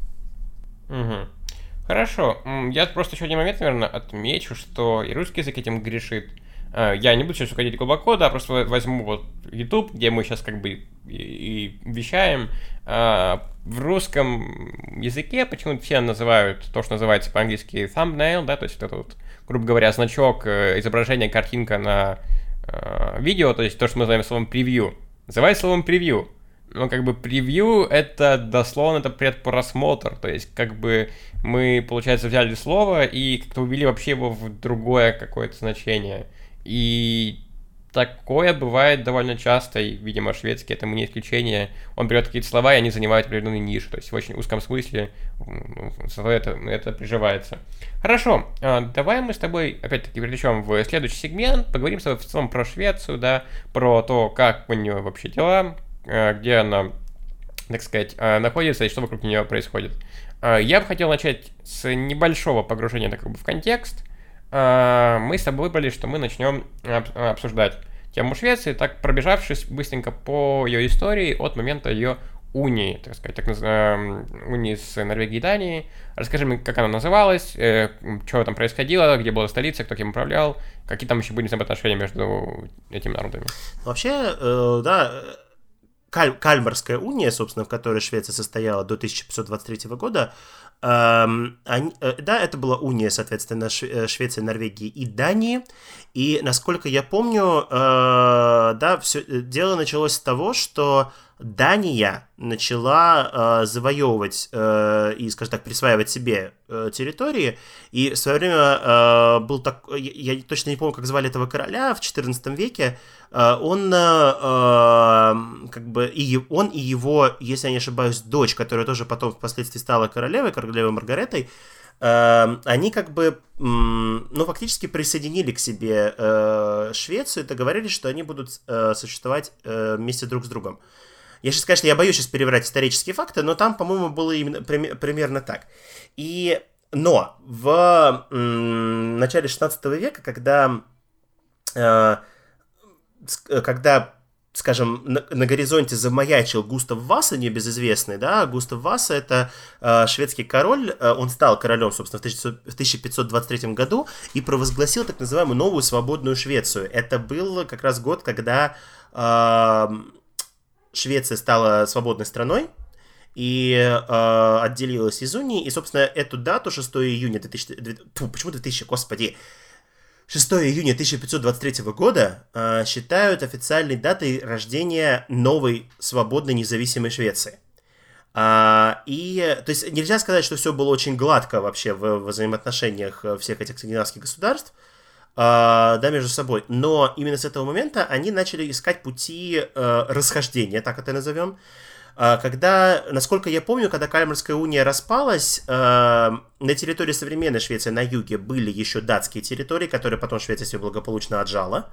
S1: Угу. Хорошо, я просто еще один момент, наверное, отмечу, что и русский язык этим грешит. Я не буду сейчас уходить глубоко, да, просто возьму вот YouTube, где мы сейчас как бы и, и вещаем. В русском языке почему-то все называют то, что называется по-английски thumbnail, да, то есть это вот, грубо говоря, значок, изображение, картинка на видео, то есть то, что мы называем словом превью, называют словом превью. Ну, как бы превью — это дословно это предпросмотр, то есть как бы мы, получается, взяли слово и как-то увели вообще его в другое какое-то значение. И такое бывает довольно часто, и, видимо, шведский этому не исключение. Он берет какие-то слова, и они занимают определенную нишу, то есть в очень узком смысле это, это приживается. Хорошо, давай мы с тобой, опять-таки, перетечем в следующий сегмент, поговорим с тобой в целом про Швецию, да, про то, как у нее вообще дела, где она, так сказать, находится и что вокруг нее происходит. Я бы хотел начать с небольшого погружения так как бы в контекст. Мы с тобой выбрали, что мы начнем обсуждать тему Швеции, так пробежавшись быстренько по ее истории от момента ее унии, так сказать, так называемой унии с Норвегией и Данией. Расскажи мне, как она называлась, что там происходило, где была столица, кто кем управлял, какие там еще были взаимоотношения между этими народами.
S2: Вообще, э, да... Каль- Кальмарская уния, собственно, в которой Швеция состояла до тысяча пятьсот двадцать третьего года, эм, они, э, да, это была уния, соответственно, Ш- Швеции, Норвегии и Дании, и, насколько я помню, э, да, все, дело началось с того, что Дания начала э, завоевывать э, и, скажем так, присваивать себе э, территории, и в свое время э, был так, я, я точно не помню, как звали этого короля в четырнадцатом веке, э, он э, как бы и он и его, если я не ошибаюсь, дочь, которая тоже потом впоследствии стала королевой, королевой Маргаретой, э, они как бы, ну, фактически присоединили к себе э, Швецию и договорились, что они будут э, существовать э, вместе друг с другом. Я сейчас, конечно, я боюсь сейчас переврать исторические факты, но там, по-моему, было именно при, примерно так. И, но в м, начале шестнадцатого века, когда, э, когда, скажем, на, на горизонте замаячил Густав Васа, небезызвестный, да, Густав Васа — это э, шведский король, э, он стал королем, собственно, в тысяча пятьсот двадцать третьем году и провозгласил так называемую новую свободную Швецию. Это был как раз год, когда э, Швеция стала свободной страной и э, отделилась из Унии, и, собственно, эту дату, шестого июня двухтысячного... Фу, почему две тысячи, господи, шестого июня тысяча пятьсот двадцать третьего года э, считают официальной датой рождения новой свободной независимой Швеции. А, и, то есть, нельзя сказать, что все было очень гладко вообще в, в взаимоотношениях всех этих скандинавских государств, Uh, да, между собой. Но именно с этого момента они начали искать пути uh, расхождения, так это назовем. Uh, когда, насколько я помню, когда Кальмарская уния распалась, uh, на территории современной Швеции на юге были еще датские территории, которые потом Швеция себе благополучно отжала.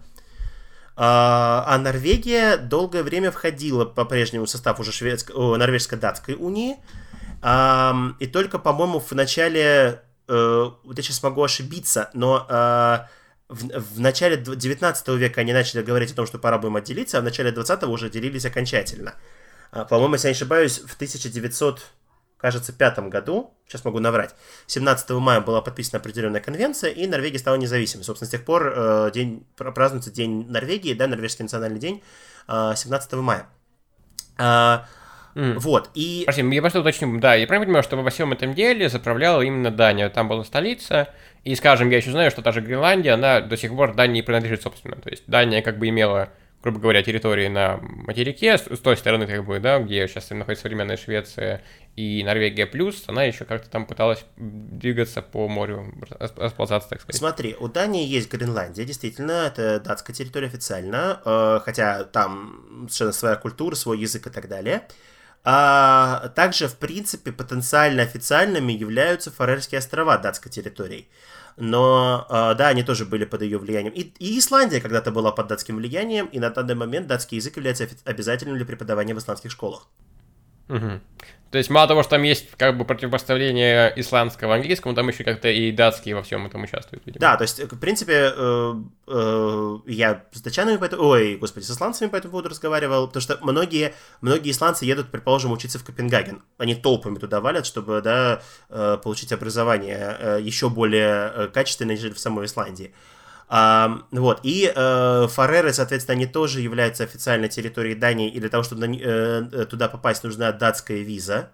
S2: Uh, а Норвегия долгое время входила по-прежнему в состав уже шведско- о, норвежско-датской унии. Uh, и только, по-моему, в начале... Uh, вот я сейчас могу ошибиться, но... Uh, В, в начале девятнадцатого века они начали говорить о том, что пора будем отделиться, а в начале двадцатого уже делились окончательно. По-моему, если я не ошибаюсь, в тысяча девятьсот, кажется, пятом году, сейчас могу наврать, семнадцатого мая была подписана определенная конвенция, и Норвегия стала независимой. Собственно, с тех пор э, день, празднуется День Норвегии, да, Норвежский национальный день, э, семнадцатого мая. А, Mm. Вот, и...
S1: Прости, я просто уточню, да, я правильно понимаю, что во всем этом деле заправляла именно Дания, там была столица, и, скажем, я еще знаю, что та же Гренландия, она до сих пор Дании принадлежит, собственно, то есть Дания как бы имела, грубо говоря, территории на материке, с, с той стороны, как бы, да, где сейчас находится современная Швеция и Норвегия плюс, она еще как-то там пыталась двигаться по морю, расползаться, так сказать.
S2: Смотри, у Дании есть Гренландия, действительно, это датская территория официально, э, хотя там совершенно своя культура, свой язык и так далее. А также, в принципе, потенциально официальными являются Фарерские острова датской территорией. Но, да, они тоже были под ее влиянием. И, и Исландия когда-то была под датским влиянием, и на данный момент датский язык является обязательным для преподавания в исландских школах.
S1: Угу. То есть, мало того, что там есть как бы противопоставление исландского английскому, там еще как-то и датские во всем этом участвуют, видимо.
S2: Да, то есть, в принципе, э, э, я с датчанами по этому... Ой, господи, с исландцами по этому поводу разговаривал, потому что многие, многие исландцы едут, предположим, учиться в Копенгаген. Они толпами туда валят, чтобы, да, э, получить образование э, еще более качественное, нежели в самой Исландии. А, вот, и э, Фареры, соответственно, они тоже являются официальной территорией Дании, и для того, чтобы на, э, туда попасть, нужна датская виза.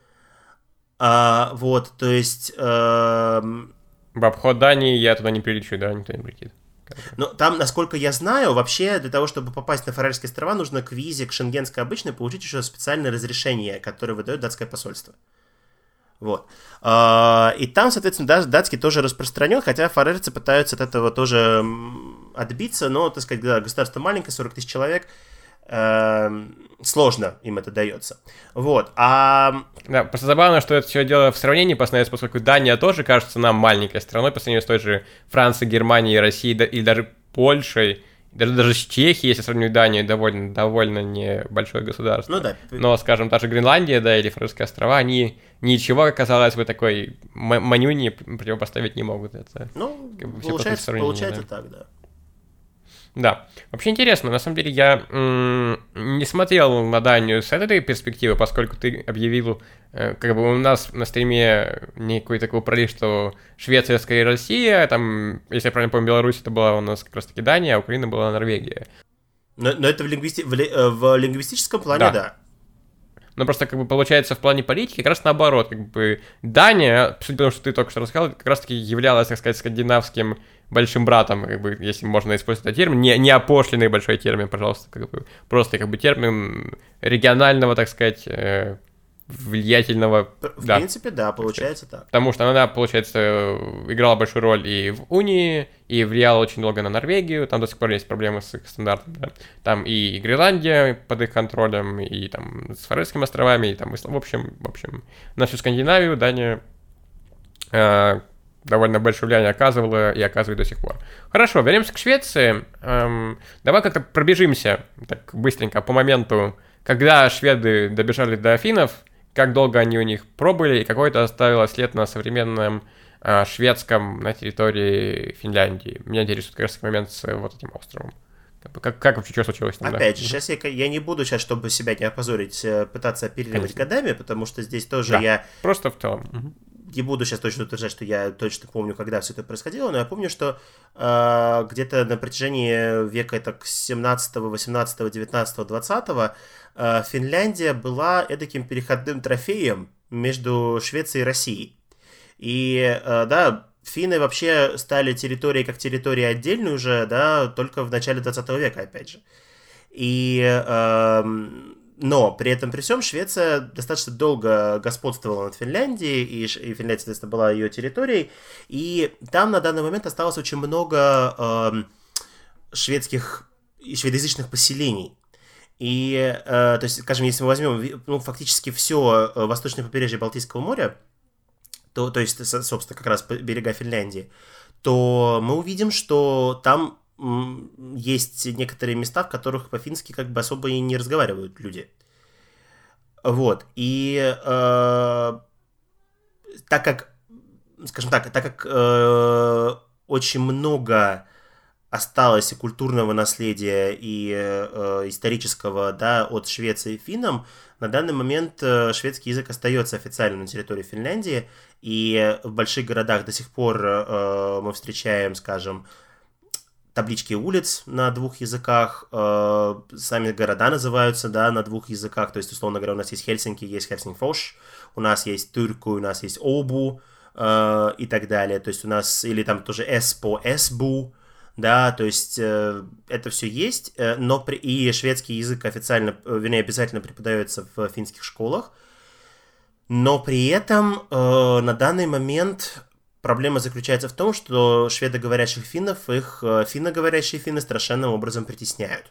S2: А, вот, то есть... Э,
S1: в обход Дании я туда не прилечу, да, никто не прилетит.
S2: Ну, там, насколько я знаю, вообще для того, чтобы попасть на Фарерские острова, нужно к визе, к шенгенской обычной, получить еще специальное разрешение, которое выдает датское посольство. Вот. И там, соответственно, да, датский тоже распространен, хотя фарерцы пытаются от этого тоже отбиться, но, так сказать, да, государство маленькое, сорок тысяч человек, сложно им это дается. Вот. А...
S1: Да, просто забавно, что это все дело в сравнении постоянно, поскольку Дания тоже кажется нам маленькой страной по сравнению с той же Францией, Германией, Россией, да, или даже Польшей. Даже, даже с Чехией, если сравнивать Данию, довольно, довольно небольшое государство.
S2: Ну да.
S1: Но, скажем, та же Гренландия, да, или Фарерские острова, они ничего, казалось бы, такой манюни противопоставить не могут. Это,
S2: ну,
S1: как бы,
S2: получается, получается да. так, да.
S1: Да. Вообще интересно, на самом деле я м- не смотрел на Данию с этой перспективы, поскольку ты объявил, э, как бы у нас на стриме некий такой пролив, что Швеция скорее Россия, там, если я правильно помню, Беларусь это была у нас как раз таки Дания, а Украина была Норвегия.
S2: Но, но это в, лингвисти... в, ли... в лингвистическом плане, да. да.
S1: Но просто, как бы, получается, в плане политики как раз наоборот, как бы, Дания, судя по тому, что ты только что рассказал, как раз таки являлась, так сказать, скандинавским большим братом, как бы, если можно использовать этот термин, не, не опошленный большой термин, пожалуйста, как бы, просто как бы термин регионального, так сказать, э, влиятельного...
S2: В
S1: да,
S2: принципе, да, получается так.
S1: Потому что она, получается, играла большую роль и в Унии, и влияла очень долго на Норвегию, там до сих пор есть проблемы с их стандартами, да. Там и Гренландия под их контролем, и там с Фарерскими островами, и там, в общем, в общем, на всю Скандинавию Дания э, довольно большое влияние оказывала и оказывает до сих пор. Хорошо, вернемся к Швеции. Эм, давай как-то пробежимся так быстренько по моменту, когда шведы добежали до финнов, как долго они у них пробыли, и какой это оставило след на современном э, шведском на территории Финляндии. Меня интересует как раз момент с вот этим островом. Как, как вообще, что случилось там?
S2: Опять
S1: да?
S2: же, сейчас я, я не буду сейчас, чтобы себя не опозорить, пытаться оперировать
S1: Конечно.
S2: годами, потому что здесь тоже
S1: да,
S2: я...
S1: просто в целом. Угу.
S2: Не буду сейчас точно утверждать, что я точно помню, когда все это происходило, но я помню, что э, где-то на протяжении века так, семнадцатого, восемнадцатого, девятнадцатого, двадцатого э, Финляндия была эдаким переходным трофеем между Швецией и Россией. И, э, да, финны вообще стали территорией как территорией отдельной уже, да, только в начале двадцатого века, опять же. И... Э, Но при этом, при всем, Швеция достаточно долго господствовала над Финляндией, и, и Финляндия, соответственно, была ее территорией, и там на данный момент осталось очень много э, шведских и шведоязычных поселений. И, э, то есть, скажем, если мы возьмем ну, фактически все восточное побережье Балтийского моря, то, то есть, собственно, как раз берега Финляндии, то мы увидим, что там есть некоторые места, в которых по-фински как бы особо и не разговаривают люди. Вот. И э, так как, скажем так, так как э, очень много осталось и культурного наследия, и э, исторического, да, от Швеции финнам, на данный момент э, шведский язык остается официально на территории Финляндии, и в больших городах до сих пор э, мы встречаем, скажем, таблички улиц на двух языках, э, сами города называются, да, на двух языках, то есть, условно говоря, у нас есть Хельсинки, есть Хельсингфors, у нас есть Турку, у нас есть Обу э, и так далее, то есть у нас, или там тоже Эспо, Эсбу, да, то есть э, это все есть, э, но при, и шведский язык официально, э, вернее, обязательно преподается в финских школах, но при этом э, на данный момент... Проблема заключается в том, что шведоговорящих финнов их финноговорящие финны страшенным образом притесняют.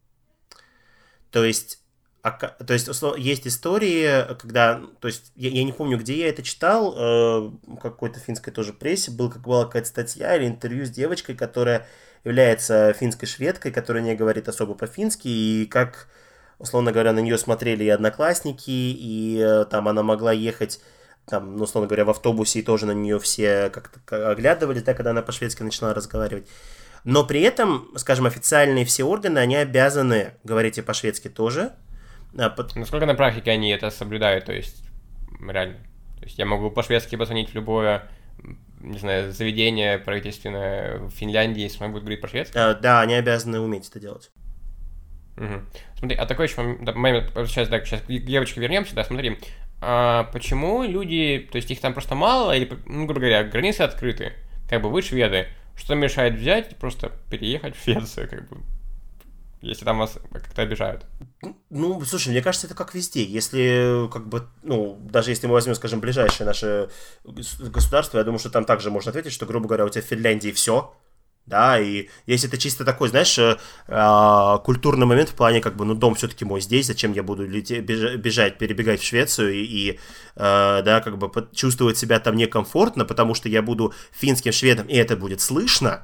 S2: То есть, а, то есть есть истории, когда... То есть, я, я не помню, где я это читал, э, в какой-то финской тоже прессе, был, как была какая-то статья или интервью с девочкой, которая является финской шведкой, которая не говорит особо по-фински, и как, условно говоря, на нее смотрели и одноклассники, и э, там она могла ехать... там, ну, условно говоря, в автобусе, и тоже на нее все как-то оглядывались, да, когда она по-шведски начала разговаривать. Но при этом, скажем, официальные все органы, они обязаны говорить и по-шведски тоже. А, под...
S1: Насколько на практике они это соблюдают, то есть, реально? То есть я могу по-шведски позвонить в любое, не знаю, заведение правительственное в Финляндии, если он будет говорить по-шведски?
S2: А, да, они обязаны уметь это делать.
S1: Угу. Смотри, а такой еще момент, сейчас, да, сейчас к девочке вернемся, да, смотри. А почему люди, то есть их там просто мало, или, ну, грубо говоря, границы открыты, как бы вы шведы, что мешает взять и просто переехать в Швецию, как бы, если там вас как-то обижают?
S2: Ну, слушай, мне кажется, это как везде. Если, как бы, ну, даже если мы возьмем, скажем, ближайшее наше государство, я думаю, что там также можно ответить, что, грубо говоря, у тебя в Финляндии все. Да, и если это чисто такой, знаешь, э, культурный момент в плане, как бы, ну, дом все-таки мой здесь, зачем я буду лететь, бежать, перебегать в Швецию и, и э, да, как бы чувствовать себя там некомфортно, потому что я буду финским шведом, и это будет слышно,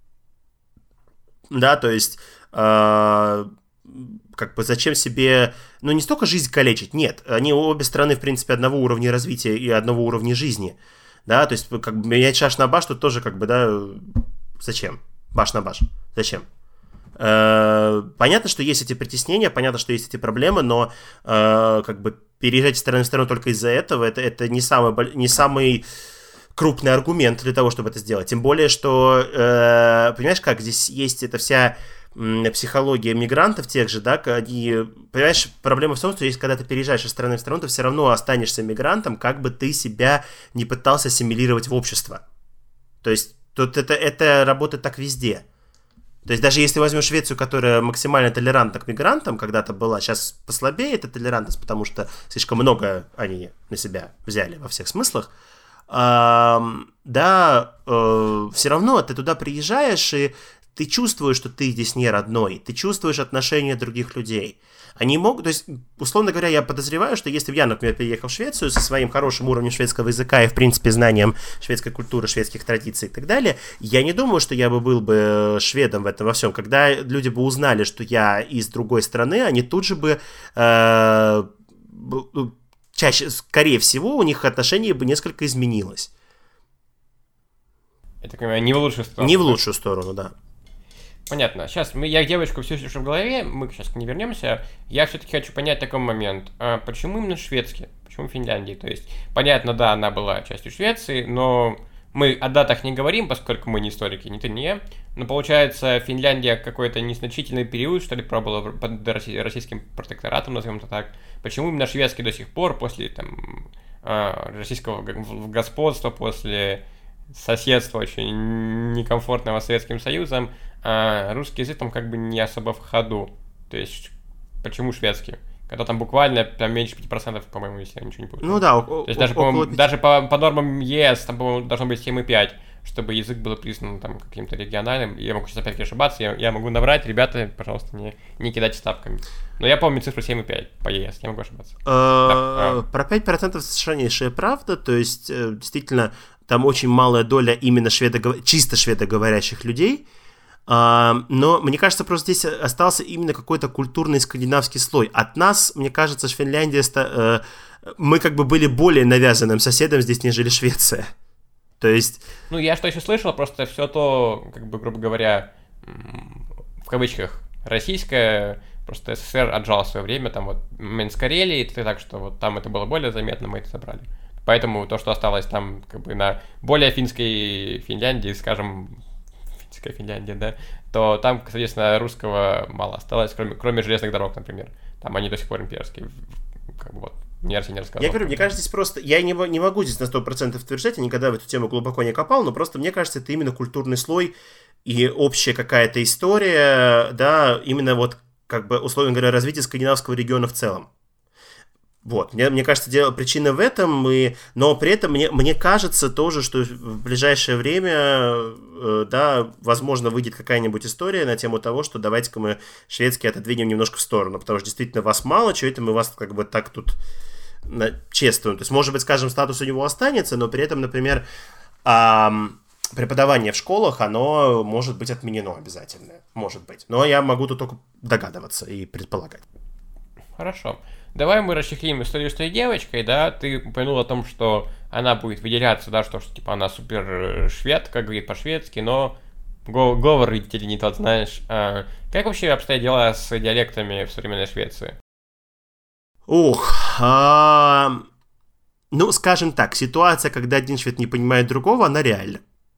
S2: да, то есть, э, как бы, зачем себе, ну, не столько жизнь калечить, нет, они обе страны, в принципе, одного уровня развития и одного уровня жизни, да, то есть, как бы, менять шаш на баш, тут тоже, как бы, да... Зачем? Баш на баш. Зачем? Э, понятно, что есть эти притеснения, понятно, что есть эти проблемы, но э, как бы переезжать из стороны в сторону только из-за этого, это, это не, самый, не самый крупный аргумент для того, чтобы это сделать. Тем более, что, э, понимаешь, как здесь есть эта вся м, психология мигрантов тех же, да, они, понимаешь, проблема в том, что если когда ты переезжаешь из стороны в сторону, ты все равно останешься мигрантом, как бы ты себя не пытался ассимилировать в общество. То есть Тут это, это работает так везде. То есть даже если возьмем Швецию, которая максимально толерантна к мигрантам, когда-то была, сейчас послабее эта толерантность, потому что слишком много они на себя взяли во всех смыслах, эм, да, э, все равно ты туда приезжаешь, и ты чувствуешь, что ты здесь не родной, ты чувствуешь отношения других людей. Они могут, то есть, условно говоря, я подозреваю, что если бы я, например, переехал в Швецию со своим хорошим уровнем шведского языка и, в принципе, знанием шведской культуры, шведских традиций и так далее, я не думаю, что я бы был бы шведом в этом во всем. Когда люди бы узнали, что я из другой страны, они тут же бы, э, чаще, скорее всего, у них отношение бы несколько изменилось.
S1: Я так понимаю, не в лучшую сторону.
S2: Не в лучшую сторону, да.
S1: Понятно. Сейчас мы, я девочку все еще в голове, мы сейчас к ней вернемся. Я все-таки хочу понять такой момент. А почему именно шведский? Почему Финляндии? То есть, понятно, да, она была частью Швеции, но мы о датах не говорим, поскольку мы не историки, ни ты, ни я. Но получается, Финляндия какой-то незначительный период, что ли, пробовала под российским протекторатом, назовем это так. Почему именно шведский до сих пор, после там российского господства, после соседства очень некомфортного с Советским Союзом, а русский язык там как бы не особо в ходу. То есть, почему шведский? Когда там буквально там меньше пяти процентов, по-моему, если я ничего не помню.
S2: Ну да,
S1: То есть, даже, по-моему, даже по, по нормам ЕС там, по-моему, должно быть семь и пять, чтобы язык был признан там каким-то региональным. Я могу сейчас опять ошибаться, я, я могу наврать, ребята, пожалуйста, не, не кидайте ставками. Но я помню цифру семь и пять по ЕС, я могу ошибаться.
S2: Про пять процентов совершеннейшая правда, то есть, действительно, там очень малая доля именно шведоговор... чисто шведоговорящих людей, а, но мне кажется, просто здесь остался именно какой-то культурный скандинавский слой. От нас, мне кажется, Финляндия, ста... мы как бы были более навязанным соседом здесь, нежели Швеция. То есть...
S1: Ну, я что еще слышал, просто все то, как бы, грубо говоря, в кавычках, российское, просто СССР отжал в свое время, там вот момент с Карелией, так что вот там это было более заметно, мы это забрали. Поэтому то, что осталось там как бы на более финской Финляндии, скажем, финская Финляндия, да, то там, соответственно, русского мало осталось, кроме, кроме железных дорог, например. Там они до сих пор имперские. Как бы вот, мне Арсений рассказал.
S2: Я говорю, мне кажется, здесь просто... Я не, не могу здесь на сто процентов утверждать, я никогда в эту тему глубоко не копал, но просто мне кажется, это именно культурный слой и общая какая-то история, да, именно вот, как бы, условно говоря, развитие скандинавского региона в целом. Вот, мне, мне кажется, дело, причина в этом, и, но при этом мне, мне кажется тоже, что в ближайшее время, э, да, возможно, выйдет какая-нибудь история на тему того, что давайте-ка мы шведский отодвинем немножко в сторону, потому что действительно вас мало, что это мы вас как бы так тут чествуем. То есть, может быть, скажем, статус у него останется, но при этом, например, э, преподавание в школах, оно может быть отменено обязательно, может быть. Но я могу тут только догадываться и предполагать.
S1: Хорошо. Давай мы расчехлим историю с той девочкой, да, ты упомянул о том, что она будет выделяться, да, что, что типа она супер шведка, говорит по-шведски, но го- говор, видите ли, не тот, знаешь. А, как вообще обстоят дела с диалектами в современной Швеции?
S2: Ух, а... ну, скажем так, ситуация, когда один швед не понимает другого, она реальна.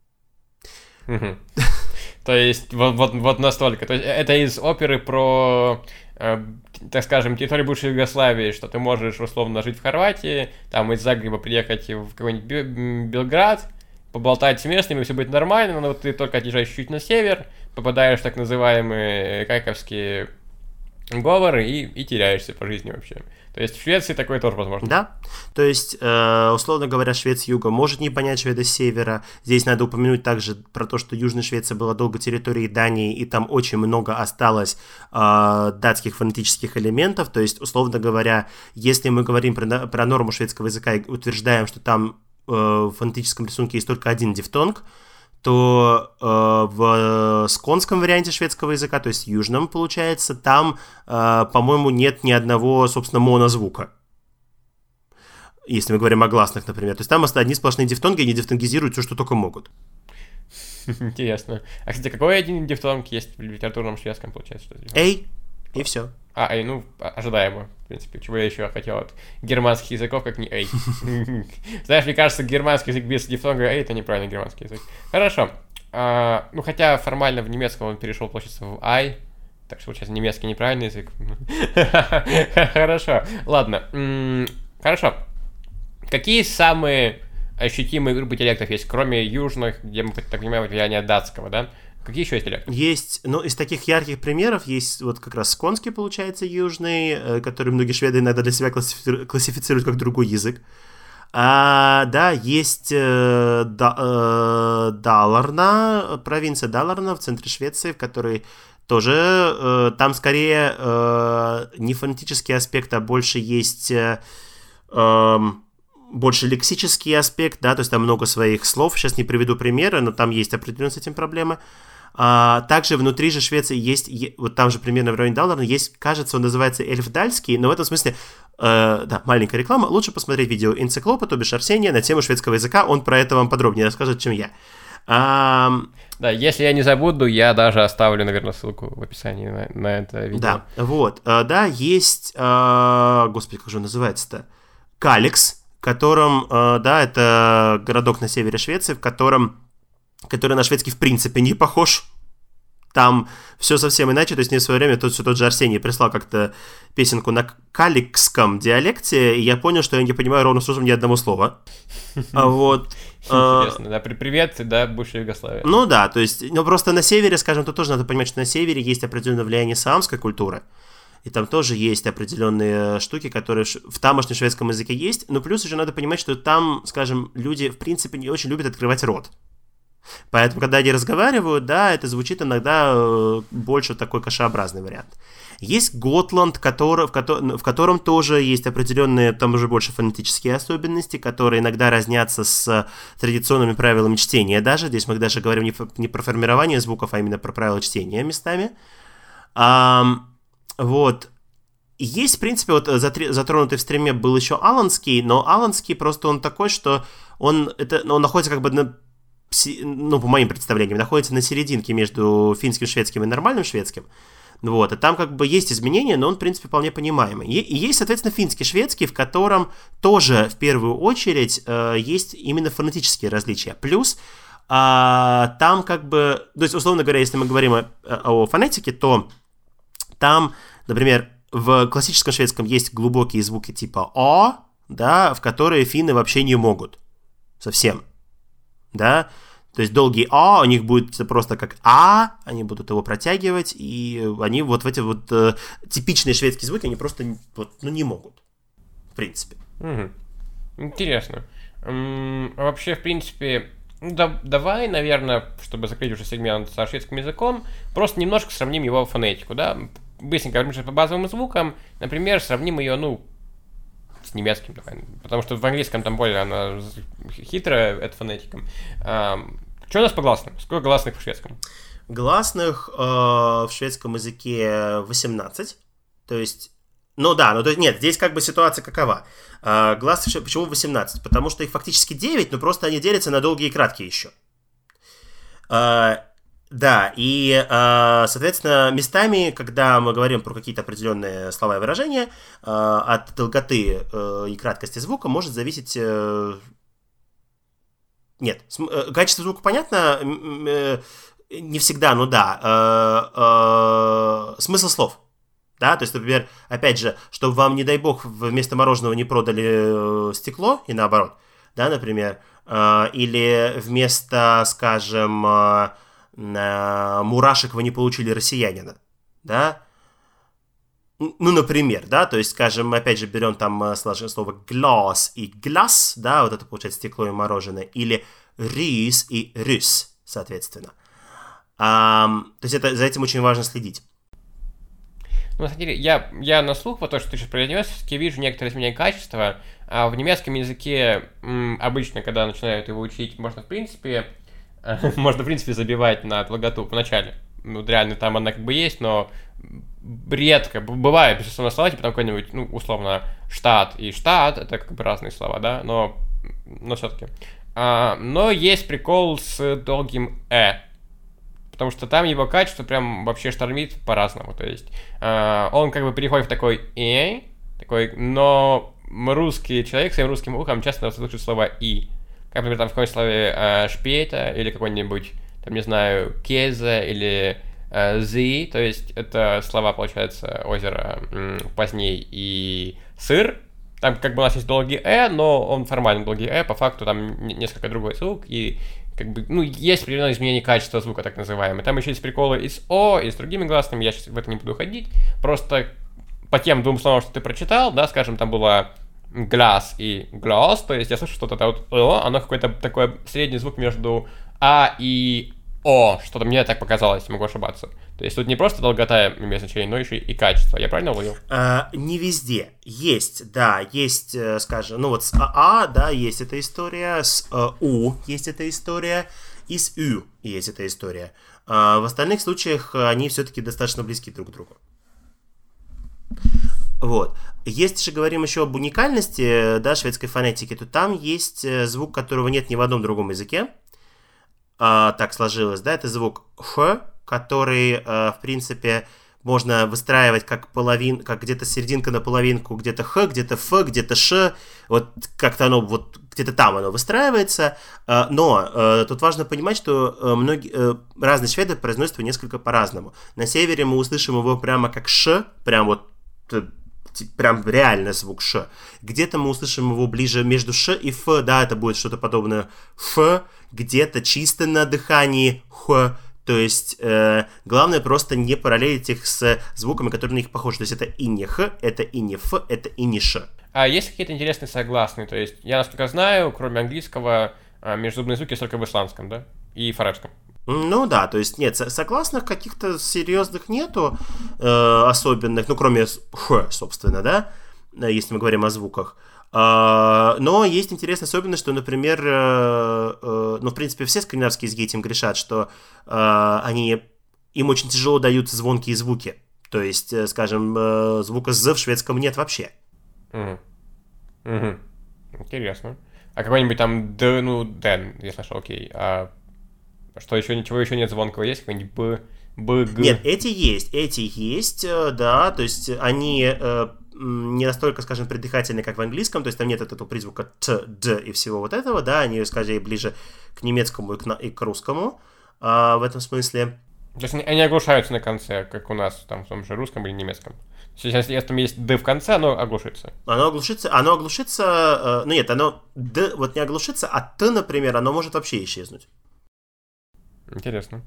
S1: То есть, вот, вот, вот настолько. То есть, это из оперы про, э, так скажем, территорию бывшей Югославии, что ты можешь, условно, жить в Хорватии, там из Загреба приехать в какой-нибудь Белград, поболтать с местными, все будет нормально, но ты только отъезжаешь чуть-чуть на север, попадаешь в так называемые кайковские говоры и, и теряешься по жизни вообще. То есть в Швеции такое тоже возможно.
S2: Да, то есть, э, условно говоря, швед с юга может не понять шведа с севера. Здесь надо упомянуть также про то, что Южная Швеция была долго территорией Дании, и там очень много осталось э, датских фонетических элементов. То есть, условно говоря, если мы говорим про, про норму шведского языка и утверждаем, что там э, в фонетическом рисунке есть только один дифтонг, то э, в сконском варианте шведского языка, то есть южном, получается, там, э, по-моему, нет ни одного, собственно, монозвука. Если мы говорим о гласных, например. То есть там одни сплошные дифтонги, они дифтонгизируют все, что только могут.
S1: Интересно. А, кстати, какой один дифтонг есть в литературном шведском, получается?
S2: Эй, и все.
S1: А, эй, ну, ожидаемо, в принципе. Чего я еще хотел от германских языков, как не эй. Знаешь, мне кажется, германский язык без дифтонга эй — это неправильный германский язык. Хорошо. А, ну, хотя формально в немецком он перешел, получается, в ай, так что сейчас немецкий неправильный язык. Хорошо. Ладно. Хорошо. Какие самые ощутимые группы диалектов есть, кроме южных, где мы, так понимаем, влияние датского, да? Какие еще есть диалекты?
S2: Есть, ну, из таких ярких примеров есть вот как раз сконский, получается, южный, который многие шведы иногда для себя классифи- классифицируют как другой язык. А, да, есть э, да, э, Даларна, провинция Даларна в центре Швеции, в которой тоже, э, там скорее э, не фонетический аспект, а больше есть... Э, э, больше лексический аспект, да, то есть там много своих слов, сейчас не приведу примеры, но там есть определенно с этим проблемы. А, также внутри же Швеции есть, вот там же примерно в районе Далларна есть, кажется, он называется эльфдальский, но в этом смысле, э, да, маленькая реклама, лучше посмотреть видео энциклопа, то бишь Арсения, на тему шведского языка, он про это вам подробнее расскажет, чем я. А,
S1: да, если я не забуду, я даже оставлю, наверное, ссылку в описании на, на это видео.
S2: Да, вот, а, да, есть, а, господи, как же он называется-то, Каликс, в котором, э, да, это городок на севере Швеции, в котором, который на шведский в принципе не похож. Там все совсем иначе, то есть мне в свое время тот, все тот же Арсений прислал как-то песенку на каликском диалекте, и я понял, что я не понимаю ровно с ни одного слова. А вот...
S1: Интересно, да, привет, да, бывшая Югославия.
S2: Ну да, то есть, ну просто на севере, скажем, тут тоже надо понимать, что на севере есть определенное влияние саамской культуры. И там тоже есть определенные штуки, которые в тамошнем шведском языке есть. Но плюс еще надо понимать, что там, скажем, люди, в принципе, не очень любят открывать рот. Поэтому, когда они разговаривают, да, это звучит иногда больше такой кашеобразный вариант. Есть Готланд, который, в, котором, в котором тоже есть определенные, там уже больше фонетические особенности, которые иногда разнятся с традиционными правилами чтения даже. Здесь мы даже говорим не про формирование звуков, а именно про правила чтения местами. Вот. Есть, в принципе, вот затронутый в стриме был еще аланский, но аланский просто он такой, что он, это, он находится как бы на, ну, по моим представлениям, находится на серединке между финским, шведским и нормальным шведским. Вот, и там как бы есть изменения, но он, в принципе, вполне понимаемый. И, и есть, соответственно, финский, шведский, в котором тоже, в первую очередь, э, есть именно фонетические различия. Плюс э, там как бы, то есть, условно говоря, если мы говорим о, о фонетике, то там, например, в классическом шведском есть глубокие звуки типа «о», да, в которые финны вообще не могут. Совсем. Да? То есть долгий «о» у них будет просто как «а», они будут его протягивать, и они вот в эти вот э, типичные шведские звуки, они просто вот, ну, не могут. В принципе.
S1: Угу. Интересно. М-м, а вообще, в принципе... Ну, да, давай, наверное, чтобы закрыть уже сегмент со шведским языком, просто немножко сравним его фонетику, да? Быстренько вернемся по базовым звукам. Например, сравним ее, ну, с немецким, давай. Потому что в английском там более она хитрая, это фонетика. А, что у нас по гласным? Сколько гласных в шведском?
S2: Гласных э, в шведском языке восемнадцать. То есть, ну да, ну то есть, нет, здесь как бы ситуация какова. Э, гласных, почему восемнадцать? Потому что их фактически девять, но просто они делятся на долгие и краткие еще. Э, Да, и, соответственно, местами, когда мы говорим про какие-то определенные слова и выражения, от долготы и краткости звука может зависеть... Нет, качество звука понятно, не всегда, но да. Смысл слов. Да, то есть, например, опять же, чтобы вам, не дай бог, вместо мороженого не продали стекло, и наоборот, да, например, или вместо, скажем... мурашек вы не получили россиянина, да? Ну, например, да, то есть, скажем, опять же, берем там сложное слово glass и glass, да, вот это получается стекло и мороженое, или рис и рис, соответственно. А, то есть, это, за этим очень важно следить.
S1: Ну, на самом деле, я, я на слух, вот то, что ты сейчас произнес, я вижу некоторые изменения качества, а в немецком языке м, обычно, когда начинают его учить, можно, в принципе... Можно, в принципе, забивать на долготу в начале. Ну, реально, там она как бы есть, но редко. Бывает, безусловно, слова, типа там какой-нибудь, ну, условно, штат и штат, это как бы разные слова, да, но, но все-таки. А, но есть прикол с долгим «э», потому что там его качество прям вообще штормит по-разному, то есть а, он как бы переходит в такой «э», такой, но русский человек своим русским ухом часто слышит слово «и». Как, например, там в каком-нибудь слове э, шпейта или какой-нибудь, там, не знаю, кезе или э, зи, то есть это слова, получается, озеро м, поздней и сыр, там как бы у нас есть долгий «э», но он формально долгий «э», по факту там несколько другой звук, и как бы, ну, есть определенное изменение качества звука, так называемое. Там еще есть приколы и с «о», и с другими гласными, я сейчас в это не буду ходить, просто по тем двум словам, что ты прочитал, да, скажем, там было «glass» и «gloss», то есть я слышу, что это вот «о», оно какой-то такой средний звук между «а» и «о», что-то мне так показалось, могу ошибаться. То есть тут не просто долгота имеет значение, но еще и качество. Я правильно уловил?
S2: А, не везде. Есть, да, есть, скажем, ну вот с «а», да, есть эта история, с «у» есть эта история, и с «ю» есть эта история. А в остальных случаях они все-таки достаточно близки друг к другу. Вот. Если же говорим еще об уникальности, да, шведской фонетики, то там есть звук, которого нет ни в одном другом языке. А, так сложилось, да, это звук «х», который, а, в принципе, можно выстраивать как половин, как где-то серединка на половинку, где-то «х», где-то «ф», где-то «ш», вот как-то оно, вот где-то там оно выстраивается, а, но а, тут важно понимать, что а, многие, а, разные шведы произносят его несколько по-разному. На севере мы услышим его прямо как «ш», прям вот прям реально звук «ш». Где-то мы услышим его ближе между «ш» и «ф», да, это будет что-то подобное «ф», где-то чисто на дыхании «х», то есть э, главное просто не параллелить их с звуками, которые на них похожи, то есть это и не «х», это и не «ф», это и не «ш».
S1: А есть какие-то интересные согласные, то есть я, насколько знаю, кроме английского, межзубные звуки только в исландском, да, и фарерском.
S2: Ну да, то есть нет, согласных каких-то серьезных нету, э, особенных, ну кроме «х», собственно, да, если мы говорим о звуках. Э, но есть интересная особенность, что, например, э, э, ну в принципе все скандинавские языки этим грешат, что э, они, им очень тяжело даются звонкие звуки. То есть, э, скажем, э, звука «з» в шведском нет вообще.
S1: Угу. Угу. Интересно. А какой-нибудь там «д», ну «ден», я слышал, окей, а... Что еще, ничего еще нет звонкого, есть какой-нибудь Б, Б, Г?
S2: Нет, эти есть, эти есть, да, то есть они э, не настолько, скажем, придыхательны, как в английском, то есть там нет этого призвука Т, Д и всего вот этого, да, они, скажем, ближе к немецкому и к, и к русскому а, в этом смысле.
S1: То есть они, они оглушаются на конце, как у нас там в том же русском или немецком? Сейчас, если там есть «д» в конце, оно оглушится.
S2: Оно оглушится, оно оглушится, э, ну нет, оно «д» вот не оглушится, а «т», например, оно может вообще исчезнуть.
S1: Интересно.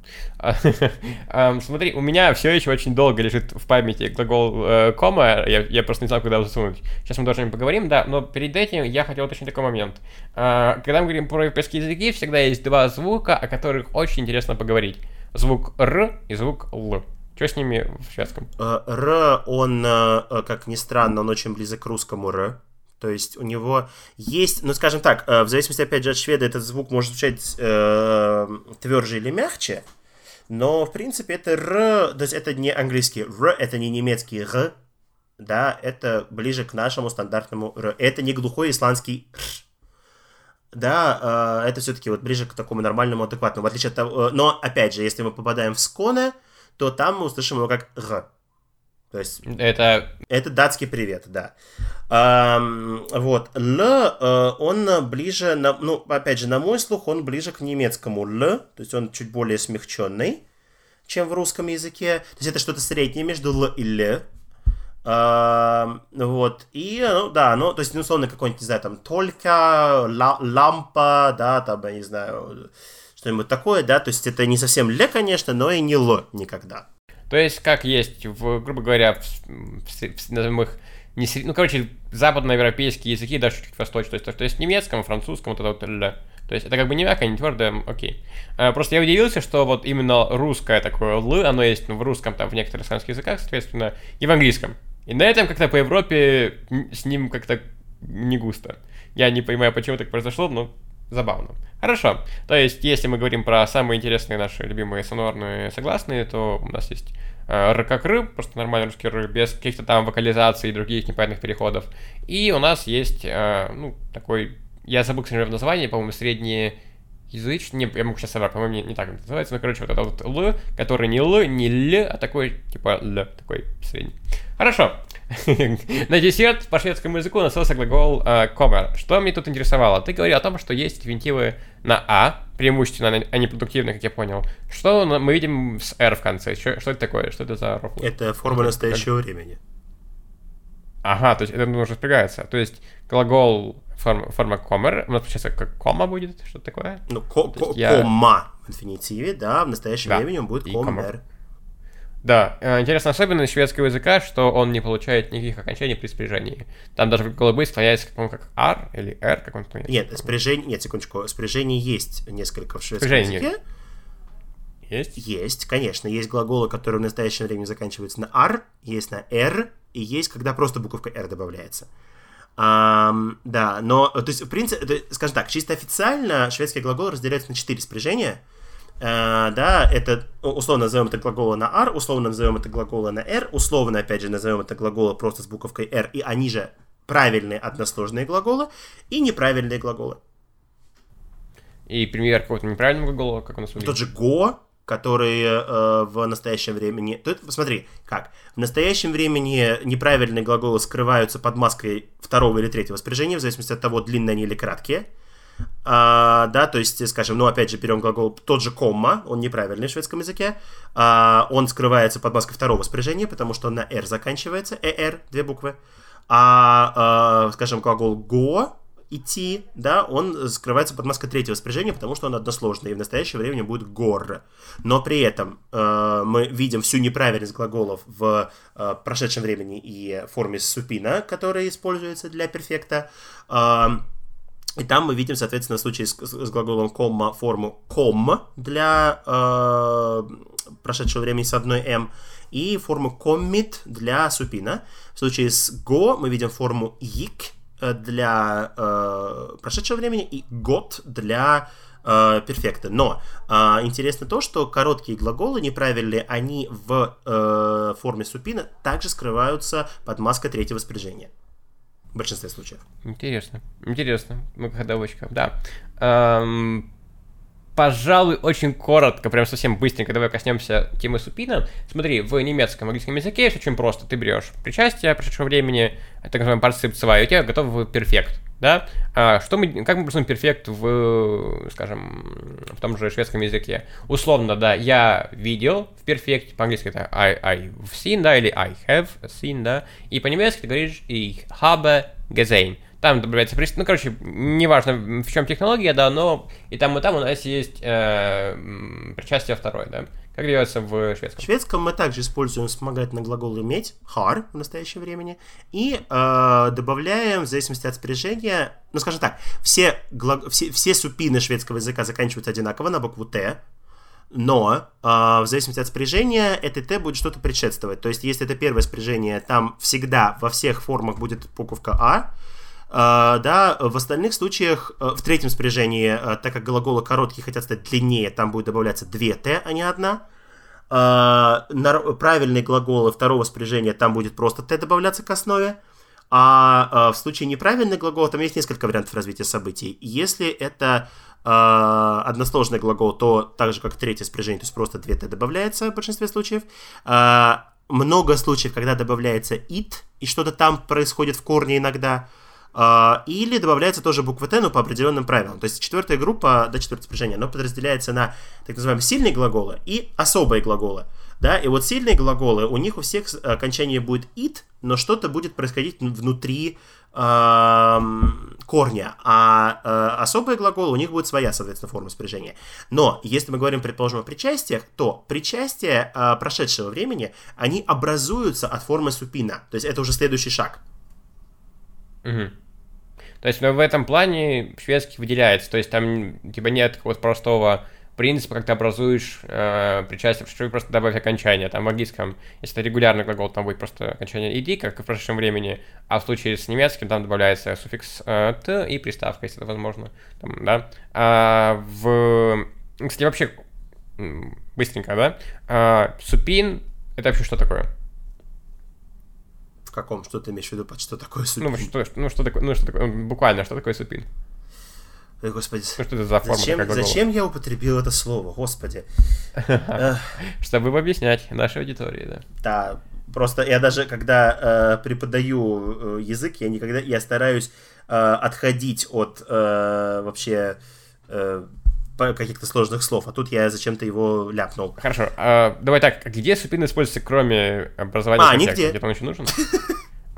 S1: Смотри, у меня все еще очень долго лежит в памяти глагол э, кома, я, я просто не знал, куда его засунуть. Сейчас мы тоже о нем поговорим, да, но перед этим я хотел уточнить такой момент. А, когда мы говорим про европейские языки, всегда есть два звука, о которых очень интересно поговорить. Звук «р» и звук «л». Что с ними в шведском?
S2: «Р», он, как ни странно, он очень близок к русскому «р». То есть у него есть, ну скажем так, в зависимости опять же от шведа, этот звук может звучать э, тверже или мягче, но в принципе это «р», то есть это не английский «р», это не немецкий «р», да, это ближе к нашему стандартному «р». Это не глухой исландский «р». Да, э, это все-таки вот ближе к такому нормальному, адекватному, в отличие от того, но опять же, если мы попадаем в Сконе, то там мы услышим его как «р». То есть
S1: это...
S2: это датский привет, да. А, вот. Л, он ближе, на, ну, опять же, на мой слух, он ближе к немецкому Л, то есть он чуть более смягченный, чем в русском языке. То есть это что-то среднее между Л и Л. А, вот. И, ну, да, ну, то есть, ну, условно, какой-нибудь, не знаю, там, только, ла, лампа, да, там, я не знаю, что-нибудь такое, да, то есть это не совсем Л, конечно, но и не Л никогда.
S1: То есть, как есть, в, грубо говоря, в, в, в, назовем их, не, ну, короче, западноевропейские языки, даже чуть-чуть восточные, то есть, то есть в немецком, французском, вот это вот «л». То есть это как бы не мягкое, не твердое, окей. А, просто я удивился, что вот именно русское такое «л», оно есть ну, в русском, там, в некоторых славянских языках, соответственно, и в английском. И на этом как-то по Европе с ним как-то не густо. Я не понимаю, почему так произошло, но забавно. Хорошо. То есть, если мы говорим про самые интересные наши любимые сонорные согласные, то у нас есть э, «р» как «р», просто нормальный русский «р», без каких-то там вокализаций и других непонятных переходов. И у нас есть, э, ну, такой, я забыл, кстати, название, по-моему, среднеязычный, не, я могу сейчас соврать, по-моему, не, не так это называется, но, короче, вот это вот «л», который не «л», не «л», а такой, типа «л», такой средний. Хорошо. На десерт по шведскому языку нашелся глагол «kommer». Что мне тут интересовало? Ты говорил о том, что есть вентилы на «а», преимущественно они продуктивны, как я понял. Что мы видим с «р» в конце? Что, что это такое? Что это за рофл?
S2: Это форма настоящего времени.
S1: Ага, то есть это нужно спрягаться. То есть глагол форма, форма комер, у нас получается как кома будет, что-то такое?
S2: Ну, ко- ко-
S1: я...
S2: кома в инфинитиве, да, в настоящем
S1: да.
S2: времени он будет комер.
S1: Да, интересная особенность шведского языка, что он не получает никаких окончаний при спряжении. Там даже глаголы стоят как, как R или R, как он там.
S2: Нет, спряжение, нет, секундочку, спряжение есть несколько в шведском
S1: спряжение
S2: языке.
S1: Есть?
S2: Есть, конечно, есть глаголы, которые в настоящее время заканчиваются на R, есть на R, и есть, когда просто буковка R добавляется. Um, да, но, то есть, в принципе, скажем так, чисто официально шведские глаголы разделяются на четыре спряжения. Uh, да, это, условно назовем это глаголы на R, условно назовем это глаголы на R, условно, опять же, назовем это глаголы просто с буковкой R, и они же правильные односложные глаголы и неправильные глаголы.
S1: И пример какого-то неправильного глагола, как у нас выглядит?
S2: Тот же go, который э, в настоящем времени... Тут, посмотри, как. В настоящем времени неправильные глаголы скрываются под маской второго или третьего спряжения, в зависимости от того, длинные они или краткие. А, да, то есть, скажем, ну, опять же, берем глагол тот же комма, он неправильный в шведском языке, а, он скрывается под маской второго спряжения, потому что он на R заканчивается, «er», две буквы, а, а скажем, глагол go, идти, да, он скрывается под маской третьего спряжения, потому что он односложный, и в настоящее время будет гор. Но при этом э, мы видим всю неправильность глаголов в э, прошедшем времени и форме супина, которая используется для перфекта. Э, И там мы видим, соответственно, в случае с, с глаголом комма форму ком для э, прошедшего времени с одной «м» и форму коммит для супина. В случае с го мы видим форму «ик» для э, прошедшего времени и «гот» для э, перфекта. Но э, интересно то, что короткие глаголы неправильные, они в э, форме супина также скрываются под маской третьего спряжения. В большинстве случаев.
S1: Интересно. Интересно. Многоходовочка. Да. Эм, пожалуй, очень коротко, прям совсем быстренько, давай коснемся темы супина. Смотри, в немецком, в английском языке все очень просто. Ты берешь причастие прошедшего времени, так называемый participle два, и у тебя готов перфект. Да? А что мы, как мы образуем перфект в, скажем, в том же шведском языке? Условно, да, я видел в перфекте, по-английски это I, I've seen, да, или I have seen, да, и по-немецки ты говоришь ich habe gesehen. Там добавляется, ну, короче, неважно, в чем технология, да, но и там, и там у нас есть э, причастие второе, да. Как делается в шведском?
S2: В шведском мы также используем вспомогательный глагол «иметь», «har» в настоящее времени, и э, добавляем, в зависимости от спряжения, ну, скажем так, все, глаг... все, все супины шведского языка заканчиваются одинаково на букву «т», но э, в зависимости от спряжения этой «т» будет что-то предшествовать. То есть, если это первое спряжение, там всегда во всех формах будет буковка «а», Uh, да, в остальных случаях, uh, в третьем спряжении, uh, так как глаголы короткие хотят стать длиннее, там будет добавляться две «т», а не одна. Uh, на, правильные глаголы второго спряжения, там будет просто «т» добавляться к основе. А uh, в случае неправильных глаголов, там есть несколько вариантов развития событий. Если это uh, односложный глагол, то так же, как третье спряжение, то есть просто две «т» добавляется в большинстве случаев. Uh, много случаев, когда добавляется «it», и что-то там происходит в корне иногда. Uh, или добавляется тоже буква «т», но по определенным правилам. То есть четвертая группа, да, четвертое спряжение, оно подразделяется на так называемые сильные глаголы и особые глаголы. Да, и вот сильные глаголы, у них у всех окончание будет «it», но что-то будет происходить внутри э, корня. А э, особые глаголы, у них будет своя, соответственно, форма спряжения. Но если мы говорим, предположим, о причастиях, то причастия э, прошедшего времени, они образуются от формы супина. То есть это уже следующий шаг.
S1: Угу. То есть, ну, в этом плане шведский выделяется, то есть там типа нет какого-то простого принципа, как ты образуешь э, причастие, что просто добавить окончание. Там в английском, если это регулярный глагол, там будет просто окончание «ed», как и в прошедшем времени, а в случае с немецким там добавляется суффикс э, «т» и приставка, если это возможно. Там, да? А в... Кстати, вообще, быстренько, да? А, супин — это вообще что такое?
S2: В каком? Что ты имеешь в виду под что такое супин?
S1: Ну, что, ну, что такое, ну, что такое, буквально, что такое супин?
S2: Ой, господи.
S1: Ну, что это за форма
S2: зачем,
S1: такая
S2: зачем я употребил это слово, господи?
S1: Чтобы объяснять нашей аудитории, да.
S2: Да, просто я даже, когда э, преподаю э, язык, я никогда, я стараюсь э, отходить от э, вообще э, каких-то сложных слов, а тут я зачем-то его ляпнул.
S1: Хорошо, а, давай так, где супин используется, кроме образования?
S2: А, нигде.
S1: Где-то он еще нужен?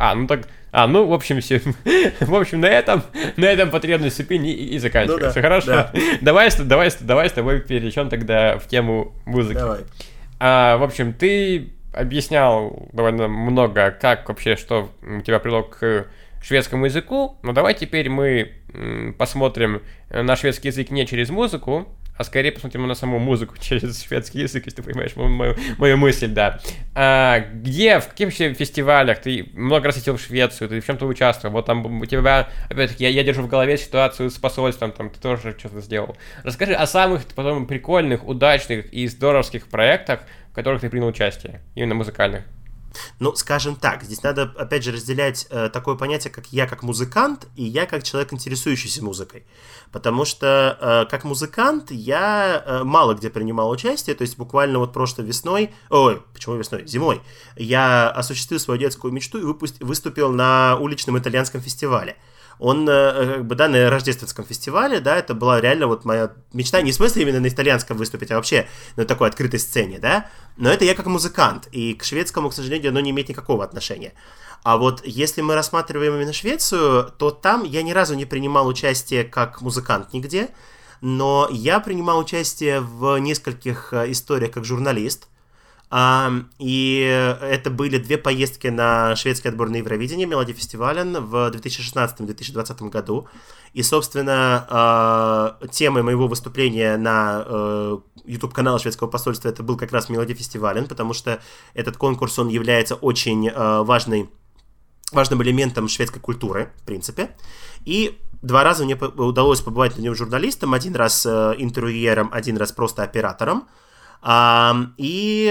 S1: А, ну так... А, ну, в общем, все... в общем, на этом, на этом потребной ступени и, и заканчивается. Ну, да, хорошо? Да. Давай, давай, давай с тобой перейдем тогда в тему музыки.
S2: Давай.
S1: А, в общем, ты объяснял довольно много, как вообще, что у тебя привело к шведскому языку. Но давай теперь мы м, посмотрим на шведский язык не через музыку, а скорее посмотрим на саму музыку через шведский язык, если ты понимаешь мою, мою, мою мысль, да. А, где, в каких вообще фестивалях ты много раз ездил в Швецию, ты в чем-то участвовал? Вот там у тебя, опять-таки, я, я держу в голове ситуацию с посольством, там ты тоже что-то сделал. Расскажи о самых потом прикольных, удачных и здоровских проектах, в которых ты принял участие, именно музыкальных.
S2: Ну, скажем так, здесь надо, опять же, разделять э, такое понятие, как я как музыкант и я как человек, интересующийся музыкой. Потому что э, как музыкант я э, мало где принимал участие, то есть буквально вот прошлой весной, ой, почему весной, зимой, я осуществил свою детскую мечту и выпусти, выступил на уличном итальянском фестивале. Он, как бы, да, на рождественском фестивале, да, это была реально вот моя мечта, не в смысле именно на итальянском выступить, а вообще на такой открытой сцене, да, но это я как музыкант, и к шведскому, к сожалению, оно не имеет никакого отношения. А вот если мы рассматриваем именно Швецию, то там я ни разу не принимал участие как музыкант нигде, но я принимал участие в нескольких историях как журналист. Um, и это были две поездки на шведский отбор на Евровидение Мелодифестивален в две тысячи шестнадцатом - две тысячи двадцатом году. И, собственно, uh, темой моего выступления на uh, YouTube-канале шведского посольства это был как раз Мелодифестивален, потому что этот конкурс, он является очень uh, важной, важным элементом шведской культуры, в принципе. И два раза мне удалось побывать на нем журналистом, один раз uh, интервьюером, один раз просто оператором. Uh, и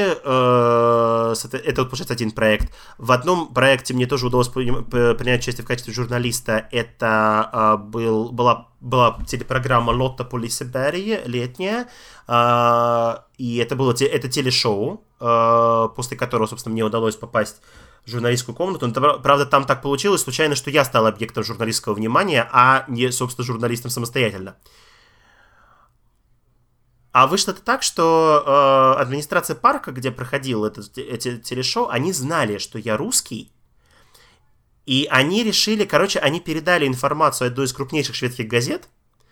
S2: uh, это, вот, получается, один проект. В одном проекте мне тоже удалось принять участие в качестве журналиста. Это uh, был, была, была телепрограмма «Лотта по Лисеберге», летняя. Uh, и это было это телешоу, uh, после которого, собственно, мне удалось попасть в журналистскую комнату. Но, правда, там так получилось случайно, что я стал объектом журналистского внимания, а не, собственно, журналистом самостоятельно. А вышло это так, что э, администрация парка, где проходил этот эти телешоу, они знали, что я русский, и они решили, короче, они передали информацию одной из крупнейших шведских газет,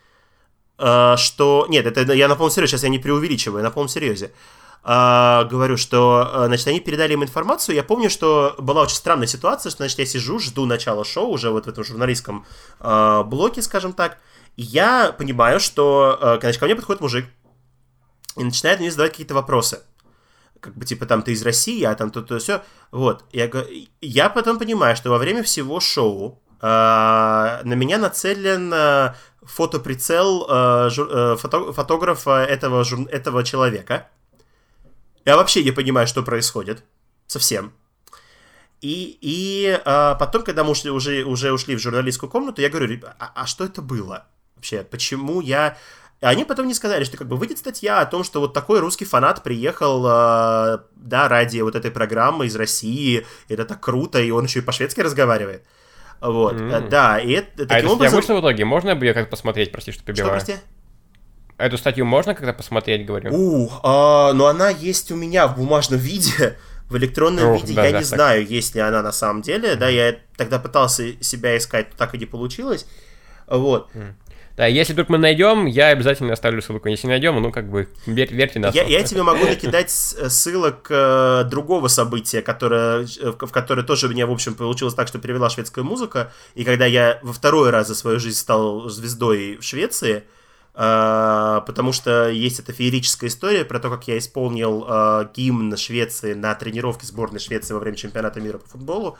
S2: э, что... Нет, это я на полном серьезе, сейчас я не преувеличиваю, на полном серьезе. Э, говорю, что, э, значит, они передали им информацию. Я помню, что была очень странная ситуация, что, значит, я сижу, жду начала шоу уже вот в этом журналистском э, блоке, скажем так, и я понимаю, что, э, значит, ко мне подходит мужик, и начинает мне задавать какие-то вопросы. Как бы, типа, там, ты из России, а там то-то все. Вот. Я, я потом понимаю, что во время всего шоу э, на меня нацелен э, фотоприцел э, жур, э, фото, фотографа этого, жур, этого человека. Я вообще не понимаю, что происходит. Совсем. И, и э, потом, когда мы ушли, уже, уже ушли в журналистскую комнату, я говорю, а, а что это было? Вообще, почему я... И они потом не сказали, что как бы выйдет статья о том, что вот такой русский фанат приехал, э, да, ради вот этой программы из России, это так круто, и он еще и по-шведски разговаривает. Вот, mm. да, и это таким
S1: а эта
S2: образом...
S1: статья вышла в итоге? Можно бы ее как-то посмотреть, прости, что перебиваю?
S2: Что, прости?
S1: Эту статью можно как-то посмотреть, говорю?
S2: У, а, но она есть у меня в бумажном виде, в электронном Ух, виде, да, я да, не так. знаю, есть ли она на самом деле, mm. да, я тогда пытался себя искать, но так и не получилось, вот. Mm.
S1: Да, если вдруг мы найдем, я обязательно оставлю ссылку. Если найдем, ну, как бы, верь, верьте на
S2: слово. Я, я тебе могу накидать ссылок э, другого события, которое, в которое тоже мне, в общем, получилось так, что перевела шведская музыка. И когда я во второй раз за свою жизнь стал звездой в Швеции, э, потому что есть эта феерическая история про то, как я исполнил э, гимн Швеции на тренировке сборной Швеции во время чемпионата мира по футболу.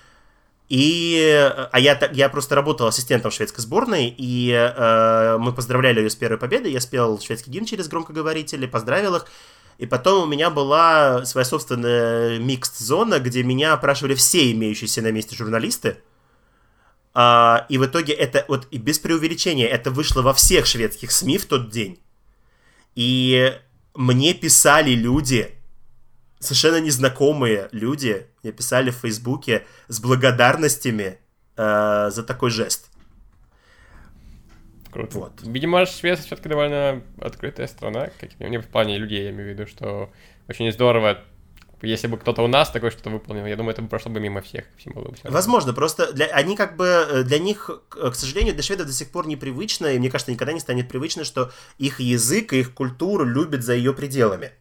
S2: И, а я, я просто работал ассистентом шведской сборной, и э, мы поздравляли ее с первой победой, я спел шведский гимн через громкоговорители, поздравил их, и потом у меня была своя собственная микс-зона, где меня опрашивали все имеющиеся на месте журналисты, а, и в итоге это, вот и без преувеличения, это вышло во всех шведских СМИ в тот день, и мне писали люди... Совершенно незнакомые люди мне писали в Фейсбуке с благодарностями э, за такой жест.
S1: Круто. Вот. Видимо, Швеция все-таки довольно открытая страна, как в плане людей, я имею в виду, что очень здорово если бы кто-то у нас такое что-то выполнил, я думаю, это бы прошло бы мимо всех. Всем было бы все
S2: Возможно, просто для, они как бы, для них, к сожалению, для шведов до сих пор непривычно, и мне кажется, никогда не станет привычно, что их язык и их культуру любят за ее пределами.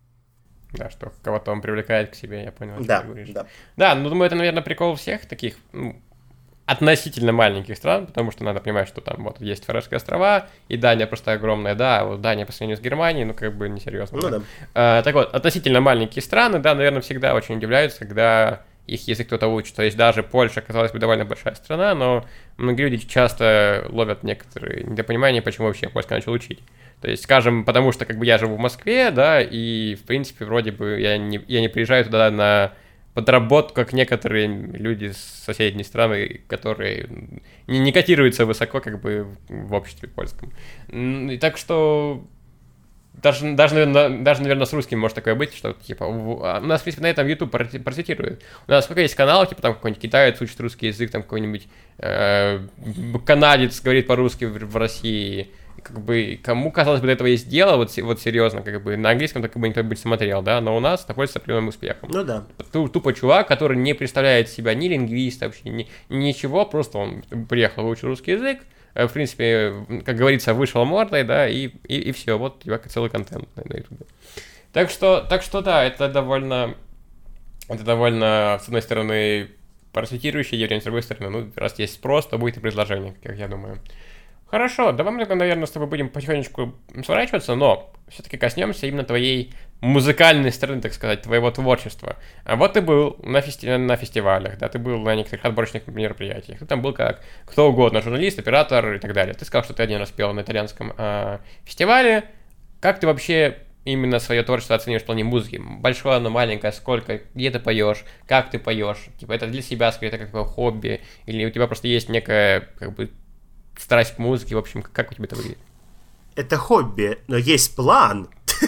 S1: Да, что кого-то он привлекает к себе, я понял, о чем
S2: да,
S1: ты говоришь.
S2: Да,
S1: да, ну, думаю, это, наверное, прикол всех таких, ну, относительно маленьких стран, потому что надо понимать, что там вот есть Фарерские острова, и Дания просто огромная, да, а вот Дания по сравнению с Германией, ну, как бы несерьезно.
S2: Ну,
S1: да.
S2: да.
S1: А, так вот, относительно маленькие страны, да, наверное, всегда очень удивляются, когда их язык кто-то учит. То есть даже Польша, казалось бы, довольно большая страна, но многие люди часто ловят некоторые недопонимания, почему вообще польский начал учить. То есть, скажем, потому что как бы я живу в Москве, да, и, в принципе, вроде бы я не, я не приезжаю туда на подработку, как некоторые люди с соседней страны, которые не, не котируются высоко как бы в обществе польском. И так что даже, даже, наверное, даже, наверное, с русским может такое быть, что типа у нас, в принципе, на этом YouTube процитирует. У нас сколько есть каналов, типа там какой-нибудь китаец учит русский язык, там какой-нибудь э, канадец говорит по-русски в, в России. Как бы, кому, казалось бы, до этого есть дело, вот, вот серьезно, как бы, на английском так бы никто бы не смотрел, да, но у нас это пользуется определенным успехом.
S2: Ну да.
S1: Тупо чувак, который не представляет себя ни лингвист вообще, ни, ничего, просто он приехал, выучил русский язык, в принципе, как говорится, вышел мордой, да, и, и, и все, вот у тебя целый контент на YouTube. Так что, так что, да, это довольно, это довольно, с одной стороны, просветирующее явление, с другой стороны, ну, раз есть спрос, то будет и предложение, как я думаю. Хорошо, давай мы тогда, наверное, с тобой будем потихонечку сворачиваться, но все-таки коснемся именно твоей музыкальной стороны, так сказать, твоего творчества. А вот ты был на, фести... на фестивалях, да, ты был на некоторых отборочных мероприятиях, ты там был как кто угодно, журналист, оператор и так далее. Ты сказал, что ты один раз пел на итальянском э, фестивале. Как ты вообще именно свое творчество оцениваешь в плане музыки? Большое оно, маленькое, сколько, где ты поешь, как ты поешь? Типа это для себя, скорее, это как такое хобби, или у тебя просто есть некая, как бы, страсть к музыке, в общем, как у тебя это выглядит?
S2: Это хобби, но есть план.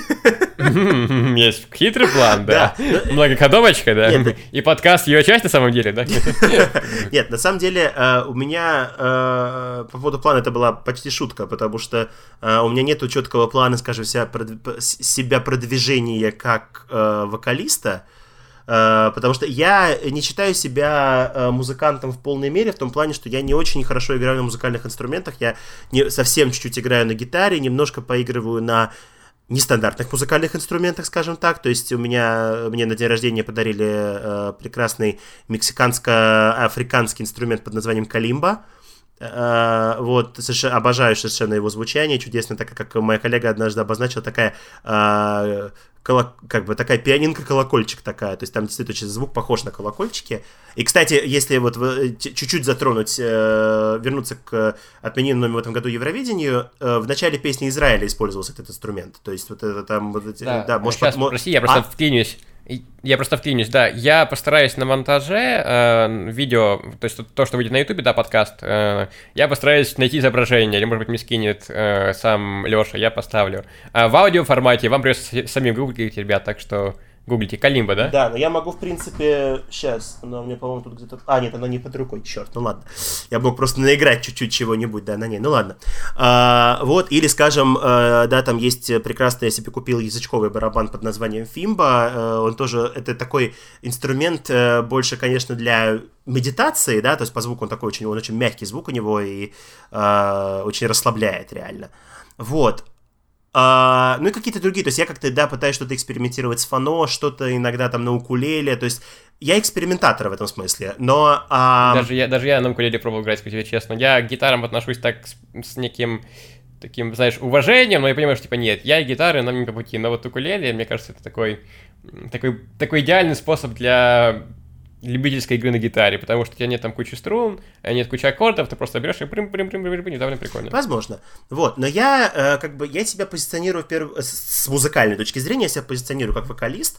S1: Есть хитрый план, да. Многоходовочка, да. И подкаст ее часть на самом деле, да?
S2: Нет, на самом деле у меня по поводу плана это была почти шутка, потому что у меня нету четкого плана, скажем, себя продвижения как вокалиста. Потому что я не считаю себя музыкантом в полной мере, в том плане, что я не очень хорошо играю на музыкальных инструментах, я не, совсем чуть-чуть играю на гитаре, немножко поигрываю на нестандартных музыкальных инструментах, скажем так. То есть у меня, мне на день рождения подарили э, прекрасный мексиканско-африканский инструмент под названием калимба. Uh, вот, совершенно, обожаю совершенно его звучание, чудесно, так как моя коллега однажды обозначила, такая uh, колок, как бы такая пианинка-колокольчик такая, то есть там действительно звук похож на колокольчики. И, кстати, если вот чуть-чуть затронуть, uh, вернуться к отмененному в этом году Евровидению, uh, в начале песни Израиля использовался этот инструмент, то есть вот это там... Вот эти,
S1: да,
S2: да, может,
S1: сейчас,
S2: под...
S1: прости, я просто
S2: а?
S1: вклинюсь. Я просто вклинюсь, да. Я постараюсь на монтаже э, видео, то есть то, что выйдет на ютубе, да, подкаст, э, я постараюсь найти изображение, или, может быть, мне скинет э, сам Леша, я поставлю. А в аудиоформате вам придется самим гуглить, ребят, так что гуглите. Калимба, да?
S2: Да, но я могу, в принципе, сейчас, она у меня, по-моему, тут где-то... А, нет, она не под рукой, черт, ну ладно. Я мог просто наиграть чуть-чуть чего-нибудь, да, на ней, ну ладно. А, вот, или, скажем, а, да, там есть прекрасный, я себе купил язычковый барабан под названием Фимба, а, он тоже, это такой инструмент а, больше, конечно, для медитации, да, то есть по звуку он такой очень, он очень мягкий звук у него и а, очень расслабляет реально. Вот. Uh, ну и какие-то другие, то есть я как-то, да, пытаюсь что-то экспериментировать с фано, что-то иногда там на укулеле, то есть я экспериментатор в этом смысле, но... Uh...
S1: Даже, я, даже я на укулеле пробовал играть, скажу тебе честно, я к гитарам отношусь так с, с неким таким, знаешь, уважением, но я понимаю, что типа нет, я и гитары нам не по пути, но вот укулеле, мне кажется, это такой, такой, такой идеальный способ для... любительской игры на гитаре, потому что у тебя нет там кучи струн, нет кучи аккордов, ты просто берешь и прим-прим-прим-прим-прим, довольно прикольно.
S2: Возможно. Вот, но я э, как бы, я себя позиционирую в перв... с музыкальной точки зрения, я себя позиционирую как вокалист,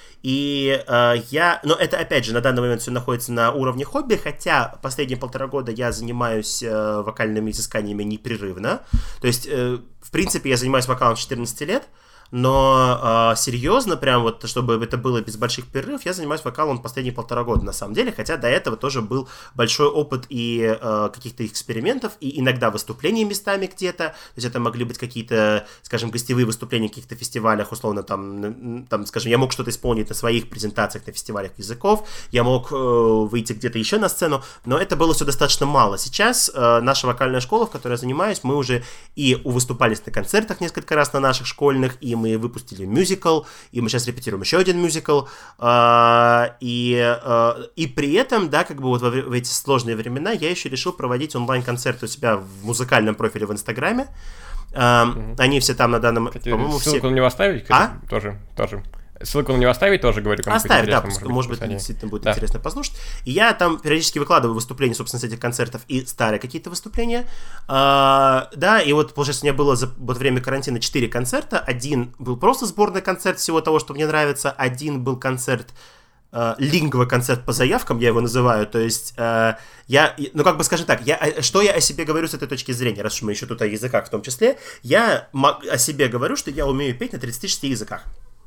S2: и э, я, но это опять же на данный момент все находится на уровне хобби, хотя последние полтора года я занимаюсь э, вокальными изысканиями непрерывно, то есть, э, в принципе, я занимаюсь вокалом с четырнадцати лет, но э, серьезно, прям вот, чтобы это было без больших перерывов, я занимаюсь вокалом последние полтора года, на самом деле, хотя до этого тоже был большой опыт и э, каких-то экспериментов, и иногда выступлений местами где-то, то есть это могли быть какие-то, скажем, гостевые выступления в каких-то фестивалях, условно, там, там, скажем, я мог что-то исполнить на своих презентациях на фестивалях языков, я мог э, выйти где-то еще на сцену, но это было все достаточно мало. Сейчас э, наша вокальная школа, в которой я занимаюсь, мы уже и выступались на концертах несколько раз на наших школьных, и мы выпустили мюзикл, и мы сейчас репетируем еще один мюзикл, э, и, э, и при этом, да, как бы вот в, в эти сложные времена я еще решил проводить онлайн-концерты у себя в музыкальном профиле в Инстаграме. Э, угу. Они все там на данном...
S1: Кстати, по-моему, ссылку все... на него оставить?
S2: А?
S1: Тоже, тоже. Ссылку на него оставить тоже, говорю, кому-то
S2: Оставь, да,
S1: может,
S2: может быть, действительно будет да. интересно послушать. И я там периодически выкладываю выступления, собственно, с этих концертов и старые какие-то выступления. А, да, и вот, получается, у меня было за вот время карантина четыре концерта. Один был просто сборный концерт всего того, что мне нравится. Один был концерт, э, лингво-концерт по заявкам, я его называю. То есть, э, я, ну, как бы, скажем так, я, что я о себе говорю с этой точки зрения, раз уж мы еще тут о языках в том числе, я о себе говорю, что я умею петь на тридцати шести языках.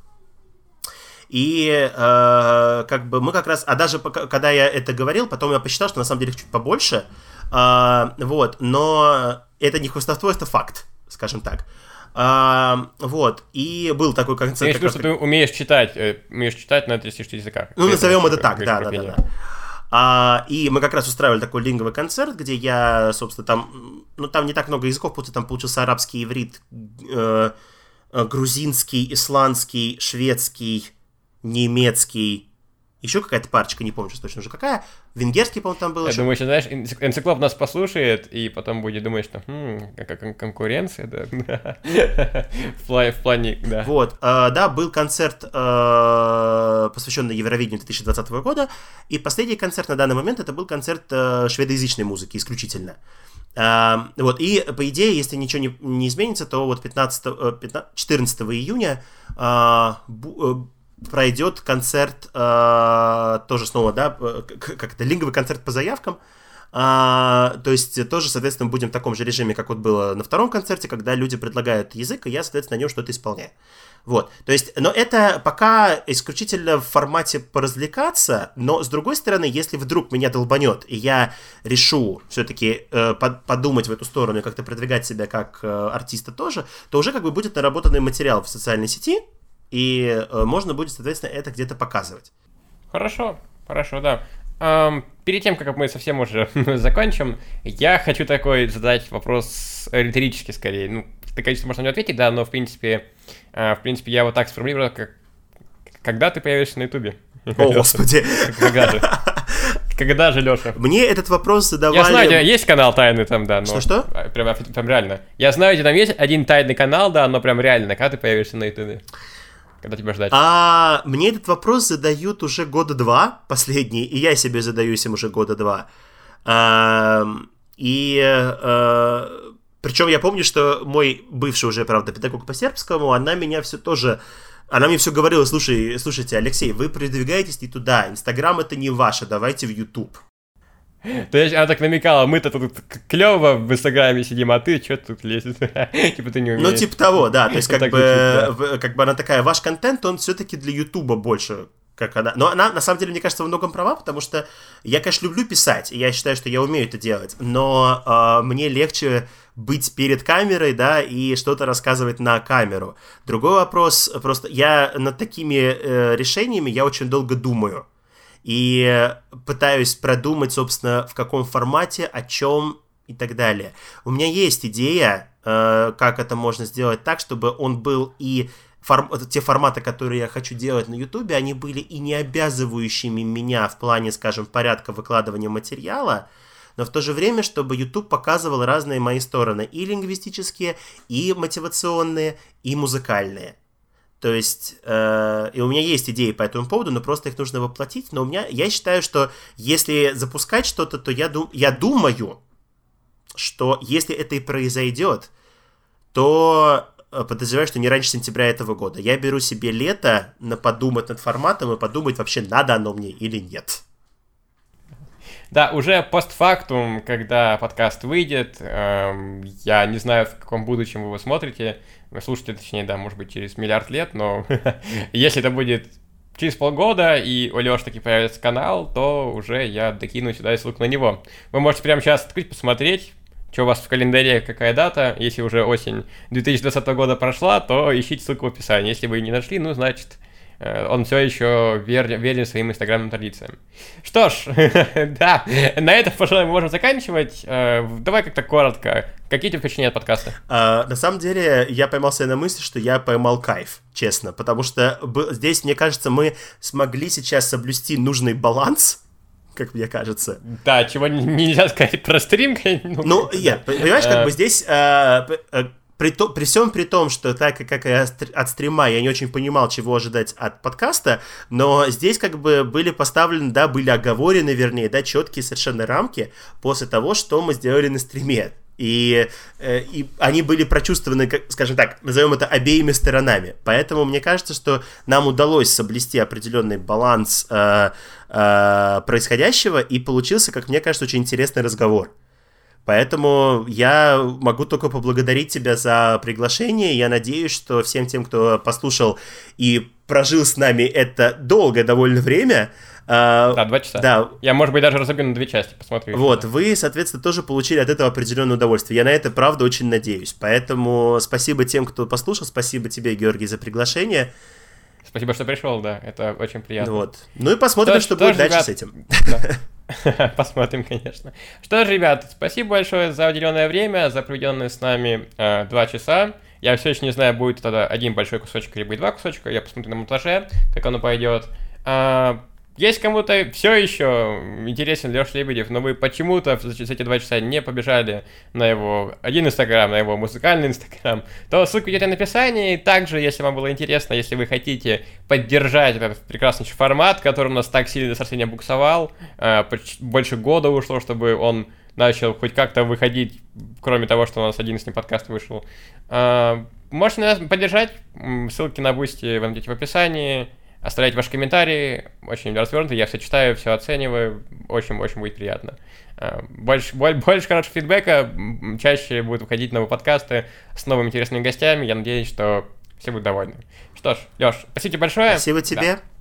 S2: И э, как бы мы как раз, а даже пока, когда я это говорил, потом я посчитал, что на самом деле чуть побольше, э, вот, но это не хвастовство, это факт, скажем так. Э, вот, и был такой концерт.
S1: Я считаю, что ты умеешь читать, умеешь читать на тридцати шести языках.
S2: Ну, назовем это так, да, да, да, да. А, и мы как раз устраивали такой линговый концерт, где я, собственно, там, ну, там не так много языков, потому что там получился арабский, иврит, э, грузинский, исландский, шведский, немецкий, еще какая-то парочка, не помню сейчас точно уже какая, венгерский, по-моему, там был
S1: Я
S2: еще.
S1: думаю, что, знаешь, энциклоп нас послушает, и потом будет думать, что хм, какая конкуренция, да, в плане, в плане, да.
S2: Вот, да, был концерт, посвященный Евровидению две тысячи двадцатого года, и последний концерт на данный момент, это был концерт шведоязычной музыки исключительно. Uh, вот, и по идее, если ничего не, не изменится, то вот пятнадцатого, пятнадцатого, четырнадцатого июня uh, бу, uh, пройдет концерт, uh, тоже снова, да, как это, линговый концерт по заявкам. Uh, то есть тоже, соответственно, будем в таком же режиме, как вот было на втором концерте, когда люди предлагают язык, и я, соответственно, на нем что-то исполняю. Вот, то есть, но это пока исключительно в формате поразвлекаться, но, с другой стороны, если вдруг меня долбанет, и я решу все-таки э, под, подумать в эту сторону и как-то продвигать себя как э, артиста тоже, то уже как бы будет наработанный материал в социальной сети, и э, можно будет, соответственно, это где-то показывать.
S1: Хорошо, хорошо, да. Um, перед тем, как мы совсем уже закончим, я хочу такой задать вопрос риторический скорее. Ну, ты, конечно, можешь на него ответить, да, но в принципе, uh, в принципе, я вот так сформулировал, как когда ты появишься на Ютубе?
S2: О, Господи!
S1: Когда же? Когда же, Леша?
S2: Мне этот вопрос задавали...
S1: Я знаю, у тебя есть канал тайный там, да, но...
S2: Что-что?
S1: Прям, прям реально. Я знаю, у тебя там есть один тайный канал, да, но прям реально, когда ты появишься на Ютубе? Когда тебя ждать?
S2: А, мне этот вопрос задают уже года два, последний, и я себе задаюсь им уже года два. А, и а, причем я помню, что мой бывший уже, правда, педагог по сербскому, она меня все тоже... Она мне все говорила: слушай, слушайте, Алексей, вы продвигаетесь не туда, Инстаграм это не ваше, давайте в Ютуб.
S1: То есть она так намекала, мы-то тут клево в Инстаграме сидим, а ты что тут лезешь? Типа ты не умеешь.
S2: Ну, типа того, да. То есть, как бы, как бы она такая, ваш контент, он все-таки для Ютуба больше, как она. Но она, на самом деле, мне кажется, во многом права, потому что я, конечно, люблю писать, и я считаю, что я умею это делать, но мне легче быть перед камерой, да, и что-то рассказывать на камеру. Другой вопрос, просто я над такими решениями я очень долго думаю. И пытаюсь продумать, собственно, в каком формате, о чем и так далее. У меня есть идея, э, как это можно сделать так, чтобы он был и... Форм... Те форматы, которые я хочу делать на Ютубе, они были и не обязывающими меня в плане, скажем, порядка выкладывания материала, но в то же время, чтобы YouTube показывал разные мои стороны, и лингвистические, и мотивационные, и музыкальные. То есть, э, и у меня есть идеи по этому поводу, но просто их нужно воплотить. Но у меня, я считаю, что если запускать что-то, то я, дум, я думаю, что если это и произойдет, то подозреваю, что не раньше сентября этого года. Я беру себе лето на подумать над форматом и подумать, вообще надо оно мне или нет.
S1: Да, уже постфактум, когда подкаст выйдет, эм, я не знаю, в каком будущем вы его смотрите, вы слушаете, точнее, да, может быть, через миллиард лет, но если это будет через полгода, и у Лёши таки появится канал, то уже я докину сюда ссылку на него. Вы можете прямо сейчас открыть, посмотреть, что у вас в календаре, какая дата. Если уже осень две тысячи двадцатого года прошла, то ищите ссылку в описании. Если вы не нашли, ну, значит, он все еще вер... верен своим инстаграмным традициям. Что ж, да, на этом, пожалуй, мы можем заканчивать. Давай как-то коротко. Какие тебе впечатления от подкаста?
S2: А, на самом деле, я поймался на мысли, что я поймал кайф, честно, потому что б- здесь, мне кажется, мы смогли сейчас соблюсти нужный баланс, как мне кажется.
S1: Да, чего нельзя сказать про стрим.
S2: Ну, я, понимаешь, как бы здесь... А, а, При, то, при всем при том, что так как я от стрима я не очень понимал, чего ожидать от подкаста, но здесь как бы были поставлены, да, были оговорены, вернее, да, четкие совершенно рамки после того, что мы сделали на стриме. И, и они были прочувствованы, как, скажем так, назовем это обеими сторонами. Поэтому мне кажется, что нам удалось соблюсти определенный баланс э, э, происходящего, и получился, как мне кажется, очень интересный разговор. Поэтому я могу только поблагодарить тебя за приглашение. Я надеюсь, что всем тем, кто послушал и прожил с нами это долгое довольно время...
S1: Да, два часа.
S2: Да.
S1: Я, может быть, даже разобью на две части, посмотрю.
S2: Вот, вы, соответственно, тоже получили от этого определенное удовольствие. Я на это, правда, очень надеюсь. Поэтому спасибо тем, кто послушал. Спасибо тебе, Георгий, за приглашение.
S1: Спасибо, что пришел, да. Это очень приятно.
S2: Вот. Ну и посмотрим, что, что будет дальше ребят... с этим.
S1: Посмотрим, конечно. Что ж, ребят, спасибо большое за уделенное время, за проведенные с нами э, два часа. Я все еще не знаю, будет тогда один большой кусочек или будет два кусочка. Я посмотрю на монтаже, как оно пойдет. А, если кому-то все еще интересен Леша Лебедев, но вы почему-то за эти два часа не побежали на его один инстаграм, на его музыкальный инстаграм, то ссылка идет в описании. Также, если вам было интересно, если вы хотите поддержать этот прекрасный формат, который у нас так сильно с Арсением буксовал, больше года ушло, чтобы он начал хоть как-то выходить, кроме того, что у нас один с ним подкаст вышел. Можете нас поддержать, ссылки на Бусти вы найдете в описании. Оставляйте ваши комментарии, очень развернуты, я все читаю, все оцениваю, очень-очень будет приятно. Больше, больше хорошего фидбэка, чаще будут выходить новые подкасты с новыми интересными гостями, я надеюсь, что все будут довольны. Что ж, Леш, спасибо тебе большое.
S2: Спасибо тебе. Да.